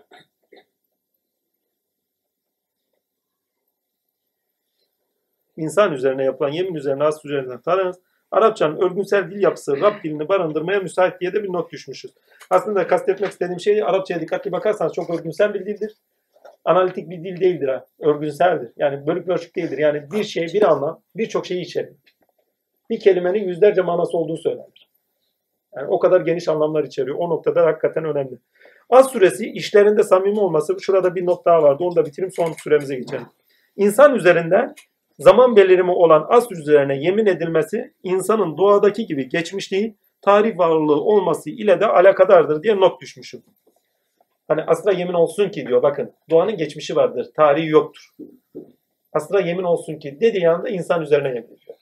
insan üzerine yapılan yemin üzerine Az suresinden tanız. Arapçanın örgünsel dil yapısı Rab dilini barındırmaya müsait diye de bir not düşmüşüz. Aslında kastetmek istediğim şey Arapçaya dikkatli bakarsanız çok örgünsel bir dildir. Analitik bir dil değildir ha. Örgünseldir. Yani bölük pörçük değildir. Yani bir şey, bir anlam, birçok şeyi içerir. Bir kelimenin yüzlerce manası olduğu söylenir. Yani o kadar geniş anlamlar içeriyor. O noktada hakikaten önemli. Az suresi işlerinde samimi olması. Şurada bir not daha vardı. Onu da bitireyim son süremize geçelim. İnsan üzerinden zaman belirimi olan az üzerine yemin edilmesi insanın doğadaki gibi geçmiş değil, tarih varlığı olması ile de alakadardır diye not düşmüşüm. Hani asra yemin olsun ki diyor bakın doğanın geçmişi vardır, tarihi yoktur. Asra yemin olsun ki dediği anda insan üzerine yemin ediyor.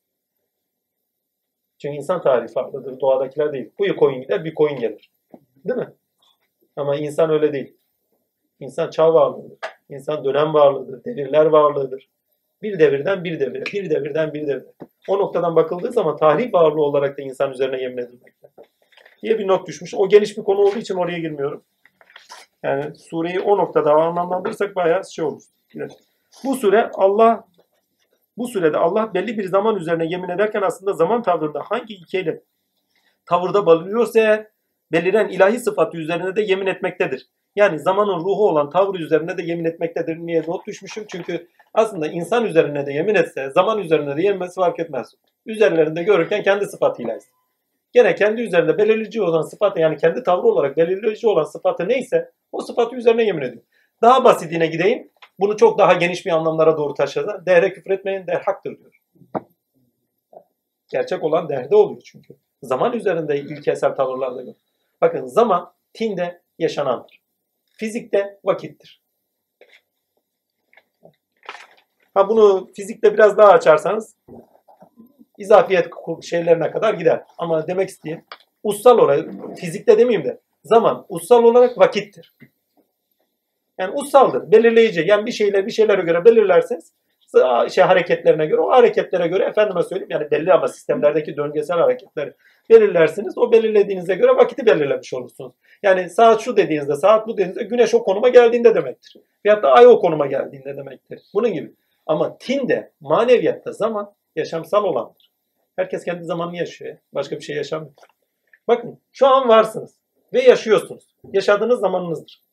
Çünkü insan tarihi farklıdır, doğadakiler değil. Bu koyun gider, bir koyun gelir. Değil mi? Ama insan öyle değil. İnsan çağ varlığıdır. İnsan dönem varlığıdır, devirler varlığıdır. Bir devirden bir devire, bir devirden bir devire. O noktadan bakıldığı zaman tarih varlığı olarak da insan üzerine yemin edilmekte. Diye bir not düşmüş. O geniş bir konu olduğu için oraya girmiyorum. Yani sureyi o noktada anlamlandırırsak bayağı şey olur. Bu sure Allah bu surede Allah belli bir zaman üzerine yemin ederken aslında zaman tavrında hangi ilkeyle tavırda balıyorsa beliren ilahi sıfatı üzerine de yemin etmektedir. Yani zamanın ruhu olan tavrı üzerine de yemin etmektedir diye not düşmüşüm. Çünkü aslında insan üzerine de yemin etse zaman üzerine de yeminmesi fark etmez. Üzerlerinde görürken kendi sıfatıyla. Gene kendi üzerinde belirleyici olan sıfatı yani kendi tavrı olarak belirleyici olan sıfatı neyse o sıfatı üzerine yemin ediyor. Daha basitine gideyim. Bunu çok daha geniş bir anlamlara doğru taşıdı. Dehre küfretmeyin, der haktır diyor. Gerçek olan derde oluyor çünkü. Zaman üzerinde ilkesel tavırlarla gör. Bakın zaman tinde yaşanandır. Fizikte vakittir. Ha bunu fizikte biraz daha açarsanız izafiyet şeylerine kadar gider. Ama demek isteyeyim ussal olarak fizikte demeyeyim de zaman ussal olarak vakittir. Yani ussaldır, belirleyici. Yani bir şeyler bir şeylere göre belirlerseniz şey hareketlerine göre o hareketlere göre efendime söyleyeyim yani belli ama sistemlerdeki döngüsel hareketleri belirlersiniz. O belirlediğinize göre vakiti belirlemiş olursunuz. Yani saat şu dediğinizde, saat bu dediğinizde güneş o konuma geldiğinde demektir. Veyahut da ay o konuma geldiğinde demektir. Bunun gibi. Ama tinde, maneviyatta zaman yaşamsal olandır. Herkes kendi zamanını yaşıyor. Başka bir şey yaşamıyor. Bakın şu an varsınız ve yaşıyorsunuz. Yaşadığınız zamanınızdır.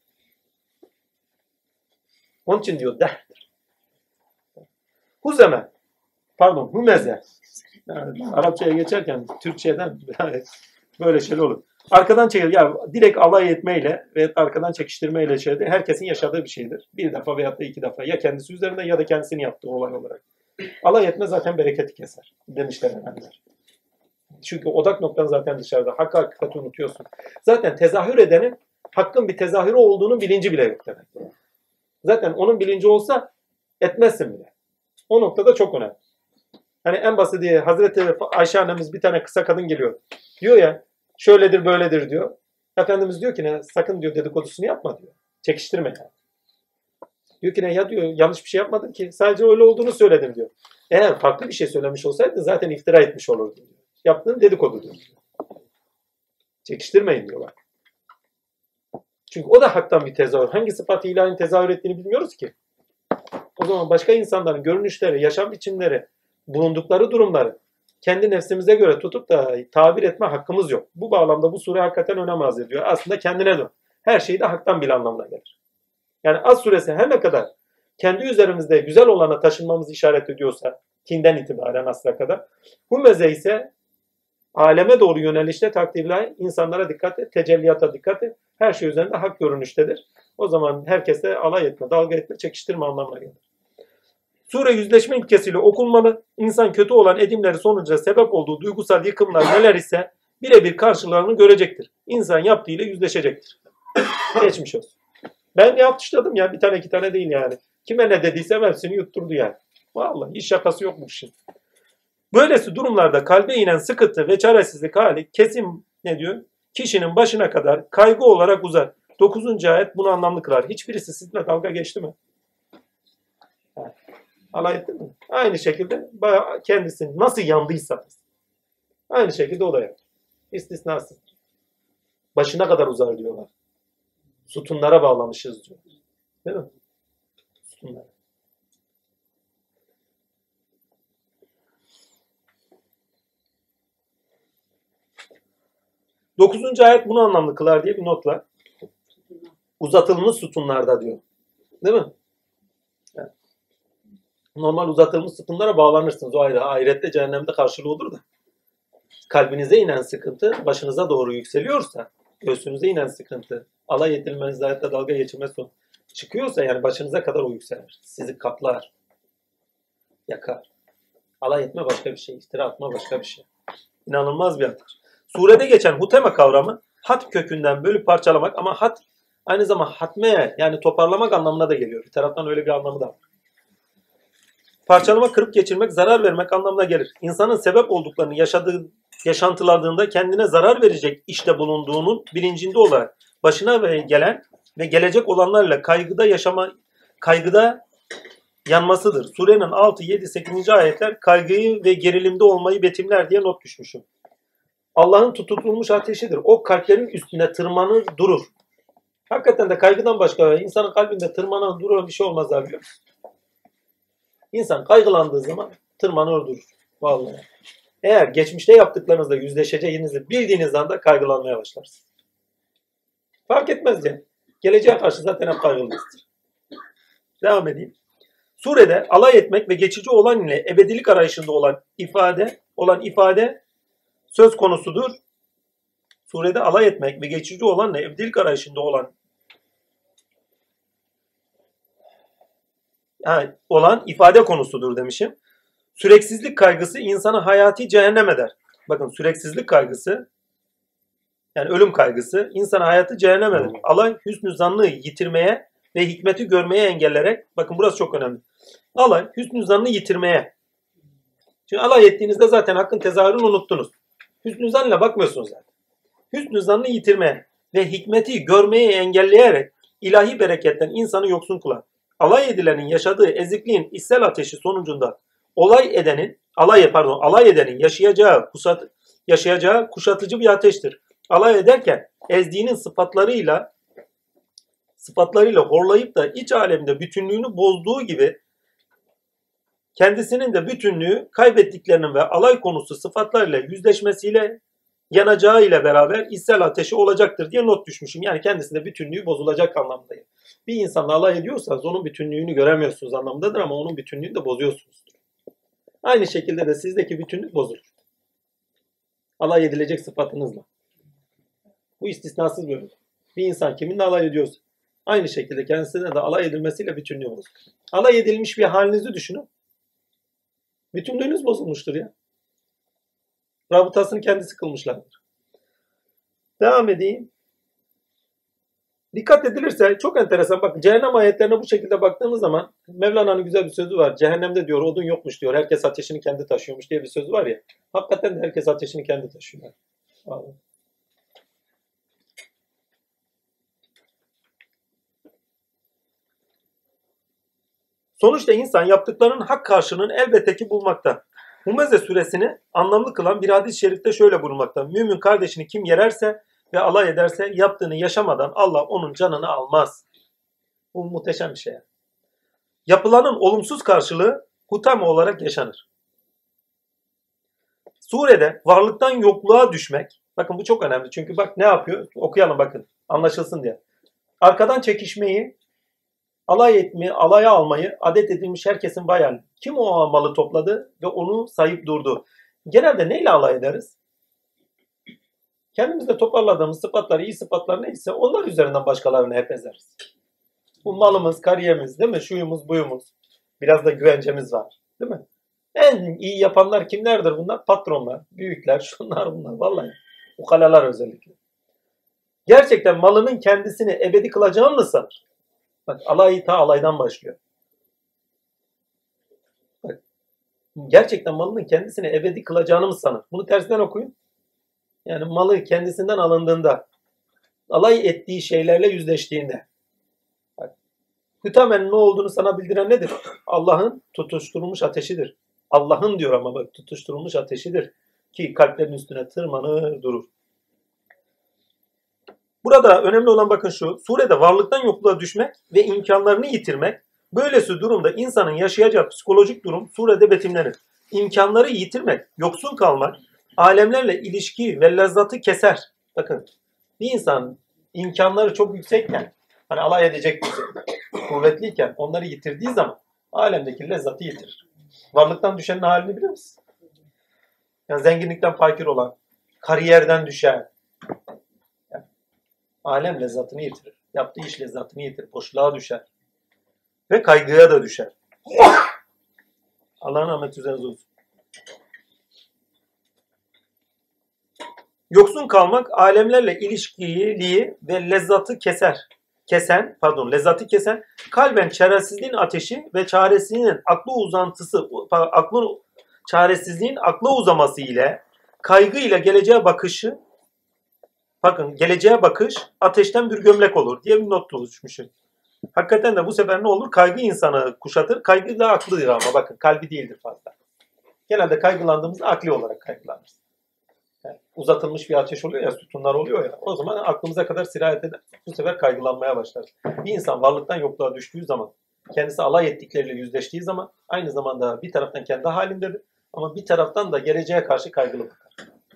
Onun için diyor dehtir. Huzeme, pardon humeze. Yani Arapçaya geçerken Türkçeden böyle şeyler olur. Arkadan çekil, ya direkt alay etmeyle ve arkadan çekiştirmeyle şeyde herkesin yaşadığı bir şeydir. Bir defa veyahut da iki defa ya kendisi üzerinde ya da kendisini yaptığı olay olarak. Alay etme zaten bereketi keser demişler efendiler. Çünkü odak noktan zaten dışarıda. Hakkı hakikati unutuyorsun. Zaten tezahür edenin hakkın bir tezahürü olduğunun bilinci bile yok demek. Zaten onun bilinci olsa etmezsin bile. O noktada çok önemli. Hani en basiti Hazreti Ayşe annemiz bir tane kısa kadın geliyor. Diyor ya şöyledir böyledir diyor. Efendimiz diyor ki ne sakın diyor dedikodusunu yapma diyor. Çekiştirme yani. Diyor ki ne ya diyor yanlış bir şey yapmadım ki sadece öyle olduğunu söyledim diyor. Eğer farklı bir şey söylemiş olsaydın zaten iftira etmiş olurdun diyor. Yaptığın dedikodu diyor. Çekiştirmeyin diyorlar. Çünkü o da haktan bir tezahür. Hangi sıfatı ilahinin tezahür ettiğini bilmiyoruz ki. O zaman başka insanların görünüşleri, yaşam biçimleri, bulundukları durumları kendi nefsimize göre tutup da tabir etme hakkımız yok. Bu bağlamda bu sure hakikaten önem arz ediyor. Aslında kendine dön. Her şeyi de haktan bil anlamına gelir. Yani Az suresi her ne kadar kendi üzerimizde güzel olana taşınmamızı işaret ediyorsa Tin'den itibaren asra kadar Hummeze ise aleme doğru yönelişte takdirle insanlara dikkat et, tecelliyata dikkat et. Her şey üzerinde hak görünüştedir. O zaman herkese alay etme, dalga etme, çekiştirme anlamına gelir. Sure yüzleşme ilkesiyle okunmalı. İnsan kötü olan edimleri sonucunda sebep olduğu duygusal yıkımlar neler ise birebir karşılarını görecektir. İnsan yaptığıyla yüzleşecektir. Geçmiş olsun. Ben yaptışladım ya. Bir tane iki tane değil yani. Kime ne dediysem hepsini yutturdu yani. Vallahi hiç şakası yokmuş şimdi. Böylesi durumlarda kalbe inen sıkıntı ve çaresizlik hali kesin ne diyor? Kişinin başına kadar kaygı olarak uzar. dokuzuncu ayet bunu anlamlı kılar. Hiçbirisi sizinle dalga geçti mi? Alay etti mi? Aynı şekilde kendisi nasıl yandıysanız aynı şekilde o da yaptı. İstisnasız. Başına kadar uzar diyorlar. Sütunlara bağlamışız diyor. Değil mi? Sütunlara. Dokuzuncu ayet bunu anlamlı kılar diye bir not var. Uzatılmış sütunlarda diyor. Değil mi? Yani normal uzatılmış sütunlara bağlanırsınız. O ayrı. Ahirette cehennemde karşılığı olur da. Kalbinize inen sıkıntı başınıza doğru yükseliyorsa, göğsünüze inen sıkıntı, alay edilmeniz, hayatta dalga geçirmez son çıkıyorsa yani başınıza kadar o yükselir. Sizi kaplar, yakar. Alay etme başka bir şey, iftira atma başka bir şey. İnanılmaz bir atar. Surede geçen huteme kavramı hat kökünden bölüp parçalamak ama hat aynı zamanda hatme yani toparlamak anlamına da geliyor. Bir taraftan öyle bir anlamı da var. Parçalamak, kırıp geçirmek, zarar vermek anlamına gelir. İnsanın sebep olduklarını yaşadığı yaşantıladığında kendine zarar verecek işte bulunduğunun bilincinde olarak başına ve gelen ve gelecek olanlarla kaygıda yaşama, kaygıda yanmasıdır. Surenin altı, yedi, sekizinci ayetler kaygıyı ve gerilimde olmayı betimler diye not düşmüşüm. Allah'ın tutulmuş ateşidir. O kalplerin üstüne tırmanır durur. Hakikaten de kaygıdan başka insanın kalbinde tırmanan duran bir şey olmaz abi biliyor musun? İnsan kaygılandığı zaman tırmanır durur. Vallahi. Eğer geçmişte yaptıklarınızla yüzleşeceğinizi bildiğiniz anda kaygılanmaya başlarsınız. Fark etmez ya. Geleceğe karşı zaten hep kaygılıyızdır. Devam edeyim. Surede alay etmek ve geçici olan ile ebedilik arayışında olan ifade olan ifade söz konusudur. Surede alay etmek ve geçici olanla ebedilik arayışında olan ha, olan ifade konusudur demişim. Süreksizlik kaygısı insanı hayati cehennem eder. Bakın süreksizlik kaygısı yani ölüm kaygısı insanı hayatı cehennem eder. Alay hüsnü zannı yitirmeye ve hikmeti görmeye engellerek bakın burası çok önemli. Alay hüsnü zannı yitirmeye. Çünkü alay ettiğinizde zaten hakkın tezahürünü unuttunuz. Hüsnü zannla bakmıyorsunuz zaten. Hüsnü zannı yitirmeye ve hikmeti görmeye engelleyerek ilahi bereketten insanı yoksun kılar. Alay edilenin yaşadığı ezikliğin içsel ateşi sonucunda olay edenin, alay pardon, alay edenin yaşayacağı, kusat, yaşayacağı kuşatıcı bir ateştir. Alay ederken ezdiğinin sıfatlarıyla sıfatlarıyla horlayıp da iç alemde bütünlüğünü bozduğu gibi kendisinin de bütünlüğü kaybettiklerinin ve alay konusu sıfatlarıyla yüzleşmesiyle yanacağı ile beraber içsel ateşi olacaktır diye not düşmüşüm. Yani kendisinde bütünlüğü bozulacak anlamdayım. Bir insanla alay ediyorsanız onun bütünlüğünü göremiyorsunuz anlamdadır ama onun bütünlüğünü de bozuyorsunuz. Aynı şekilde de sizdeki bütünlük bozulur. Alay edilecek sıfatınızla. Bu istisnasız böyle. Bir insan kiminle alay ediyorsa aynı şekilde kendisine de alay edilmesiyle bütünlüğü bozulur. Alay edilmiş bir halinizi düşünün. Bütünlüğünüz bozulmuştur ya. Rabıtasını kendisi kılmışlardır. Devam edeyim. Dikkat edilirse çok enteresan. Bakın cehennem ayetlerine bu şekilde baktığımız zaman Mevlana'nın güzel bir sözü var. Cehennemde diyor odun yokmuş diyor. Herkes ateşini kendi taşıyormuş diye bir sözü var ya. Hakikaten de herkes ateşini kendi taşıyor. Vallahi. Sonuçta insan yaptıklarının hak karşılığını elbette ki bulmakta. Humeze suresini anlamlı kılan bir hadis-i şerifte şöyle bulunmakta. Mümin kardeşini kim yererse ve alay ederse yaptığını yaşamadan Allah onun canını almaz. Bu muhteşem bir şey. Yapılanın olumsuz karşılığı hutame olarak yaşanır. Surede varlıktan yokluğa düşmek, bakın bu çok önemli çünkü bak ne yapıyor? Okuyalım bakın anlaşılsın diye. Arkadan çekişmeyi, alay etmeyi, alaya almayı adet edilmiş herkesin bayanı. Kim o malı topladı ve onu sayıp durdu? Genelde neyle alay ederiz? Kendimizde toparladığımız sıfatlar, iyi sıfatlar neyse onlar üzerinden başkalarını hep ezeriz. Bu malımız, kariyerimiz, değil mi? Şuyumuz, buyumuz. Biraz da güvencemiz var. Değil mi? En iyi yapanlar kimlerdir bunlar? Patronlar, büyükler, şunlar bunlar. Vallahi ukalalar özellikle. Gerçekten malının kendisini ebedi kılacağını mı sanır? Bak alay ta alaydan başlıyor. Bak, gerçekten malının kendisini ebedi kılacağını mı sanır? Bunu tersinden okuyun. Yani malı kendisinden alındığında, alay ettiği şeylerle yüzleştiğinde, hütamen ne olduğunu sana bildiren nedir? Allah'ın tutuşturulmuş ateşidir. Allah'ın diyor ama bak tutuşturulmuş ateşidir. Ki kalplerin üstüne tırmanır durur. Burada önemli olan bakın şu. Surede varlıktan yokluğa düşmek ve imkanlarını yitirmek. Böylesi durumda insanın yaşayacağı psikolojik durum surede betimlenir. İmkanları yitirmek, yoksul kalmak, alemlerle ilişki ve lezzatı keser. Bakın bir insan imkanları çok yüksekken, hani alay edecek kuvvetliyken onları yitirdiği zaman alemdeki lezzatı yitirir. Varlıktan düşenin halini biliyor musun? Yani zenginlikten fakir olan, kariyerden düşen, yani alem lezzatını yitirir. Yaptığı iş lezzatını yitirir. Boşluğa düşer. Ve kaygıya da düşer. Allah'ın rahmeti üzerinize olsun. Yoksun kalmak alemlerle ilişkiliği ve lezzatı keser. Kesen, pardon, lezzatı kesen, kalben çaresizliğin ateşi ve çaresizliğin aklı uzantısı, aklın çaresizliğin akla uzaması ile kaygı ile geleceğe bakışı, bakın geleceğe bakış ateşten bir gömlek olur diye bir not oluşmuşum. Hakikaten de bu sefer ne olur? Kaygı insanı kuşatır. Kaygı da aklıdır ama bakın kalbi değildir fazla. Genelde kaygılandığımızda akli olarak kaygılanırız. Yani uzatılmış bir ateş oluyor ya, sütunlar oluyor ya. O zaman aklımıza kadar sirayet eder. Bu sefer kaygılanmaya başlarız. Bir insan varlıktan yokluğa düştüğü zaman, kendisi alay ettikleriyle yüzleştiği zaman aynı zamanda bir taraftan kendi halindedir. Ama bir taraftan da geleceğe karşı kaygılı bakar.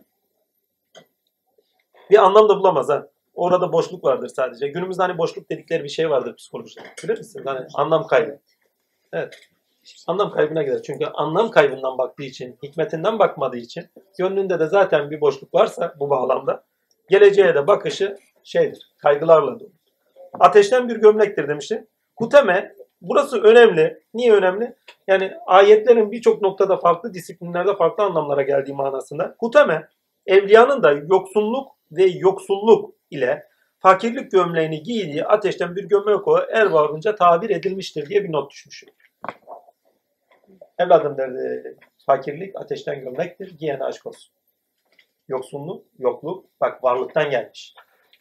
Bir anlam da bulamaz ha. Orada boşluk vardır sadece. Günümüzde hani boşluk dedikleri bir şey vardır psikolojide. Bilir misiniz? Hani anlam kaybı. Evet. Anlam kaybına gider. Çünkü anlam kaybından baktığı için, hikmetinden bakmadığı için, gönlünde de zaten bir boşluk varsa bu bağlamda, geleceğe de bakışı şeydir, kaygılarla dolu. Ateşten bir gömlektir demişti. Huteme, burası önemli. Niye önemli? Yani ayetlerin birçok noktada farklı disiplinlerde farklı anlamlara geldiği manasında. Huteme, evliyanın da yoksulluk ve yoksulluk ile fakirlik gömleğini giydiği ateşten bir gömlek olarak erbabınca tabir edilmiştir diye bir not düşmüş. Evladım derdi, fakirlik ateşten gömlektir, giyene aşk olsun. Yoksulluk, yokluk, bak varlıktan gelmiş.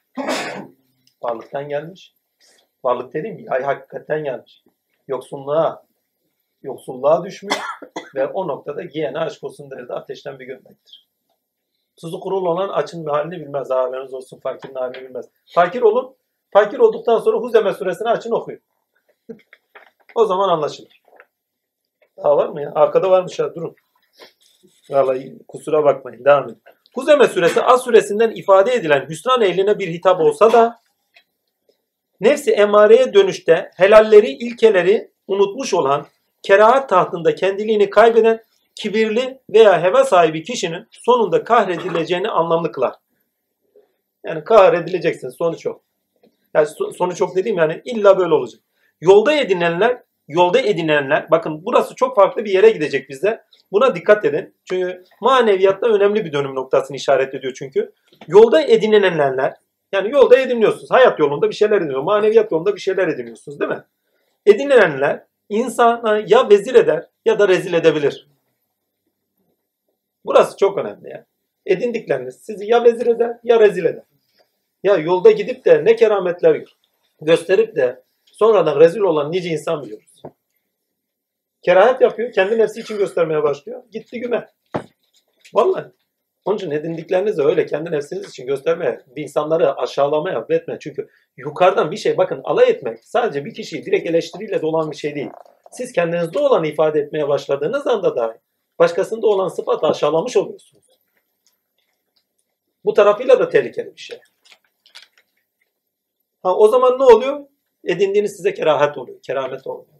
Varlıktan gelmiş. Varlık dediğim gibi ay hakikaten gelmiş. Yoksulluğa, yoksulluğa düşmüş ve o noktada giyene aşk olsun derdi, ateşten bir gömlektir. Tuzu kurul olan açın halini bilmez. Haberiniz olsun, fakirin halini bilmez. Fakir olun, fakir olduktan sonra Huzeme suresini açın okuyun. O zaman anlaşılır. Daha var mı ya? Arkada varmış ha, durun. Vallahi kusura bakmayın, devam edin. Huzeme suresi Az suresinden ifade edilen hüsran ehline bir hitap olsa da nefsi emareye dönüşte helalleri, ilkeleri unutmuş olan, kerahat tahtında kendiliğini kaybeden kibirli veya heva sahibi kişinin sonunda kahredileceğini anlamlı kılar. Yani kahredileceksin, sonuç yok. Yani sonuç çok dediğim yani illa böyle olacak. Yolda edinenler, yolda edinenler, bakın burası çok farklı bir yere gidecek bizde. Buna dikkat edin. Çünkü maneviyatta önemli bir dönüm noktasını işaret ediyor çünkü. Yolda edinilenler, yani yolda ediniyorsunuz. Hayat yolunda bir şeyler ediniyorsunuz. Maneviyat yolunda bir şeyler ediniyorsunuz değil mi? Edinilenler insana ya vezir eder ya da rezil edebilir. Burası çok önemli yani. Edindikleriniz sizi ya vezir eder ya rezil eder. Ya yolda gidip de ne kerametler gösterip de sonradan rezil olan nice insan biliyoruz. Kerahat yapıyor, kendi nefsi için göstermeye başlıyor. Gitti güme. Vallahi. Onun için edindiklerinizi öyle kendi nefsiniz için göstermeye, bir insanları aşağılamaya etme. Çünkü yukarıdan bir şey, bakın alay etmek sadece bir kişiyi direkt eleştiriyle dolan bir şey değil. Siz kendinizde olanı ifade etmeye başladığınız anda dahi başkasında olan sıfatı aşağılamış oluyorsunuz. Bu tarafıyla da tehlikeli bir şey. Ha, o zaman ne oluyor? Edindiğiniz size kerahat oluyor, keramet oluyor.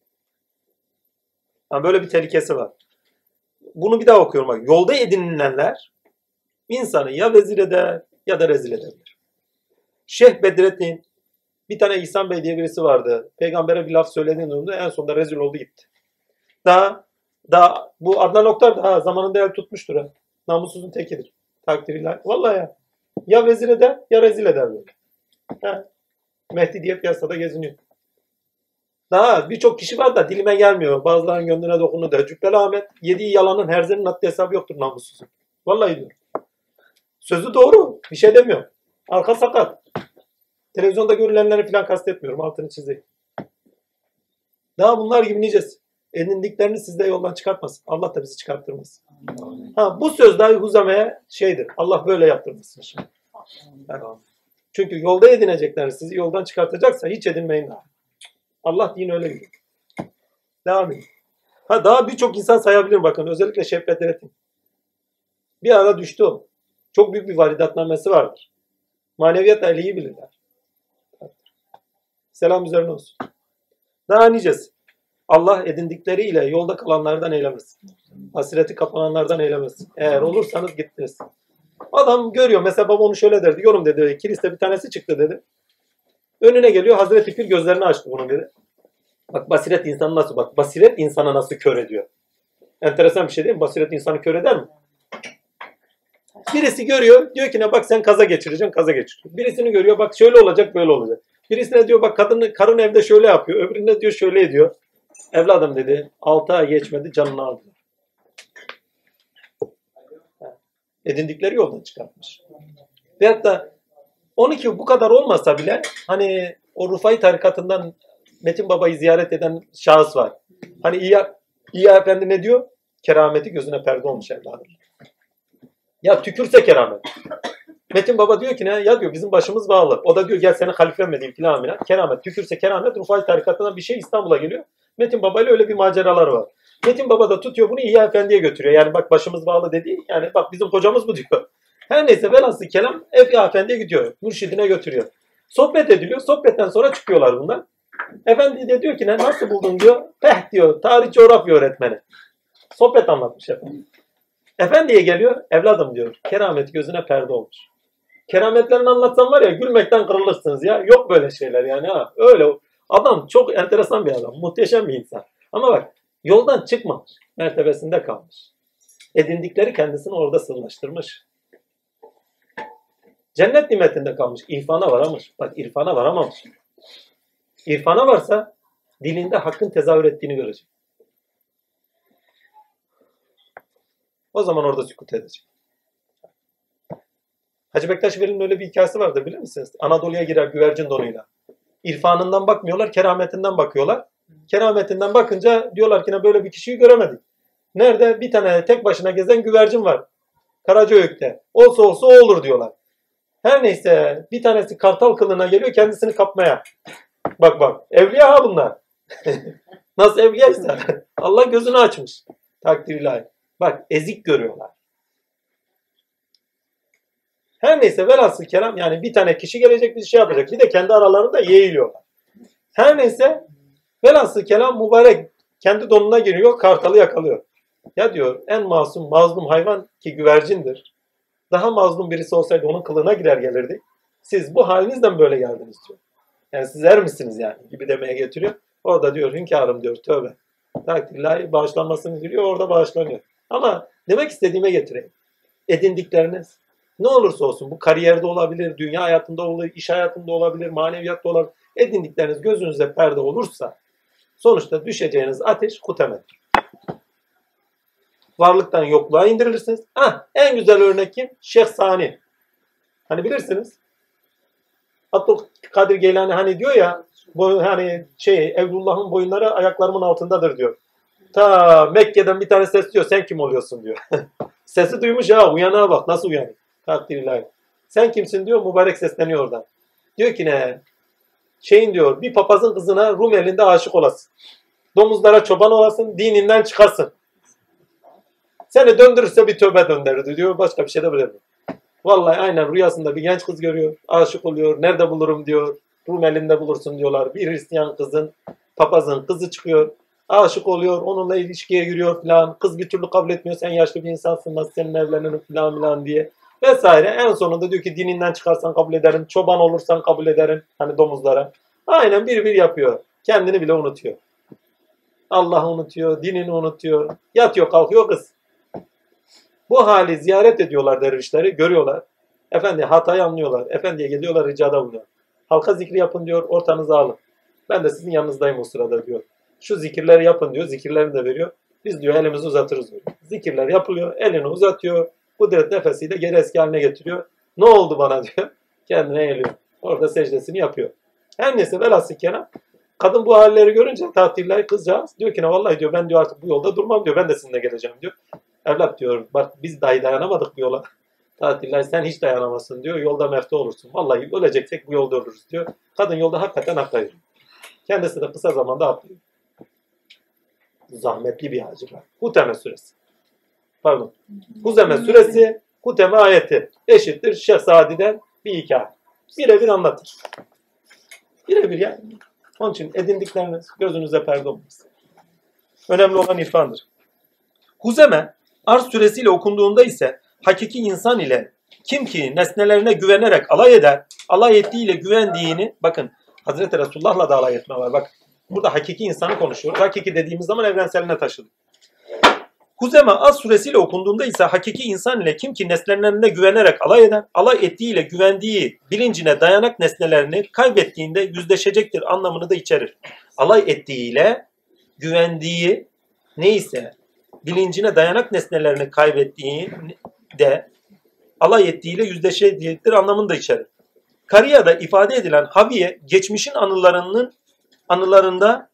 Ha, böyle bir tehlikesi var. Bunu bir daha okuyorum. Bak. Yolda edinilenler insanı ya vezir eder ya da rezil edebilir. Şeyh Bedrettin, bir tane İhsan Bey diye birisi vardı. Peygamber'e bir laf söylediğinde durumda en sonunda rezil oldu gitti. Daha, daha bu Adnan Oktar da zamanında el tutmuştur. Ha. Namussuzun tekidir. Takdiriyle. Vallahi ya. Ya vezir eder ya rezil eder böyle. Ha. Mehdi diye piyasada geziniyor. Daha birçok kişi var da dilime gelmiyor. Bazılarının gönlüne dokundu da. Cübbeli Ahmet yediği yalanın herzenin haddi hesabı yoktur namussuzun. Vallahi diyor. Sözü doğru. Bir şey demiyor. Arka sakat. Televizyonda görülenleri falan kastetmiyorum. Altını çizeyim. Daha bunlar gibi nicesi. Edindiklerini sizde yoldan çıkartmasın. Allah da bizi çıkarttırmasın. Ha, bu söz dahi Huzame'ye şeydir. Allah böyle yaptırmasın şimdi. Yani, çünkü yolda edineceklerini sizi yoldan çıkartacaksa hiç edinmeyin daha. Allah din öyle gidiyor. Devam edin. Ha, daha birçok insan sayabilirim bakın. Özellikle Şeyh Bedrettin. Bir ara düştü o. Çok büyük bir varidatnamesi vardır. Maneviyat ehliyi bilirler. Selam üzerine olsun. Daha nicesi. Allah edindikleriyle yolda kalanlardan eylemesin. Hasreti kapananlardan eylemesin. Eğer olursanız gittiniz. Adam görüyor. Mesela baba onu şöyle derdi. Yorum dedi. Kiliste bir tanesi çıktı dedi. Önüne geliyor. Hazreti Pir gözlerini açtı bunu dedi. Bak basiret insanı nasıl bak. Basiret insanı nasıl kör ediyor. Enteresan bir şey değil mi? Basiret insanı kör eder mi? Birisi görüyor. Diyor ki ne bak sen kaza geçireceksin. Kaza geçiriyor. Birisini görüyor. Bak şöyle olacak böyle olacak. Birisine diyor bak kadın, karın evde şöyle yapıyor. Öbürüne diyor şöyle ediyor. Evladım dedi. Altı ay geçmedi canını aldılar. Edindikleri yoldan çıkartmış. Veyahut da on iki bu kadar olmasa bile hani o Rufai tarikatından Metin Baba'yı ziyaret eden şahıs var. Hani İya, İya Efendi ne diyor? Kerameti gözüne perde olmuş evladım. Ya tükürse keramet. Metin Baba diyor ki ne? Ya diyor bizim başımız bağlı. O da diyor gel seni halife mi diyeyim filan filan. Keramet. Tükürse keramet. Rufai tarikatından bir şey İstanbul'a geliyor. Metin Baba ile öyle bir maceralar var. Metin Baba da tutuyor bunu İya Efendi'ye götürüyor. Yani bak başımız bağlı dedi. Yani bak bizim kocamız bu diyor. Her neyse velhasıl kelam İya Efendi'ye gidiyor. Mürşidine götürüyor. Sohbet ediliyor. Sohbetten sonra çıkıyorlar bunlar. Efendi de diyor ki ne nasıl buldun diyor. Peh diyor. Tarih coğrafya öğretmeni. Sohbet anlatmış efendim. Efendiye geliyor. Evladım diyor. Keramet gözüne perde olmuş. Kerametlerini anlatsam var ya gülmekten kırılırsınız ya. Yok böyle şeyler yani ha. Öyle. Adam çok enteresan bir adam. Muhteşem bir insan. Ama bak yoldan çıkmamış. Mertebesinde kalmış. Edindikleri kendisini orada sırlaştırmış. Cennet nimetinde kalmış. İrfana varamamış. Bak irfana varamamış. İrfana varsa dilinde hakkın tezahür ettiğini görecek. O zaman orada sükut edecek. Hacı Bektaş Veli'nin öyle bir hikayesi vardır bilir misiniz? Anadolu'ya girer güvercin donuyla. İrfanından bakmıyorlar, kerametinden bakıyorlar. Kerametinden bakınca diyorlar ki ne böyle bir kişiyi göremedik. Nerede? Bir tane tek başına gezen güvercin var. Karacaöğük'te. Olsa olsa o olur diyorlar. Her neyse bir tanesi kartal kılığına geliyor kendisini kapmaya. Bak bak evliya ha bunlar. Nasıl evliyaysa Allah gözünü açmış. Takdir ilahi. Bak ezik görüyorlar. Her neyse velhasıl kelam yani bir tane kişi gelecek bir şey yapacak. Bir de kendi aralarında yeğiliyorlar. Her neyse velhasıl kelam mübarek kendi donuna giriyor kartalı yakalıyor. Ya diyor en masum mazlum hayvan ki güvercindir. Daha mazlum birisi olsaydı onun kılığına girer gelirdi. Siz bu halinizden böyle geldiniz diyor. Yani siz er misiniz yani gibi demeye getiriyor. Orada diyor hünkârım diyor tövbe. Takdirlahi bağışlanmasını diliyor orada bağışlanıyor. Ama demek istediğime getireyim. Edindikleriniz ne olursa olsun bu kariyerde olabilir, dünya hayatında olabilir, iş hayatında olabilir, maneviyatta olabilir. Edindikleriniz gözünüze perde olursa sonuçta düşeceğiniz ateş kutemedir. Varlıktan yokluğa indirilirsiniz. Hah, en güzel örnek kim? Şeyh Sani. Hani bilirsiniz. Abdülkadir Geylani hani diyor ya bu hani şey Evlullah'ın boyunları ayaklarımın altındadır diyor. Ta Mekke'den bir tane ses diyor sen kim oluyorsun diyor. Sesi duymuş ha uyanığa bak nasıl uyanıyor. Takdirillahi. Sen kimsin diyor mübarek sesleniyor oradan. Diyor ki ne? Şeyin diyor bir papazın kızına Rum elinde aşık olasın. Domuzlara çoban olasın dininden çıkasın. Seni döndürürse bir tövbe döndürür diyor. Başka bir şey de bilir mi? Vallahi aynen rüyasında bir genç kız görüyor. Aşık oluyor. Nerede bulurum diyor. Rum elinde bulursun diyorlar. Bir Hristiyan kızın, papazın kızı çıkıyor. Aşık oluyor. Onunla ilişkiye giriyor falan. Kız bir türlü kabul etmiyor. Sen yaşlı bir insansın. Nasıl seninle evlenirim falan filan diye. vesaire. En sonunda diyor ki dininden çıkarsan kabul ederim. Çoban olursan kabul ederim. Hani domuzlara. Aynen bir bir yapıyor. Kendini bile unutuyor. Allah'ı unutuyor. Dinini unutuyor. Yatıyor kalkıyor kız. Bu hali ziyaret ediyorlar dervişleri. Görüyorlar. Efendi hatayı anlıyorlar. Efendiye geliyorlar ricada bulunuyor. Halka zikri yapın diyor. Ortanıza alın. Ben de sizin yanınızdayım o sırada diyor. Şu zikirleri yapın diyor. Zikirlerini de veriyor. Biz diyor elimizi uzatırız diyor. Zikirler yapılıyor. Elini uzatıyor. Kudret nefesiyle geri eski haline getiriyor. Ne oldu bana diyor. Kendine eğiliyor. Orada secdesini yapıyor. Her neyse velhasıl kelam. Kadın bu halleri görünce tatiller kızcağız diyor ki ne vallahi diyor ben diyor artık bu yolda durmam diyor. Ben de sizinle geleceğim diyor. Evlat diyor bak biz dahi dayanamadık bu yola. Tatiller sen hiç dayanamazsın diyor. Yolda mefte olursun. Vallahi öleceksek bu yolda oluruz diyor. Kadın yolda hakikaten haklayır. Kendisi de kısa zamanda haklıyor. Zahmetli bir acaba. Huteme suresi. Pardon. Huzeme suresi, Huteme ayeti eşittir Şehzadi'den bir hikaye. Birebir anlatır. Birebir yani. Onun için edindikleriniz gözünüze perde olmaz. Önemli olan irfandır. Huzeme, Arz suresiyle okunduğunda ise hakiki insan ile kim ki nesnelerine güvenerek alay eder, alay ettiğiyle güvendiğini, bakın Hazreti Resulullah'la da alay etme var. Bak burada hakiki insanı konuşuyoruz. Hakiki dediğimiz zaman evrenseline taşıdık. Huzeme Az suresiyle okunduğunda ise hakiki insan ile kim ki nesnelerine güvenerek alay eder, alay ettiğiyle güvendiği bilincine dayanak nesnelerini kaybettiğinde yüzleşecektir anlamını da içerir. Alay ettiğiyle güvendiği neyse bilincine dayanak nesnelerini kaybettiği de alay ettiğiyle yüzleşecektir anlamını da içerir. Kariyada ifade edilen haviye geçmişin anılarının anılarında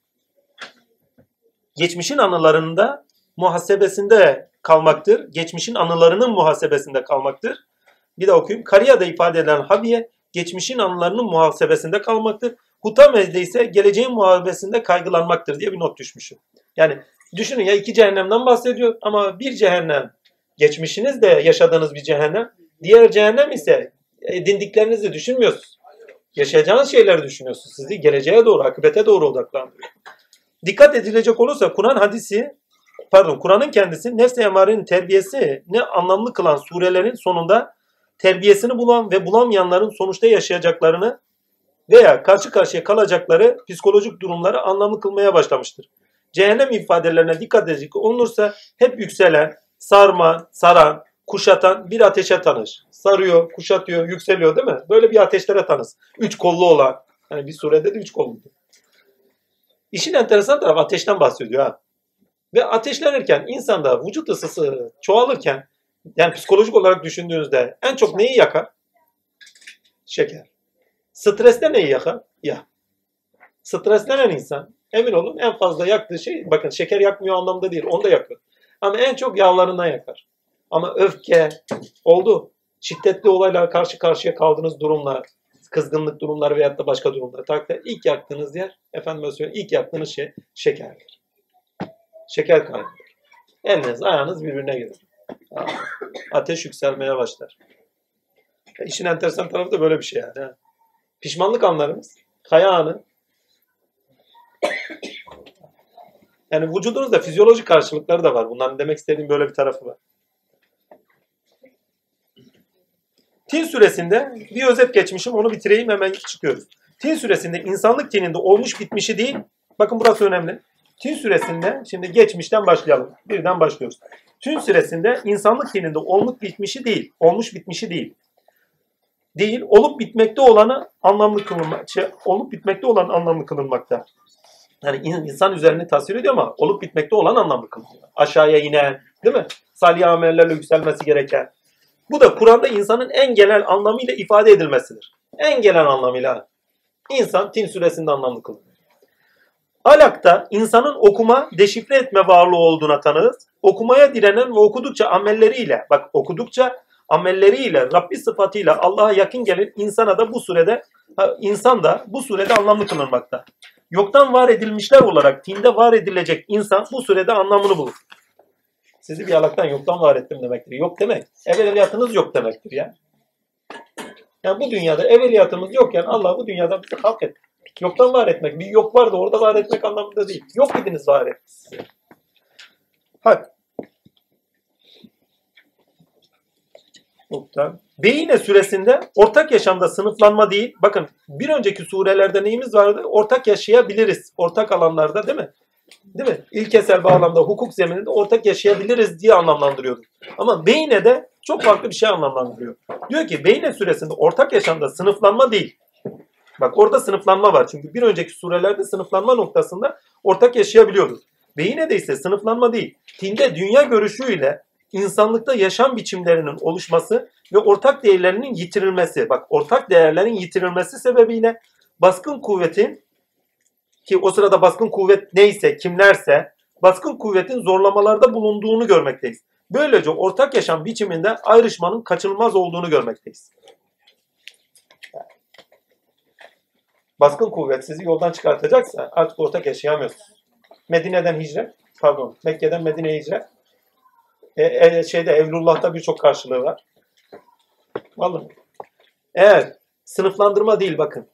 geçmişin anılarında muhasebesinde kalmaktır. Geçmişin anılarının muhasebesinde kalmaktır. Bir de okuyayım. Kariyada ifade edilen haviye geçmişin anılarının muhasebesinde kalmaktır. Hutame'de ise geleceğin muhasebesinde kaygılanmaktır diye bir not düşmüşüm. Yani düşünün ya iki cehennemden bahsediyor ama bir cehennem geçmişiniz de yaşadığınız bir cehennem. Diğer cehennem ise edindiklerinizi düşünmüyorsunuz. Yaşayacağınız şeyleri düşünüyorsunuz. Sizi geleceğe doğru, akıbete doğru odaklandırıyor. Dikkat edilecek olursa Kur'an hadisi, pardon Kur'an'ın kendisi nefs-i emarenin terbiyesi ne anlamlı kılan surelerin sonunda terbiyesini bulan ve bulamayanların sonuçta yaşayacaklarını veya karşı karşıya kalacakları psikolojik durumları anlamlı kılmaya başlamıştır. Cehennem ifadelerine dikkat edecek olunursa hep yükselen, sarma, saran, kuşatan bir ateşe tanır. Sarıyor, kuşatıyor, yükseliyor değil mi? Böyle bir ateşlere tanız. Üç kollu olan. Hani bir surede de üç kolluydu. İşin enteresan tarafı ateşten bahsediyor ha. Ve ateşlenirken insanda vücut ısısı çoğalırken yani psikolojik olarak düşündüğünüzde en çok neyi yakar? Şeker. Streste neyi yakar? Yağ. Streslenen insan emin olun en fazla yaktığı şey bakın şeker yakmıyor anlamda değil onu da yakıyor. Ama en çok yağlarından yakar. Ama öfke oldu. Şiddetli olaylar karşı karşıya kaldığınız durumlar, kızgınlık durumları veyahut da başka durumlar. Takdirde ilk yaktığınız yer, efendim söyleyeyim, ilk yaktığınız şey şekerdir. Şeker kaybıdır. Eliniz, ayağınız birbirine gelir. Ateş yükselmeye başlar. E işin enteresan tarafı da böyle bir şey yani. Pişmanlık anlarımız, kaya anı. Yani vücudunuzda fizyolojik karşılıkları da var. Bunların demek istediğim böyle bir tarafı var. Tin suresinde bir özet geçmişim onu bitireyim hemen çıkıyoruz. Tin suresinde insanlık tininde olmuş bitmişi değil. Bakın burası önemli. Tin suresinde şimdi geçmişten başlayalım. Birden başlıyoruz. Tin suresinde insanlık tininde olmuş bitmişi değil. Olmuş bitmişi değil. Değil. Olup bitmekte olanı anlamlı kılınmak, şey, olup bitmekte olan anlamlı kılınmakta. Yani insan üzerine tasvir ediyor ama olup bitmekte olan anlamlı kılınıyor. Aşağıya inen, değil mi? Salih amellerle yükselmesi gereken. Bu da Kur'an'da insanın en genel anlamıyla ifade edilmesidir. En genel anlamıyla insan Tin suresinde anlamlı kılınıyor. Alak'ta insanın okuma, deşifre etme varlığı olduğuna tanığız. Okumaya direnen ve okudukça amelleriyle, bak okudukça amelleriyle, Rabbi sıfatıyla Allah'a yakın gelen insana da bu surede, insan da bu surede anlamlı kılınmakta. Yoktan var edilmişler olarak tinde var edilecek insan bu surede anlamını bulur. Sizi bir alaktan yoktan var ettim demektir. Yok demek. Evveliyatınız yok demektir ya. Yani bu dünyada evveliyatımız yokken Allah bu dünyada bizi halk etti. Yoktan var etmek. Bir yok var da orada var etmek anlamında değil. Yok idiniz var ettiniz. Hadi. Nokta. Beyine süresinde ortak yaşamda sınıflanma değil. Bakın bir önceki surelerde neyimiz vardı? Ortak yaşayabiliriz. Ortak alanlarda değil mi? Değil mi? İlkesel bağlamda hukuk zemininde ortak yaşayabiliriz diye anlamlandırıyorduk. Ama beyine de çok farklı bir şey anlamlandırıyor. Diyor ki beyine süresinde ortak yaşamda sınıflanma değil. Bak orada sınıflanma var. Çünkü bir önceki surelerde sınıflanma noktasında ortak yaşayabiliyorduk. Beyine de ise sınıflanma değil. Tinde dünya görüşüyle insanlıkta yaşam biçimlerinin oluşması ve ortak değerlerinin yitirilmesi. Bak ortak değerlerin yitirilmesi sebebiyle baskın kuvvetin, ki o sırada baskın kuvvet neyse, kimlerse, baskın kuvvetin zorlamalarda bulunduğunu görmekteyiz. Böylece ortak yaşam biçiminde ayrışmanın kaçınılmaz olduğunu görmekteyiz. Baskın kuvvet sizi yoldan çıkartacaksa artık ortak yaşayamıyorsunuz. Medine'den hicret, pardon, Mekke'den Medine'ye hicret. E, e, şeyde Evlullah'ta birçok karşılığı var. Vallahi. Eğer sınıflandırma değil bakın.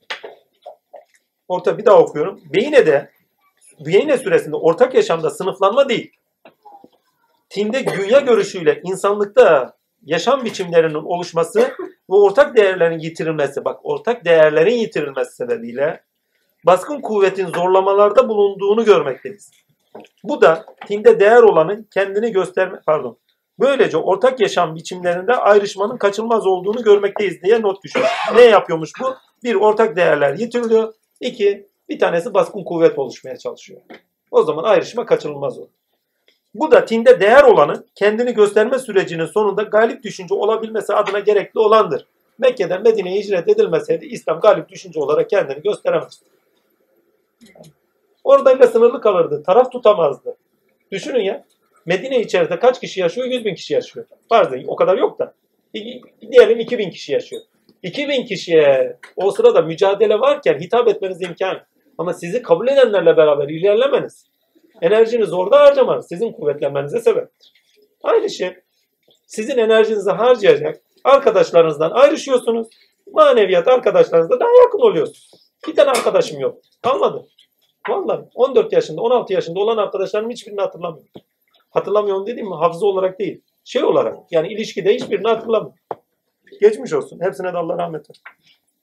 Orta bir daha okuyorum. Beyine de Beyine süresinde ortak yaşamda sınıflanma değil. Tinde dünya görüşüyle insanlıkta yaşam biçimlerinin oluşması ve ortak değerlerin yitirilmesi, bak ortak değerlerin yitirilmesi sebebiyle baskın kuvvetin zorlamalarda bulunduğunu görmekteyiz. Bu da tinde değer olanın kendini gösterme, pardon. Böylece ortak yaşam biçimlerinde ayrışmanın kaçınılmaz olduğunu görmekteyiz diye not düşüyor. Ne yapıyormuş bu? Bir, ortak değerler yitiriliyor. İki, bir tanesi baskın kuvvet oluşmaya çalışıyor. O zaman ayrışma kaçınılmaz olur. Bu da tinde değer olanın kendini gösterme sürecinin sonunda galip düşünce olabilmesi adına gerekli olandır. Mekke'den Medine'ye hicret edilmeseydi İslam galip düşünce olarak kendini gösteremezdi. Oradayla sınırlı kalırdı. Taraf tutamazdı. Düşünün ya. Medine içerisinde kaç kişi yaşıyor? yüz bin kişi yaşıyor. Bazen o kadar yok da. Diyelim iki bin kişi yaşıyor. iki bin kişiye o sırada mücadele varken hitap etmeniz imkan. Ama sizi kabul edenlerle beraber ilerlemeniz, enerjinizi orada harcamanız sizin kuvvetlenmenize sebeptir. Aynı şey. Sizin enerjinizi harcayacak arkadaşlarınızdan ayrışıyorsunuz. Maneviyat arkadaşlarınızla daha yakın oluyorsunuz. Bir tane arkadaşım yok. Kalmadı. Vallahi on dört yaşında, on altı yaşında olan arkadaşlarımın hiçbirini hatırlamıyorum. Hatırlamıyorum dediğim mi? Hafıza olarak değil. Şey olarak. Yani ilişkide hiçbirini hatırlamıyorum. Geçmiş olsun. Hepsine de Allah rahmet eylesin.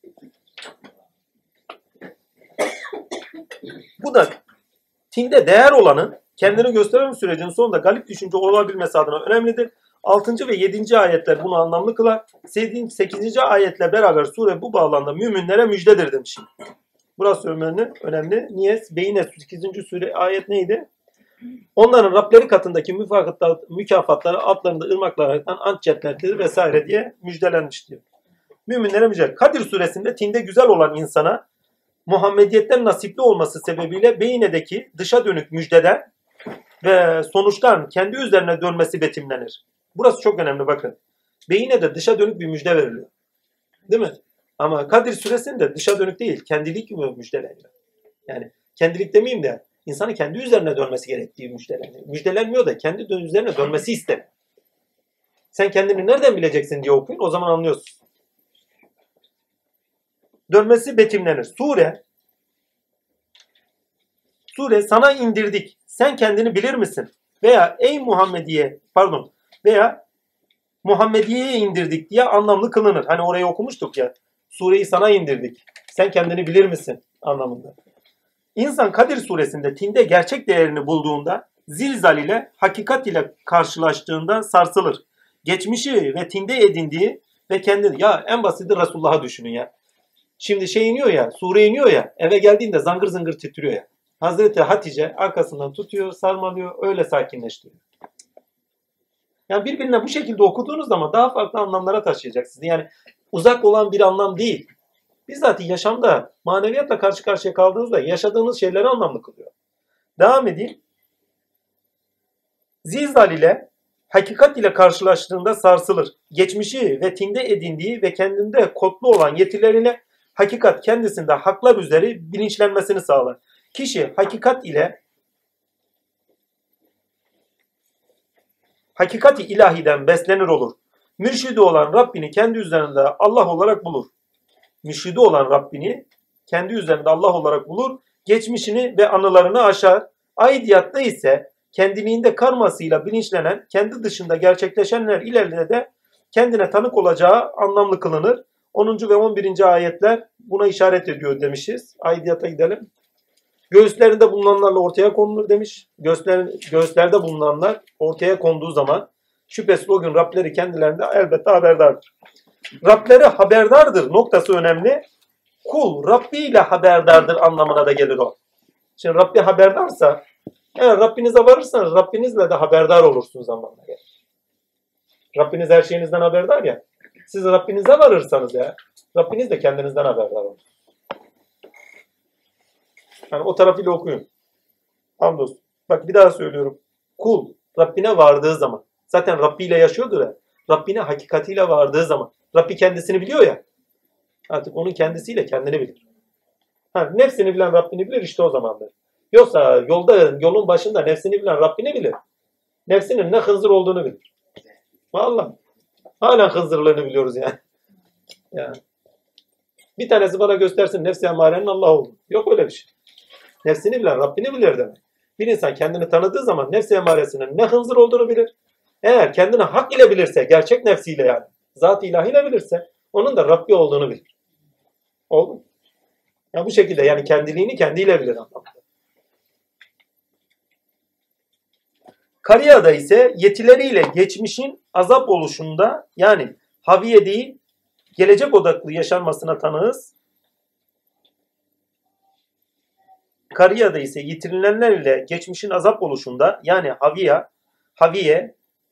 Bu da tinde değer olanın kendini gösterme sürecinin sonunda galip düşünce olabilmesi adına önemlidir. altıncı ve yedinci ayetler bunu anlamlı kılar. sekizinci ayetle beraber sure bu bağlamda müminlere müjdedir demişim. Burası önemli. önemli. Niye? Beyine sekizinci sure ayet neydi? Onların Rableri katındaki mükafatlar, mükafatları altlarında ırmaklardan antçetlerdir vesaire diye müjdelenmiş diyor. Müminlere müjde. Kadir suresinde tinde güzel olan insana Muhammediyetten nasipli olması sebebiyle Beyne'deki dışa dönük müjdeden ve sonuçtan kendi üzerine dönmesi betimlenir. Burası çok önemli bakın. Beyne'de dışa dönük bir müjde veriliyor. Değil mi? Ama Kadir suresinde dışa dönük değil, kendilik müjdeleniyor. Yani kendilik demeyeyim de insanın kendi üzerine dönmesi gerektiği müjdeleniyor. Müjdelenmiyor da kendi üzerine dönmesi istemiyor. Sen kendini nereden bileceksin diye okuyun, o zaman anlıyorsun. Dönmesi betimlenir. Sure Sure sana indirdik. Sen kendini bilir misin? Veya ey Muhammediye pardon veya Muhammediye'ye indirdik diye anlamlı kılınır. Hani orayı okumuştuk ya. Sureyi sana indirdik. Sen kendini bilir misin? Anlamında. İnsan Kadir suresinde tinde gerçek değerini bulduğunda zilzal ile hakikat ile karşılaştığında sarsılır. Geçmişi ve tinde edindiği ve kendini ya en basiti Resulullah'ı düşünün ya. Şimdi şey iniyor ya, sure iniyor ya, eve geldiğinde zangır zangır titriyor ya. Hazreti Hatice arkasından tutuyor, sarmalıyor, öyle sakinleştiriyor. Yani birbirine bu şekilde okuduğunuz zaman daha farklı anlamlara taşıyacak sizi. Yani uzak olan bir anlam değil. Bizzat yaşamda maneviyatla karşı karşıya kaldığınızda yaşadığınız şeyleri anlamlı kılıyor. Devam edeyim. Zilzal ile hakikat ile karşılaştığında sarsılır. Geçmişi ve tinde edindiği ve kendinde kodlu olan yetilerine hakikat kendisinde haklar üzeri bilinçlenmesini sağlar. Kişi hakikat ile hakikati ilahiden beslenir olur. Mürşidi olan Rabbini kendi üzerinde Allah olarak bulur. Mürşidi olan Rabbini kendi üzerinde Allah olarak bulur. Geçmişini ve anılarını aşar. Aidiyatta ise kendiliğinde karmasıyla bilinçlenen, kendi dışında gerçekleşenler ileride de kendine tanık olacağı anlamlı kılınır. onuncu ve on birinci ayetler buna işaret ediyor demişiz. Aidiyata gidelim. Göğüslerinde bulunanlarla ortaya konulur demiş. Göğüsler, göğüslerde bulunanlar ortaya konduğu zaman şüphesiz o gün Rableri kendilerinde elbette haberdardır. Rableri haberdardır noktası önemli. Kul Rabbi ile haberdardır anlamına da gelir o. Şimdi Rabbi haberdarsa, eğer Rabbinize varırsanız Rabbinizle de haberdar olursunuz anlamına gelir. Rabbiniz her şeyinizden haberdar ya. Siz Rabbinize varırsanız ya, Rabbiniz de kendinizden haberdar olur. Yani o tarafıyla okuyun. Hamdolsun. Bak bir daha söylüyorum. Kul Rabbine vardığı zaman, zaten Rabbi ile yaşıyordur ya, Rabbine hakikatiyle vardığı zaman, Rabbi kendisini biliyor ya, artık onun kendisiyle kendini bilir. Ha, nefsini bilen Rabbini bilir işte o zamandır. Yoksa yolda, yolun başında nefsini bilen Rabbini bilir. Nefsinin ne hınzır olduğunu bilir. Vallahi. Halen hınzırlığını biliyoruz yani. yani. Bir tanesi bana göstersin nefsi emarenin Allah olduğunu. Yok öyle bir şey. Nefsini bilen Rabbini bilir demek. Bir insan kendini tanıdığı zaman nefsi emaresinin ne hınzır olduğunu bilir. Eğer kendini hak ile bilirse, gerçek nefsiyle yani, zat-ı ilahiyle bilirse, onun da Rabbi olduğunu bilir. Oldu mu? Yani bu şekilde yani kendiliğini kendiyle bilir anlamında. Kariyada ise yetileriyle geçmişin azap oluşunda yani haviye değil, gelecek odaklı yaşanmasına tanığız. Kariyada ise yitirilenlerle geçmişin azap oluşunda yani haviye, haviye,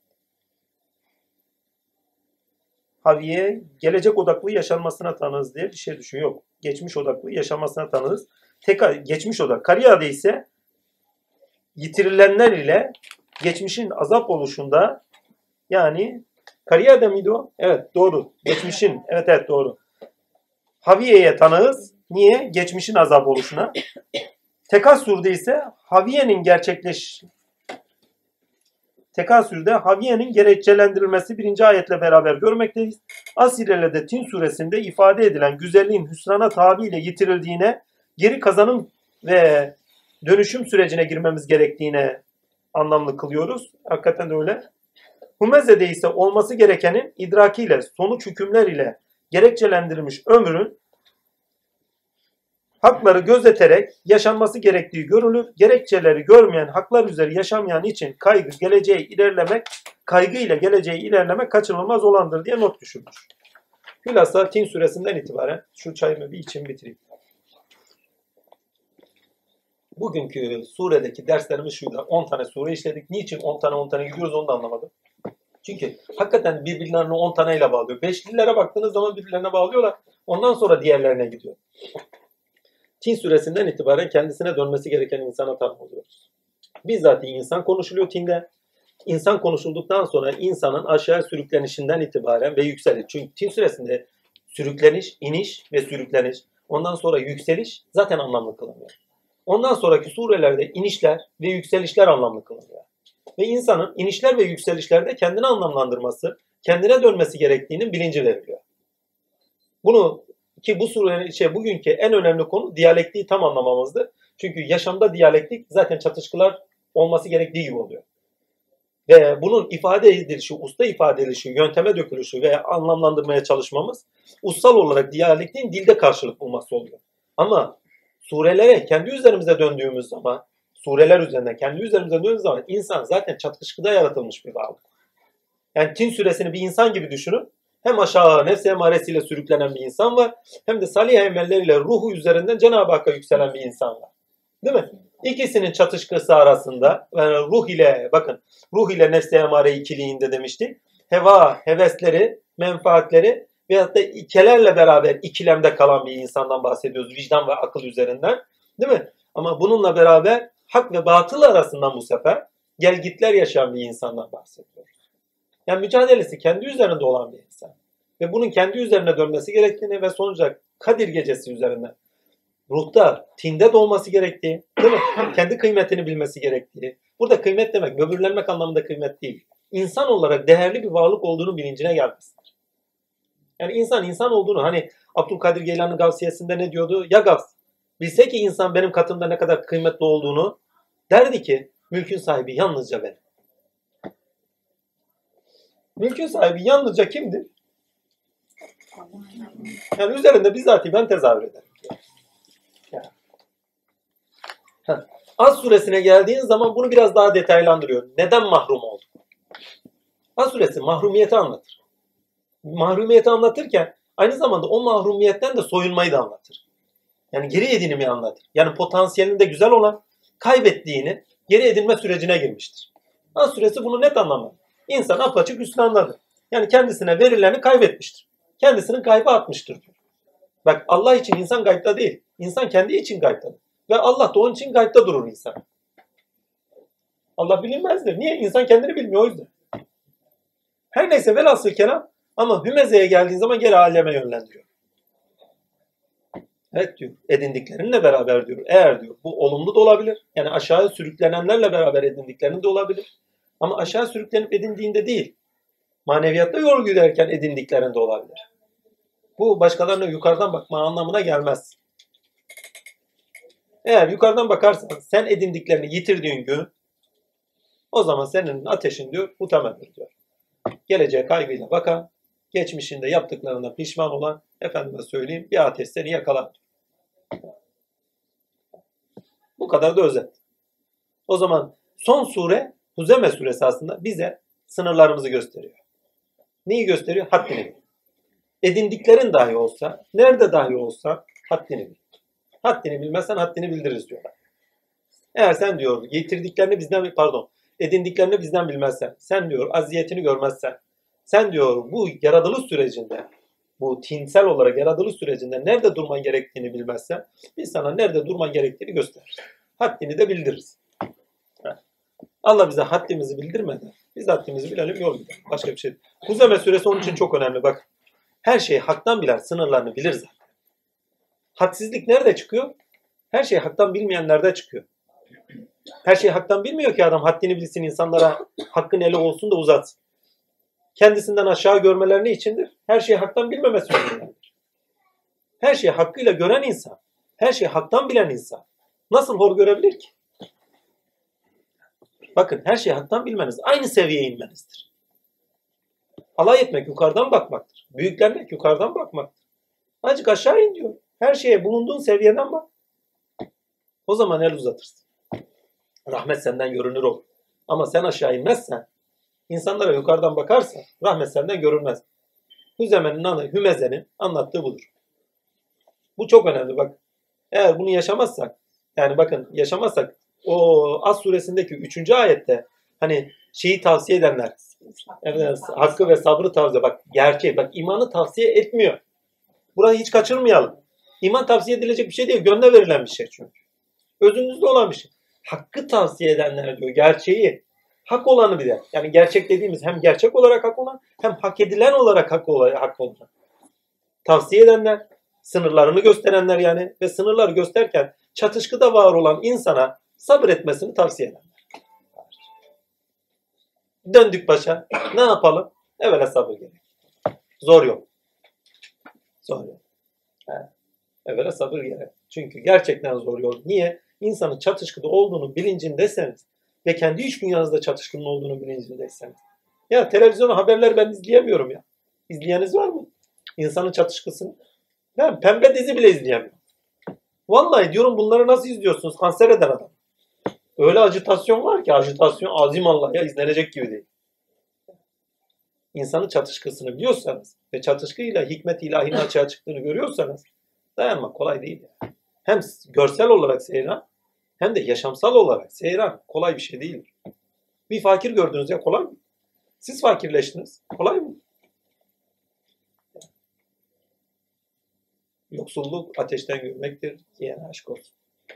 haviye gelecek odaklı yaşanmasına tanığız diye bir şey düşün. Yok. Geçmiş odaklı yaşanmasına tanığız. Tekrar geçmiş odak. Kariyada ise yitirilenler ile geçmişin azap oluşunda yani kariyada mıydı o? Evet doğru. Geçmişin. Evet evet doğru. Haviyeye tanığız. Niye? Geçmişin azap oluşuna. Tekasür'de ise haviyenin gerçekleş Tekasür'de haviyenin gerekçelendirilmesi birinci ayetle beraber görmekteyiz. Asirele'de Tin suresinde ifade edilen güzelliğin hüsrana tabiyle yitirildiğine, geri kazanım ve dönüşüm sürecine girmemiz gerektiğine anlamlı kılıyoruz. Hakikaten de öyle. Humeze'de ise olması gerekenin idrakiyle, sonuç hükümler ile gerekçelendirilmiş ömrün hakları gözeterek yaşanması gerektiği görülür. Gerekçeleri görmeyen, haklar üzere yaşamayan için kaygı, geleceğe ilerlemek, kaygı ile geleceğe ilerlemek kaçınılmaz olandır diye not düşülmüş. Hülasa Tin suresinden itibaren şu çayımı bir içim bitireyim. Bugünkü suredeki derslerimiz şuydu. on tane sure işledik. Niçin on tane on tane gidiyoruz onu da anlamadım. Çünkü hakikaten birbirlerini on taneyle bağlıyor. Beşlilere baktığınız zaman birbirlerine bağlıyorlar. Ondan sonra diğerlerine gidiyor. Tin suresinden itibaren kendisine dönmesi gereken insana tanımlıyoruz. Bizzat insan konuşuluyor Tin'de. İnsan konuşulduktan sonra insanın aşağı sürüklenişinden itibaren ve yükseliş. Çünkü Tin suresinde sürükleniş, iniş ve sürükleniş. Ondan sonra yükseliş zaten anlamlı kılınıyor. Ondan sonraki surelerde inişler ve yükselişler anlamlı kılınıyor. Ve insanın inişler ve yükselişlerde kendini anlamlandırması, kendine dönmesi gerektiğinin bilinci veriliyor. Bunu ki bu sure, şey, bugünkü en önemli konu diyalektiği tam anlamamızdır. Çünkü yaşamda diyalektik zaten çatışkılar olması gerektiği gibi oluyor. Ve bunun ifade edilişi, usta ifade edilişi, yönteme dökülüşü ve anlamlandırmaya çalışmamız ussal olarak diyalektiğin dilde karşılık bulması oluyor. Ama surelere kendi üzerimize döndüğümüz zaman, sureler üzerinden kendi üzerimize döndüğümüz zaman insan zaten çatışkıda yaratılmış bir varlık. Yani Tin suresini bir insan gibi düşünün. Hem aşağı nefs emaresiyle sürüklenen bir insan var, hem de salih emelleriyle ruhu üzerinden Cenab-ı Hakk'a yükselen bir insan var. Değil mi? İkisinin çatışkısı arasında, yani ruh ile, bakın, ruh ile nefs-i emare ikiliğinde demiştik. Heva, hevesleri, menfaatleri veyahut da ilkelerle beraber ikilemde kalan bir insandan bahsediyoruz. Vicdan ve akıl üzerinden. Değil mi? Ama bununla beraber hak ve batıl arasından bu sefer gelgitler yaşayan bir insandan bahsediyoruz. Yani mücadelesi kendi üzerinde olan bir insan. Ve bunun kendi üzerine dönmesi gerektiğini ve sonuçta Kadir gecesi üzerinden ruhta, tinde dolması gerektiği, değil mi? Kendi kıymetini bilmesi gerektiği. Burada kıymet demek, böbürlenmek anlamında kıymet değil. İnsan olarak değerli bir varlık olduğunu bilincine gelmesidir. Yani insan insan olduğunu, hani Abdülkadir Geylani Gavsiyesinde ne diyordu? Ya Gavs, bilse ki insan benim katımda ne kadar kıymetli olduğunu, derdi ki mülkün sahibi yalnızca benim. Mülkün sahibi yalnızca kimdir? Yani üzerinde bizzat ben tezahür ederim. Yani. Az suresine geldiğin zaman bunu biraz daha detaylandırıyor. Neden mahrum oldu? Az suresi mahrumiyeti anlatır. Mahrumiyeti anlatırken aynı zamanda o mahrumiyetten de soyunmayı da anlatır. Yani geri edinimi anlatır. Yani potansiyelinde güzel olan kaybettiğini geri edinme sürecine girmiştir. Az suresi bunu net anlamlar. İnsan apaçık hüsrandadır. Yani kendisine verileni kaybetmiştir. Kendisini gayba atmıştır diyor. Bak Allah için insan gaybda değil. İnsan kendi için gaybdadır. Ve Allah da onun için gaybda durur insan. Allah bilinmezdir. Niye? İnsan kendini bilmiyor o yüzden. Her neyse velhasıl kelam ama Hümeze'ye geldiğin zaman geri aleme yönlendiriyor. Evet diyor. Edindiklerinle beraber diyor. Eğer diyor bu olumlu da olabilir. Yani aşağıya sürüklenenlerle beraber edindiklerin de olabilir. Ama aşağı sürüklenip edindiğinde değil. Maneviyatta yol giderken edindiklerin de olabilir. Bu başkalarına yukarıdan bakma anlamına gelmez. Eğer yukarıdan bakarsan sen edindiklerini yitirdiğin gün o zaman senin ateşin diyor muhtemeldir diyor. Geleceğe kaygıyla bakan, geçmişinde yaptıklarından pişman olan efendime söyleyeyim bir ateş seni yakalar. Bu kadar da özet. O zaman son sure Huzeme suresi aslında bize sınırlarımızı gösteriyor. Neyi gösteriyor? Haddini bil. Edindiklerin dahi olsa, nerede dahi olsa haddini bil. Haddini bilmezsen haddini bildiririz diyorlar. Eğer sen diyor yitirdiklerini bizden pardon edindiklerini bizden bilmezsen, sen diyor aziyetini görmezsen, sen diyor bu yaratılış sürecinde, bu tinsel olarak yaratılış sürecinde nerede durman gerektiğini bilmezsen, biz sana nerede durman gerektiğini gösteririz. Haddini de bildiririz. Allah bize haddimizi bildirmeden, biz haddimizi bilelim yol gidelim. Başka bir şey değil. Huzeme suresi onun için çok önemli. Bak, her şeyi haktan bilen sınırlarını bilir zaten. Hadsizlik nerede çıkıyor? Her şeyi haktan bilmeyenlerde çıkıyor. Her şeyi haktan bilmiyor ki adam haddini bilsin insanlara hakkın eli olsun da uzatsın. Kendisinden aşağı görmeleri ne içindir? Her şeyi haktan bilmemesi yüzündendir. Her şeyi hakkıyla gören insan, her şeyi haktan bilen insan nasıl hor görebilir ki? Bakın her şeyi haktan bilmeniz aynı seviyeye inmenizdir. Alay etmek yukarıdan bakmaktır. Büyüklenmek yukarıdan bakmaktır. Azıcık aşağı in diyor. Her şeye bulunduğun seviyeden bak. O zaman el uzatırsın. Rahmet senden görünür olur. Ama sen aşağı inmezsen, insanlara yukarıdan bakarsan rahmet senden görünmez. Hüzeme'nin anı, Hümeze'nin anlattığı budur. Bu çok önemli bak. Eğer bunu yaşamazsak, yani bakın yaşamazsak o Az suresindeki üçüncü ayette hani şeyi tavsiye edenler, evet, hakkı ve sabrı tavsiye, bak gerçeği, bak imanı tavsiye etmiyor. Burayı hiç kaçırmayalım. İman tavsiye edilecek bir şey değil, gönle verilen bir şey çünkü. Özünüzde olan bir şey. Hakkı tavsiye edenler diyor, gerçeği, hak olanı bir de. Yani gerçek dediğimiz hem gerçek olarak hak olan hem hak edilen olarak hak olan. Hak olan. Tavsiye edenler, sınırlarını gösterenler yani ve sınırları gösterken çatışkıda var olan insana sabretmesini tavsiye edenler. Döndük başa. Ne yapalım? Evvela sabır gerek. Zor yok. Zor yok. Evet. Evvela sabır gerek. Çünkü gerçekten zor yol. Niye? İnsanın çatışkıda olduğunu bilincindeseniz ve kendi iç dünyanızda çatışkının olduğunu bilincindeyseniz. Ya televizyonu haberler ben izleyemiyorum ya. İzleyeniniz var mı? İnsanın çatışkısını. Ben pembe dizi bile izleyemiyorum. Vallahi diyorum bunları nasıl izliyorsunuz? Kanser eden adam. Öyle ajitasyon var ki ajitasyon azim Allah'a izlenecek gibi değil. İnsanın çatışkısını biliyorsanız ve çatışkıyla hikmet ilahinin açığa çıktığını görüyorsanız dayanmak kolay değil. Yani. Hem görsel olarak seyran hem de yaşamsal olarak seyran kolay bir şey değildir. Bir fakir gördünüz ya kolay mı? Siz fakirleştiniz. Kolay mı? Yoksulluk ateşten görmektir diyene aşk olsun.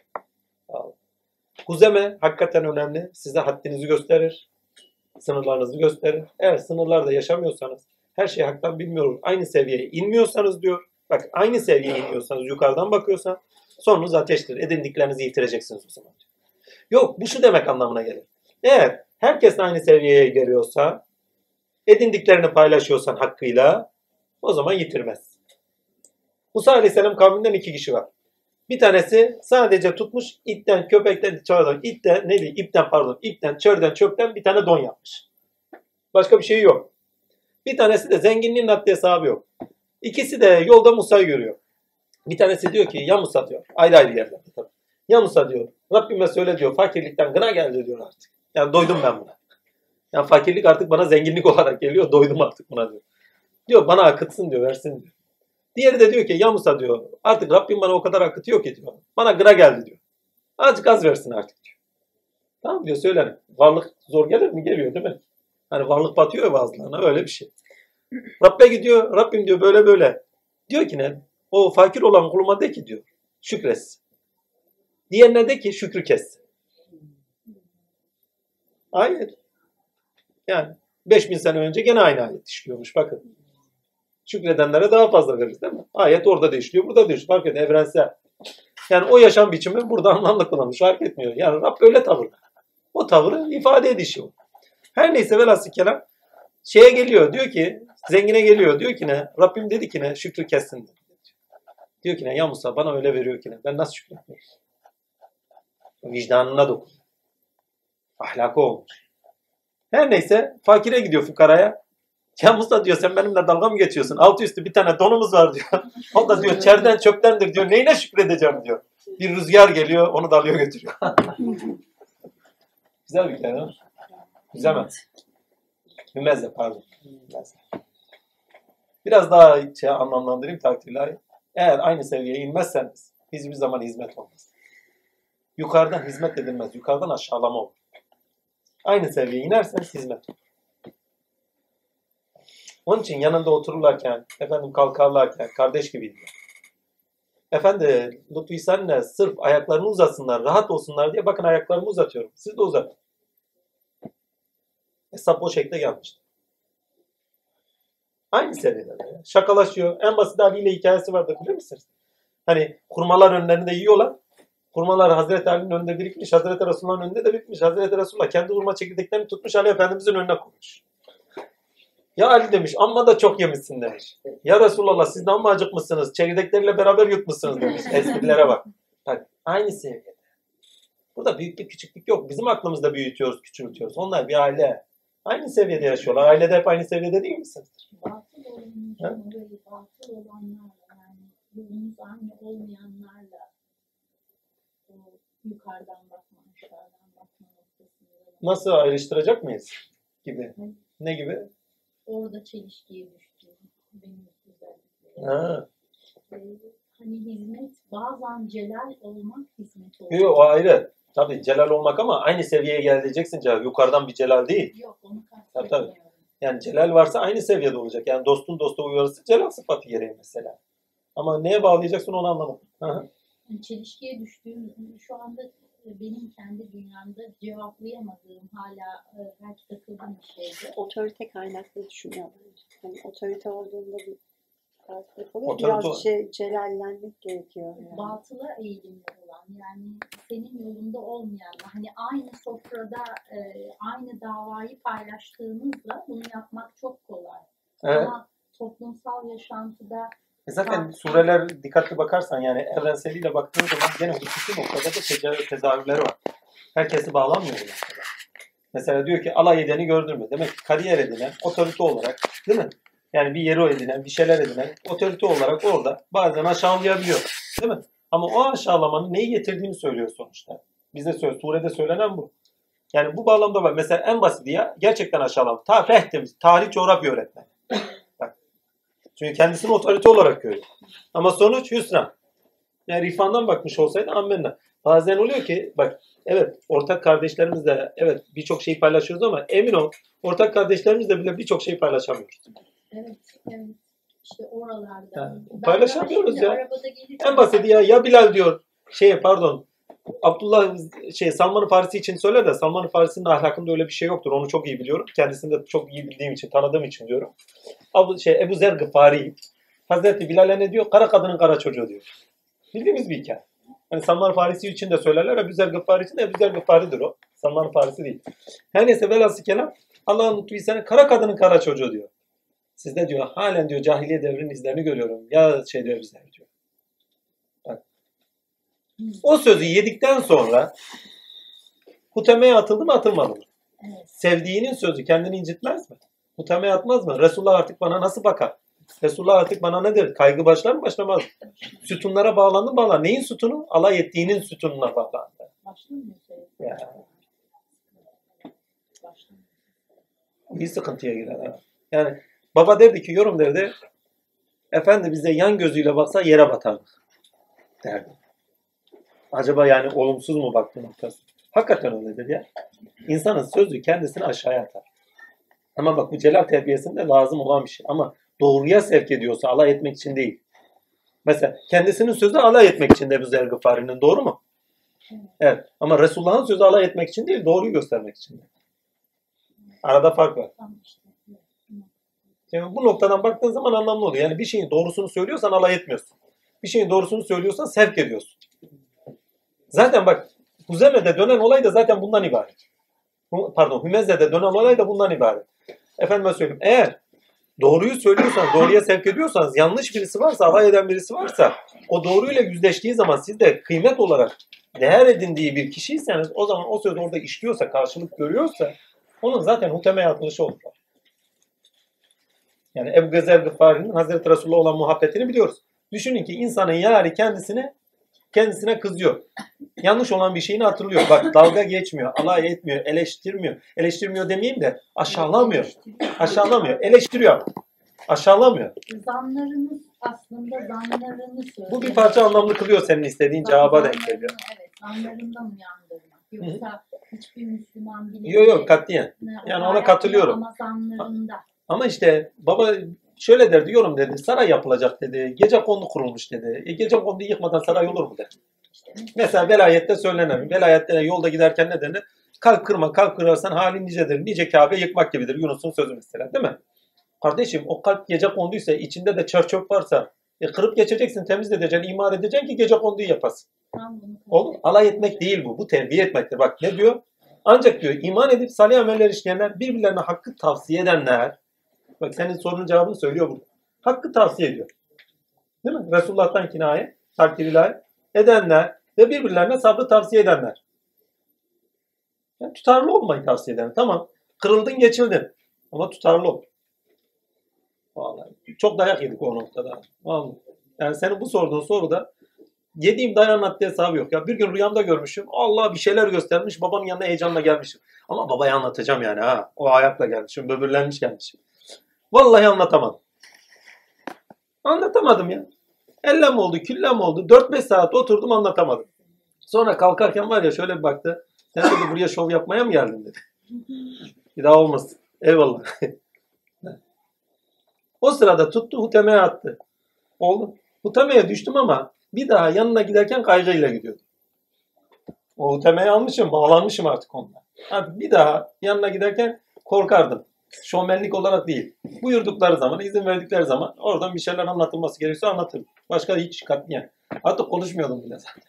Huzeme hakikaten önemli. Size haddinizi gösterir. Sınırlarınızı gösterir. Eğer sınırlarda yaşamıyorsanız, her şeyi haktan bilmiyoruz, aynı seviyeye inmiyorsanız diyor. Bak aynı seviyeye inmiyorsanız, yukarıdan bakıyorsan sonunuz ateştir. Edindiklerinizi yitireceksiniz o zaman. Yok bu şu demek anlamına gelir. Eğer herkes aynı seviyeye geliyorsa, edindiklerini paylaşıyorsan hakkıyla o zaman yitirmez. Musa Aleyhisselam kavminden iki kişi var. Bir tanesi sadece tutmuş itten, köpekten, çağdan, itten, ne diyeyim, ipten pardon, ipten, çörden, çöpten bir tane don yapmış. Başka bir şey yok. Bir tanesi de zenginliğin haddi hesabı yok. İkisi de yolda Musa'yı görüyor. Bir tanesi diyor ki ya Musa diyor. Ayrı ayrı yerlerde tabii. Ya Musa diyor. Rabbime söyle diyor. Fakirlikten gına geldi diyor artık. Yani doydum ben buna. Yani fakirlik artık bana zenginlik olarak geliyor. Doydum artık buna diyor. Diyor bana akıtsın diyor. Versin diyor. Diğeri de diyor ki ya Musa diyor. Artık Rabbim bana o kadar akıtıyor ki diyor. Bana gına geldi diyor. Azıcık az versin artık diyor. Tamam diyor söylerim. Varlık zor gelir mi? Geliyor değil mi? Hani varlık batıyor ya bazılarına. Öyle bir şey. Rabbe gidiyor. Rabbim diyor böyle böyle. Diyor ki ne? O fakir olan kuluma de ki diyor. Şükretsin. Diğerine de ki şükrü kessin. Hayır. Yani beş bin sene önce gene aynı ayet işliyormuş. Bakın. Şükredenlere daha fazla verir değil mi? Ayet orada da işliyor. Burada da işliyor. Fark ediyor. Evrensel. Yani o yaşam biçimi burada anlamlı kullanmış. Fark etmiyor. Yani Rab öyle tavır. O tavırı ifade edişi o. Her neyse velhasıl kelam şeye geliyor. Diyor ki zengine geliyor. Diyor ki ne? Rabbim dedi ki ne? Şükrü kessin dedi. Diyor ki ne? Ya Musa bana öyle veriyor ki ne? Ben nasıl şükretmiyorum? Vicdanına dokun. Ahlakı olmuş. Her neyse fakire gidiyor fukaraya. Ya Musa diyor sen benimle dalga mı geçiyorsun? Altı üstü bir tane donumuz var diyor. O da diyor çerden çöptendir diyor. Neyine şükredeceğim diyor. Bir rüzgar geliyor onu dalıyor götürüyor. Güzel bir hikaye değil mi? Güzel mi? Hümezle pardon. Hümezle. Biraz daha şey anlamlandırayım takdirleri. Eğer aynı seviyeye inmezseniz hiçbir zaman hizmet olmaz. Yukarıdan hizmet edilmez. Yukarıdan aşağılama olur. Aynı seviyeye inerseniz hizmet olur. Onun için yanında otururlarken, efendim kalkarlarken kardeş gibiydiler. Efendi Lütfi senle sırf ayaklarını uzatsınlar, rahat olsunlar diye bakın ayaklarımı uzatıyorum. Siz de uzatın. Hesap o şekilde gelmişti. Aynı seviyede. Yani. Şakalaşıyor. En basit haliyle hikayesi vardır bilir misiniz? Hani hurmalar önlerinde yiyorlar. Hurmalar Hazreti Ali'nin önünde birikmiş. Hazreti Resulullah'ın önünde de birikmiş. Hazreti Resulullah kendi hurma çekirdeklerini tutmuş Ali Efendimizin önüne koymuş. Ya Ali demiş amma da çok yemişsin demiş. Ya Resulullah siz de amma acıkmışsınız. Çekirdekleriyle beraber yutmuşsunuz demiş. Esprilere bak. Bak aynı seviyede. Burada büyüklük küçüklük yok. Bizim aklımızda büyütüyoruz, küçültüyoruz. Onlar bir aile. Aynı seviyede yaşıyorlar. Ailede hep aynı seviyede değil misiniz? Batıl olanlarla, batıl olanlarla yani yolumuz aynı olmayanlarla o yukarıdan bakma, aşağıdan bakma noktasında. Nasıl ayrıştıracak mıyız? Gibi. Hı. Ne gibi? Orada çelişkiye düştüm. Benim özellikle. Ha. Ee, hani hizmet, bazen celal olmak hizmet oluyor. Yok o ayrı. Tabii celal olmak ama aynı seviyeye geleceksin celal. Yukarıdan bir celal değil. Yok, onu Tabii, kastetmiyorum. Yani celal varsa aynı seviyede olacak. Yani dostun dosta uyarısı celal sıfatı gereği mesela. Ama neye bağlayacaksın onu anlamadım. Hı hı. Yani çelişkiye düştüğüm, şu anda benim kendi dünyamda cevaplayamadığım, hala e, belki takıldığım bir şeydi. Otorite kaynaklı düşünüyorlar. Yani otorite olduğunda bir karşılık oluyor. Otorite- Biraz şey, celallenmek gerekiyor. Yani. Batıla eğilimli olan, yani senin yolunda olmayanlar, hani aynı sofrada e, aynı davayı paylaştığımızda bunu yapmak çok kolay. Evet. Ama toplumsal yaşantıda E zaten sureler dikkatli bakarsan yani evrenseliyle baktığın zaman gene hususi noktada da teza- tezahürleri var. Herkesi bağlanmıyor bu noktada. Mesela diyor ki alay edeni gördün mü? Demek ki kariyer edinen, otorite olarak değil mi? Yani bir yeri edinen, bir şeyler edinen, otorite olarak orada bazen aşağılayabiliyor. Değil mi? Ama o aşağılamanın neyi getirdiğini söylüyor sonuçta. Bize söyle, surede söylenen bu. Yani bu bağlamda var. Mesela en basiti ya gerçekten aşağılama. Ta fehtimiz, tarih coğrafya öğretmeni. Bak. Çünkü kendisini otorite olarak görüyor. Ama sonuç hüsran. Yani rifandan bakmış olsaydı ammenna. Bazen oluyor ki bak evet ortak kardeşlerimizle evet birçok şeyi paylaşıyoruz ama emin ol ortak kardeşlerimizle bile birçok şeyi paylaşamıyoruz. evet, evet işte oralarda. Yani Ben paylaşamıyoruz şimdi ya. arabada gelirken- En basiti ya ya Bilal diyor şeye pardon Abdullah şey Salman-ı Farisi için söyler de Salman-ı Farisi'nin ahlakında öyle bir şey yoktur. Onu çok iyi biliyorum. Kendisini de çok iyi bildiğim için, tanıdığım için diyorum. Abu, şey, Ebu Zer Gıfari Hazreti Bilal'e ne diyor? Kara kadının kara çocuğu diyor. Bildiğimiz bir hikaye. Hani Salman-ı Farisi için de söylerler. Ebu Zer Gıfari için de Ebu Zer Gıfari'dir o. Salman-ı Farisi değil. Her neyse velhasıl kelam Allah'ın lütfu sana kara kadının kara çocuğu diyor. Sizde diyor halen diyor cahiliye devrinin izlerini görüyorum. Ya şey diyor bizler diyor. Bak. O sözü yedikten sonra hutemeye atıldı mı atılmadı mı? Evet. Sevdiğinin sözü kendini incitmez mi? Hutame yatmaz mı? Resulullah artık bana nasıl bakar? Resulullah artık bana nedir? Kaygı başlar mı başlamaz mı? Sütunlara bağlandı mı bağlandı. Neyin sütunu? Alay ettiğinin sütununa bağlandı. Başlamıyor. Ya, Başlamıyor. iyi sıkıntıya girer ha. Yani baba derdi ki yorum derdi. Efendi bize yan gözüyle baksa yere batardık derdi. Acaba yani olumsuz mu baktı noktası? Hakikaten öyledir ya. İnsanın sözü kendisini aşağıya atar. Ama bak bu celal terbiyesinde lazım olan bir şey. Ama doğruya sevk ediyorsa alay etmek için değil. Mesela kendisinin sözü alay etmek için de bu Zer Gıfari'nin, doğru mu? Evet. Ama Resulullah'ın sözü alay etmek için değil, doğruyu göstermek için de. Arada fark var. Tam işte. Yani bu noktadan baktığın zaman anlamlı oluyor. Yani bir şeyin doğrusunu söylüyorsan alay etmiyorsun. Bir şeyin doğrusunu söylüyorsan sevk ediyorsun. Zaten bak Huzeme'de dönen olay da zaten bundan ibaret. Pardon Hümeze'de dönen olay da bundan ibaret. Efendime söyleyeyim, eğer doğruyu söylüyorsanız, doğruya sevk ediyorsanız, yanlış birisi varsa, alay eden birisi varsa, o doğruyla yüzleştiği zaman siz de kıymet olarak değer edindiği bir kişiyseniz, o zaman o söz orada işliyorsa, karşılık görüyorsa, onun zaten huteme yatılışı olur. Yani Ebu Gezer Gıfari'nin Hazreti Resulullah olan muhabbetini biliyoruz. Düşünün ki insanın yari kendisine kendisine kızıyor. Yanlış olan bir şeyini hatırlıyor. Bak dalga geçmiyor, alay etmiyor, eleştirmiyor. Eleştirmiyor demeyeyim de aşağılamıyor. Aşağılamıyor, eleştiriyor. Aşağılamıyor. Zanlarınız aslında zanlarını söylüyor. Bu bir parça anlamlı kılıyor senin istediğin cevaba denk geliyor. Evet, zanlarından uyandırmak. Yoksa hiçbir Müslüman bile... Yok yok katiyen. Yani ona katılıyorum. Ama zanlarında. Ama işte baba şöyle derdi, yorum dedi, saray yapılacak dedi, gecekondu kurulmuş dedi. E, gecekonduyu yıkmadan saray olur mu dedi. Mesela velayette söylenen, velayette yolda giderken ne denir? Kalp kırma, kalp kırarsan halin nicedir. Nice Kabe yıkmak gibidir. Yunus'un sözü mesela, değil mi? Kardeşim o kalp gecekonduysa, içinde de çer çöp varsa, e, kırıp geçeceksin, temizleteceksin, imar edeceksin ki gecekonduyu yapasın. Oğlum alay etmek değil bu. Bu terbiye etmektir. Bak ne diyor? Ancak diyor iman edip salih ameller işleyenler, birbirlerine hakkı tavsiye edenler. Bak senin sorunun cevabını söylüyor burada. Hakkı tavsiye ediyor. Değil mi? Resulullah'tan kinaye, takdir ilahi edenler ve birbirlerine sabrı tavsiye edenler. Yani tutarlı olmayı tavsiye edenler. Tamam. Kırıldın geçildin. Ama tutarlı ol. Vallahi çok dayak yedik o noktada. Vallahi. Yani senin bu sorduğun soruda yediğim dayan haddi hesabı yok. Ya bir gün rüyamda görmüşüm. Allah bir şeyler göstermiş. Babanın yanına heyecanla gelmişim. Ama babaya anlatacağım yani ha. O ayakla gelmişim. Böbürlenmiş gelmişim. Vallahi anlatamadım. Anlatamadım ya. Ellem oldu, küllem oldu. dört beş saat oturdum anlatamadım. Sonra kalkarken var ya şöyle bir baktı. Sen dedi buraya şov yapmaya mı geldin dedi. Bir daha olmasın. Eyvallah. O sırada tuttu hutemeye attı. Oldu. Hutemeye düştüm ama bir daha yanına giderken kaygıyla gidiyordum. O hutemeye almışım, bağlanmışım artık onunla. Artık bir daha yanına giderken korkardım. Şovmenlik olarak değil. Buyurdukları zaman, izin verdikleri zaman oradan bir şeyler anlatılması gerekiyorsa anlatırım. Başka hiç katliyen. Artık konuşmuyordum bile zaten.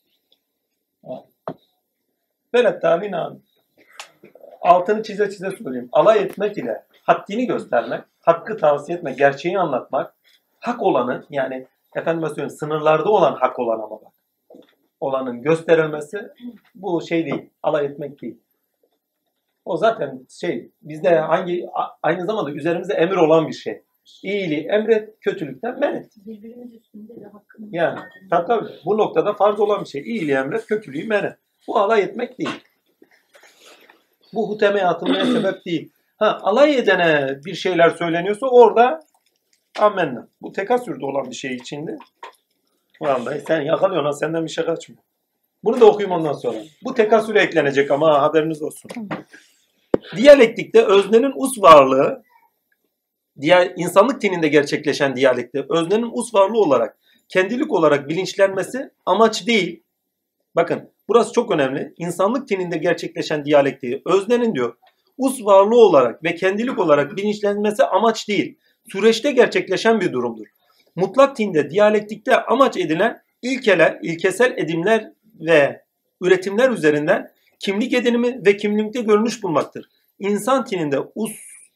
Velet tamin abi. Altını çize çize söyleyeyim. Alay etmek ile haddini göstermek, hakkı tavsiye etmek, gerçeği anlatmak, hak olanı yani efendime söyleyeyim sınırlarda olan hak olan ama bak. Olanın gösterilmesi bu şey değil. Alay etmek değil. O zaten şey bizde hangi aynı zamanda üzerimizde emir olan bir şey. İyiliği emret, kötülükten men et. Birbirimiz üstünde de hakkımız. Yani tabii, tabii bu noktada farz olan bir şey. İyiliği emret, kötülüğü men et. Bu alay etmek değil. Bu hutemeye atılmaya sebep değil. Ha, alay edene bir şeyler söyleniyorsa orada amenna. Bu tekasürde olan bir şey içinde. Vallahi sen yakalıyorsun ha, senden bir şey kaçmıyor. Bunu da okuyayım ondan sonra. Bu tekasüre eklenecek ama haberiniz olsun. Diyalektikte öznenin us varlığı, diğer insanlık tininde gerçekleşen diyalekte öznenin us varlığı olarak, kendilik olarak bilinçlenmesi amaç değil. Bakın burası çok önemli. İnsanlık tininde gerçekleşen diyalektiği öznenin diyor us varlığı olarak ve kendilik olarak bilinçlenmesi amaç değil. Süreçte gerçekleşen bir durumdur. Mutlak tinde diyalektikte amaç edilen ilkeler, ilkesel edimler ve üretimler üzerinden kimlik edinimi ve kimlikte görünüş bulmaktır. İnsan tininde us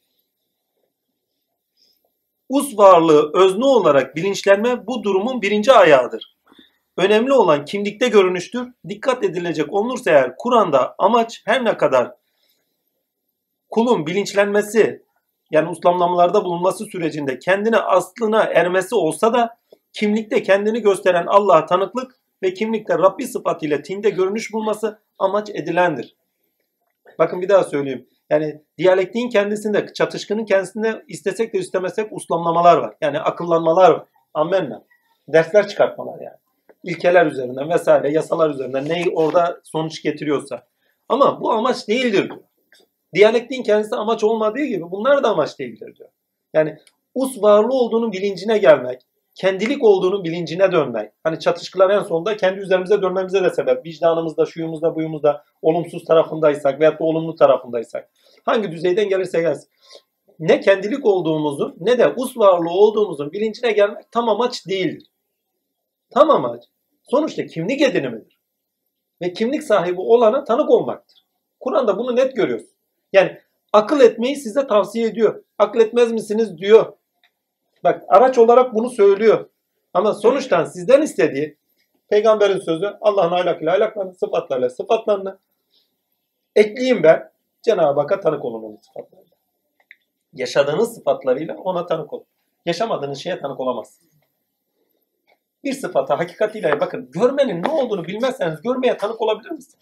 us varlığı özne olarak bilinçlenme bu durumun birinci ayağıdır. Önemli olan kimlikte görünüştür. Dikkat edilecek olursa eğer Kur'an'da amaç her ne kadar kulun bilinçlenmesi yani uslamlamalarda bulunması sürecinde kendine aslına ermesi olsa da kimlikte kendini gösteren Allah'a tanıklık ve kimlikte Rabbi sıfatıyla tinde görünüş bulması amaç edilendir. Bakın bir daha söyleyeyim. Yani diyalektiğin kendisinde, çatışkının kendisinde istesek de istemesek uslamlamalar var. Yani akıllanmalar var. Amenna. Dersler çıkartmalar yani. İlkeler üzerinden vesaire, yasalar üzerinden neyi orada sonuç getiriyorsa. Ama bu amaç değildir diyor. Diyalektiğin kendisi amaç olmadığı gibi bunlar da amaç değildir diyor. Yani us varlığı olduğunun bilincine gelmek, kendilik olduğunun bilincine dönmek. Hani çatışkılar en sonunda kendi üzerimize dönmemize de sebep. Vicdanımızda, şuyumuzda, buyumuzda olumsuz tarafındaysak veyahut da olumlu tarafındaysak. Hangi düzeyden gelirse gelsin. Ne kendilik olduğumuzun ne de us varlığı olduğumuzun bilincine gelmek tam amaç değildir. Tam amaç sonuçta kimlik edinimidir. Ve kimlik sahibi olana tanık olmaktır. Kur'an'da bunu net görüyoruz. Yani akıl etmeyi size tavsiye ediyor. Akıl etmez misiniz diyor. Bak araç olarak bunu söylüyor. Ama sonuçtan sizden istediği peygamberin sözü Allah'ın ahlakıyla ahlaklarını, sıfatlarla sıfatlarını ekleyeyim ben. Cenab-ı Hakk'a tanık olun onun sıfatlarıyla. Yaşadığınız sıfatlarıyla ona tanık olun. Yaşamadığınız şeye tanık olamazsınız. Bir sıfata hakikatiyle bakın görmenin ne olduğunu bilmezseniz görmeye tanık olabilir misiniz?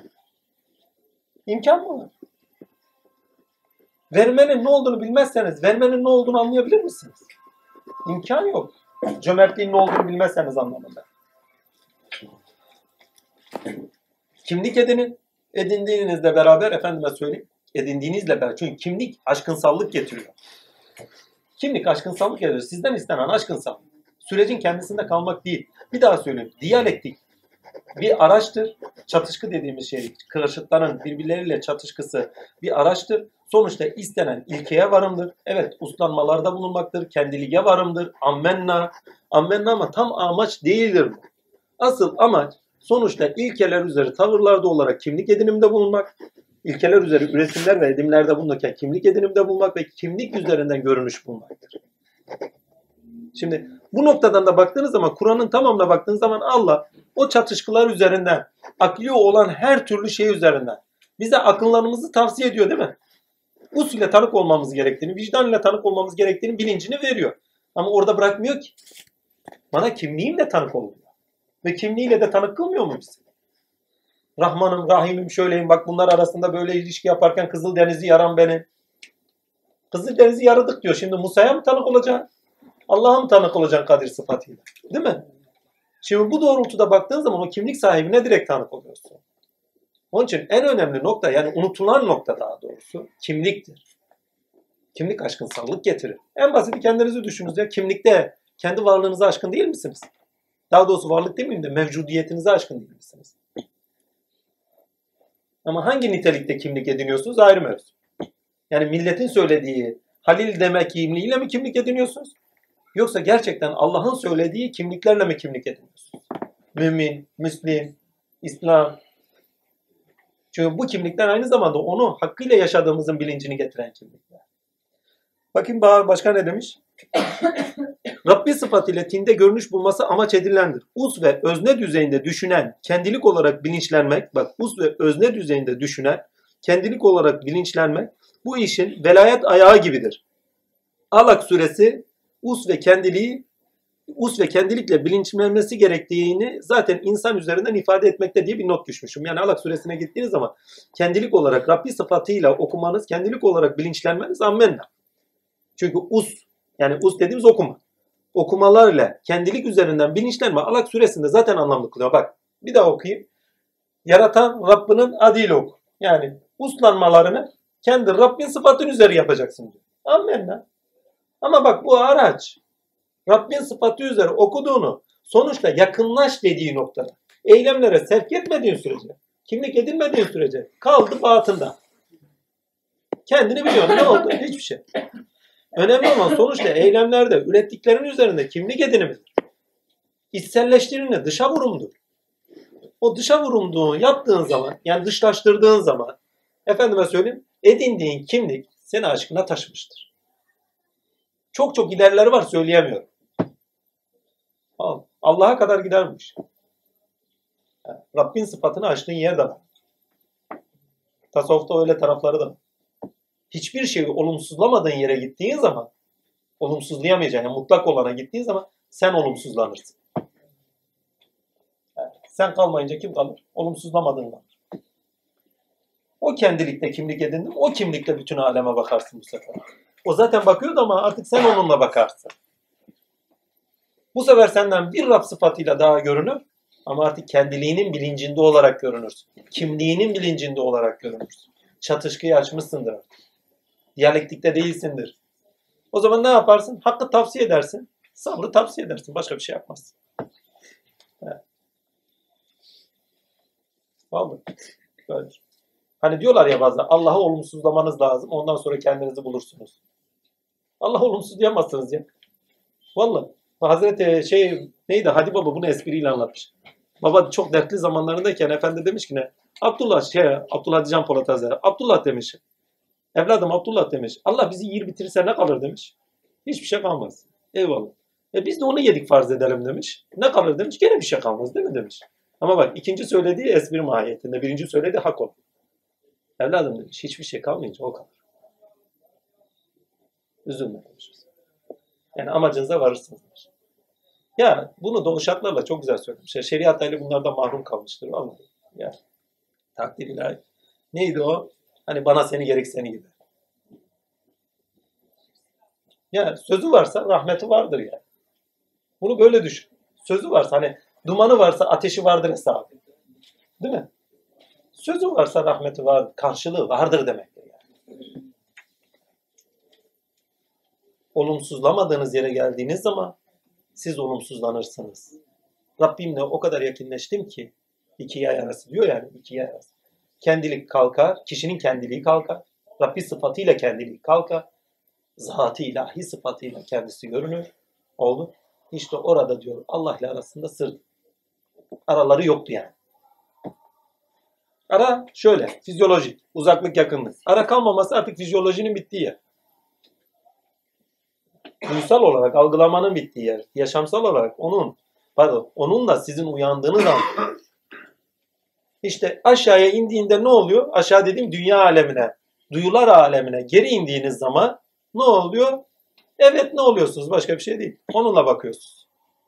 İmkan mı var? Vermenin ne olduğunu bilmezseniz vermenin ne olduğunu anlayabilir misiniz? İmkan yok. Cömertliğin ne olduğunu bilmezseniz anlamında. Kimlik edinin. Edindiğinizle beraber efendime söyleyeyim. Edindiğinizle beraber. Çünkü kimlik aşkınsallık getiriyor. Kimlik aşkınsallık getiriyor. Sizden istenen aşkınsallık. Sürecin kendisinde kalmak değil. Bir daha söyleyeyim. Diyalektik bir araçtır. Çatışkı dediğimiz şey, karşıtların birbirleriyle çatışkısı bir araçtır. Sonuçta istenen ilkeye varımdır. Evet, uslanmalarda bulunmaktır. Kendiliğe varımdır. Ammenna. Ammenna ama tam amaç değildir bu. Asıl amaç sonuçta ilkeler üzeri tavırlarda olarak kimlik edinimde bulunmak. İlkeler üzeri üretimler ve edimlerde bulunurken kimlik edinimde bulunmak ve kimlik üzerinden görünüş bulmaktır. Şimdi bu noktadan da baktığınız zaman, Kur'an'ın tamamına baktığınız zaman Allah o çatışkılar üzerinden, akli olan her türlü şey üzerinden bize akıllarımızı tavsiye ediyor değil mi? Us ile tanık olmamız gerektiğini, vicdan ile tanık olmamız gerektiğini bilincini veriyor. Ama orada bırakmıyor ki. Bana kimliğimle tanık oluyor. Ve kimliğiyle de tanık kılmıyor mu bizi? Rahmanım, Rahim'im şöyleyim, bak bunlar arasında böyle ilişki yaparken Kızıldeniz'i yaran benim. Kızıldeniz'i yaradık diyor. Şimdi Musa'ya mı tanık olacaksın? Allah'a mı tanık olacaksın Kadir sıfatıyla? Değil mi? Şimdi bu doğrultuda baktığın zaman o kimlik sahibine direkt tanık oluyorsun. Onun için en önemli nokta, yani unutulan nokta daha doğrusu kimliktir. Kimlik aşkınsallık getirir. En basiti kendinizi düşününüz ya. Kimlikte kendi varlığınıza aşkın değil misiniz? Daha doğrusu varlık demeyeyim de mevcudiyetinize aşkın değil misiniz? Ama hangi nitelikte kimlik ediniyorsunuz ayrı mevzu. Yani milletin söylediği Halil demek kimliğiyle mi kimlik ediniyorsunuz? Yoksa gerçekten Allah'ın söylediği kimliklerle mi kimlik ediniyorsunuz? Mümin, Müslim, İslam. Çünkü bu kimlikler aynı zamanda onu hakkıyla yaşadığımızın bilincini getiren kimlikler. Bakın başka ne demiş? Rabbi sıfatıyla tinde görünüş bulması amaç edilendir. Us ve özne düzeyinde düşünen, kendilik olarak bilinçlenmek, bak us ve özne düzeyinde düşünen, kendilik olarak bilinçlenmek bu işin velayet ayağı gibidir. Alak suresi us ve kendiliği, us ve kendilikle bilinçlenmesi gerektiğini zaten insan üzerinden ifade etmekte diye bir not düşmüşüm. Yani Alak suresine gittiğiniz zaman kendilik olarak Rabbi sıfatıyla okumanız, kendilik olarak bilinçlenmeniz ammenna. Çünkü us, yani us dediğimiz okuma. Okumalarla kendilik üzerinden bilinçlenme Alak suresinde zaten anlamlı kılıyor. Bak bir daha okuyayım. Yaratan Rabbinin adıyla oku. Yani uslanmalarını kendi Rabbin sıfatın üzeri yapacaksın diyor. Ammenna. Ama bak bu araç Rabbin sıfatı üzeri okuduğunu sonuçta yakınlaş dediği noktada eylemlere sevk etmediğin sürece, kimlik edinmediğin sürece kaldı batında. Kendini biliyorsun ne oldu? Hiçbir şey. Önemli olan sonuçta eylemlerde ürettiklerin üzerinde kimlik edinimidir. İçselleştiğinde dışa vurumdur. O dışa vurumduğu yaptığın zaman, yani dışlaştırdığın zaman, efendime söyleyeyim, edindiğin kimlik seni aşkına taşımıştır. Çok çok ilerleri var söyleyemiyorum. Allah'a kadar gidermiş. Yani Rabbin sıfatını açtığın yer de var. Tasavvufta öyle tarafları da var. hiçbir şeyi olumsuzlamadığın yere gittiğin zaman, olumsuzlayamayacağın, yani mutlak olana gittiğin zaman sen olumsuzlanırsın. Yani sen kalmayınca kim kalır? Olumsuzlamadığın kalır. O kendilikte kimlik edindin, o kimlikle bütün aleme bakarsın bu sefer. O zaten bakıyordu ama artık sen onunla bakarsın. Bu sefer senden bir Rab sıfatıyla daha görünür ama artık kendiliğinin bilincinde olarak görünürsün. Kimliğinin bilincinde olarak görünürsün. Çatışkıyı açmışsındır artık. Diyalektikte değilsindir. O zaman ne yaparsın? Hakkı tavsiye edersin. Sabrı tavsiye edersin. Başka bir şey yapmazsın. Evet. Vallahi. Böyle. Hani diyorlar ya bazen Allah'ı olumsuzlamanız lazım. Ondan sonra kendinizi bulursunuz. Allah'ı olumsuzlayamazsınız ya. Vallahi. Hazreti şey neydi? Hadi Baba bunu espriyle anlatmış. Baba çok dertli zamanlarındayken efendi demiş ki ne? Abdullah şey Abdullah Can Polat Hazretleri. Abdullah demiş. Evladım Abdullah demiş. Allah bizi yer bitirirse ne kalır demiş. Hiçbir şey kalmaz. Eyvallah. E biz de onu yedik farz edelim demiş. Ne kalır demiş. Gene bir şey kalmaz değil mi demiş. Ama bak ikinci söylediği espri mahiyetinde. Birinci söylediği hak o. Evladım demiş. Hiçbir şey kalmayınca o kalır. Üzülme demiş. Yani amacınıza varırsınız demiş. Ya bunu Doğu şartlarla çok güzel söylemiş. Şeriat ehli bunlardan mahrum kalmıştır. Ama ya takdir ilahi. Neydi o? Hani bana seni gerek seni gibi. Ya sözü varsa rahmeti vardır ya. Bunu böyle düşün. Sözü varsa hani dumanı varsa ateşi vardır hesabı. Değil mi? Sözü varsa rahmeti var, karşılığı vardır demektir yani. Olumsuzlamadığınız yere geldiğiniz zaman siz olumsuzlanırsınız. Rabbimle o kadar yakınlaştım ki iki yay arası diyor yani iki yay arası. Kendilik kalkar, kişinin kendiliği kalkar. Rabbi sıfatıyla kendiliği kalkar. Zat-ı ilahi sıfatıyla kendisi görünür. Oldu. İşte orada diyor Allah ile arasında sır. Araları yoktu yani. Ara şöyle, fizyolojik, uzaklık yakınlık. Ara kalmaması artık fizyolojinin bittiği yer. Duysal olarak algılamanın bittiği yer. Yaşamsal olarak onun, pardon, onunla sizin uyandığınız an. İşte aşağıya indiğinde ne oluyor? Aşağı dediğim dünya alemine, duyular alemine geri indiğiniz zaman ne oluyor? Evet ne oluyorsunuz? Başka bir şey değil. Onunla bakıyorsunuz.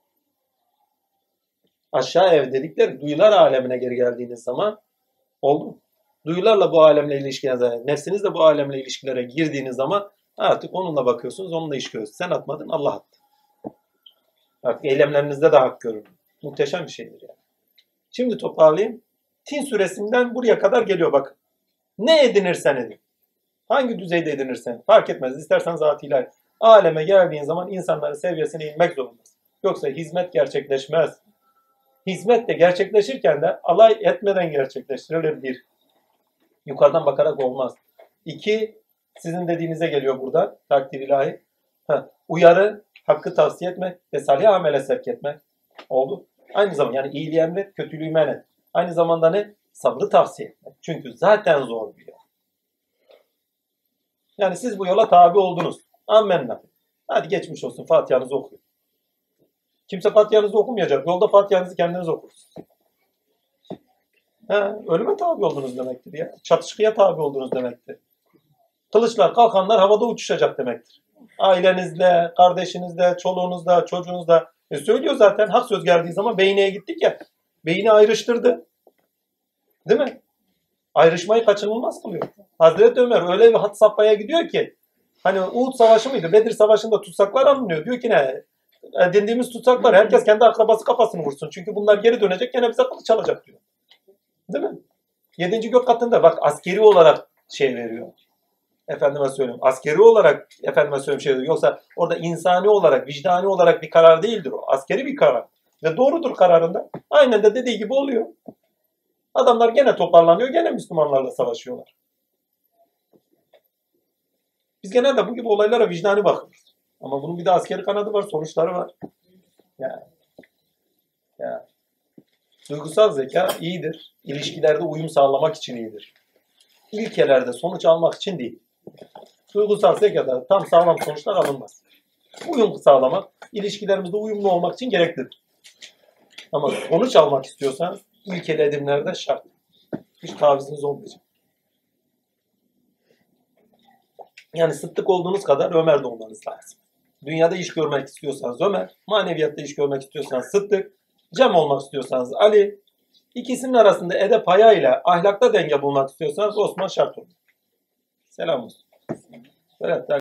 Aşağı ev dedikleri duyular alemine geri geldiğiniz zaman oldu mu? Duyularla bu alemle ilişkinize, nefsinizle bu alemle ilişkilere girdiğiniz zaman artık onunla bakıyorsunuz, onunla iş görüyorsunuz. Sen atmadın, Allah attı. Artık eylemlerinizde de hak görün. Muhteşem bir şeydir yani. Şimdi toparlayayım. Tin suresinden buraya kadar geliyor bakın. Ne edinirsen edin. Hangi düzeyde edinirsen fark etmez. İstersen zat-ı ilahi. Aleme geldiğin zaman insanların seviyesine inmek zorundasın. Yoksa hizmet gerçekleşmez. Hizmet de gerçekleşirken de alay etmeden gerçekleştirilir bir. Yukarıdan bakarak olmaz. İki, sizin dediğinize geliyor burada. Takdir ilahi. Ha, uyarı, hakkı tavsiye etmek ve salih amele sevk etmek. Oldu. Aynı zamanda yani iyiliği emret, kötülüğü men et. Aynı zamanda ne? Sabrı tavsiye etmek. Çünkü zaten zor bir yol. Yani siz bu yola tabi oldunuz. Ammenna. Hadi geçmiş olsun. Fatiha'nızı okuyun. Kimse Fatiha'nızı okumayacak. Yolda Fatiha'nızı kendiniz okursunuz. He, ölüme tabi oldunuz demektir ya. Çatışkıya tabi oldunuz demektir. Kılıçlar, kalkanlar havada uçuşacak demektir. Ailenizle, kardeşinizle, çoluğunuzla, çocuğunuzla. E söylüyor zaten. Hak söz geldiği zaman beyneye gittik ya. Beyni ayrıştırdı. Değil mi? Ayrışmayı kaçınılmaz kılıyor. Hazreti Ömer öyle bir hat safhaya gidiyor ki hani Uhud Savaşı mıydı? Bedir Savaşı'nda tutsaklar alınıyor. Diyor ki ne? Edindiğimiz tutsaklar herkes kendi akrabası kafasını vursun. Çünkü bunlar geri dönecek gene bize kılıç alacak diyor. Değil mi? Yedinci gök katında bak askeri olarak şey veriyor. Efendime söyleyeyim. Askeri olarak efendime söyleyeyim şey diyor. Yoksa orada insani olarak, vicdani olarak bir karar değildir o. Askeri bir karar. Ve doğrudur kararında. Aynen de dediği gibi oluyor. Adamlar gene toparlanıyor, gene Müslümanlarla savaşıyorlar. Biz genelde bu gibi olaylara vicdani bakıyoruz. Ama bunun bir de askeri kanadı var, sonuçları var. Yani, yani. Duygusal zeka iyidir. İlişkilerde uyum sağlamak için iyidir. İlkelerde sonuç almak için değil. Duygusal zekada tam sağlam sonuçlar alınmaz. Uyum sağlamak, ilişkilerimizde uyumlu olmak için gereklidir. Ama sonuç almak istiyorsan ilkeli edimlerde şart. Hiç taviziniz olmayacak. Yani Sıddık olduğunuz kadar Ömer de olmanız lazım. Dünyada iş görmek istiyorsanız Ömer, maneviyatta iş görmek istiyorsanız Sıddık, cem olmak istiyorsanız Ali, ikisinin arasında edep hayayla ahlakta denge bulmak istiyorsanız Osman şart olur. Selam olsun. Evet,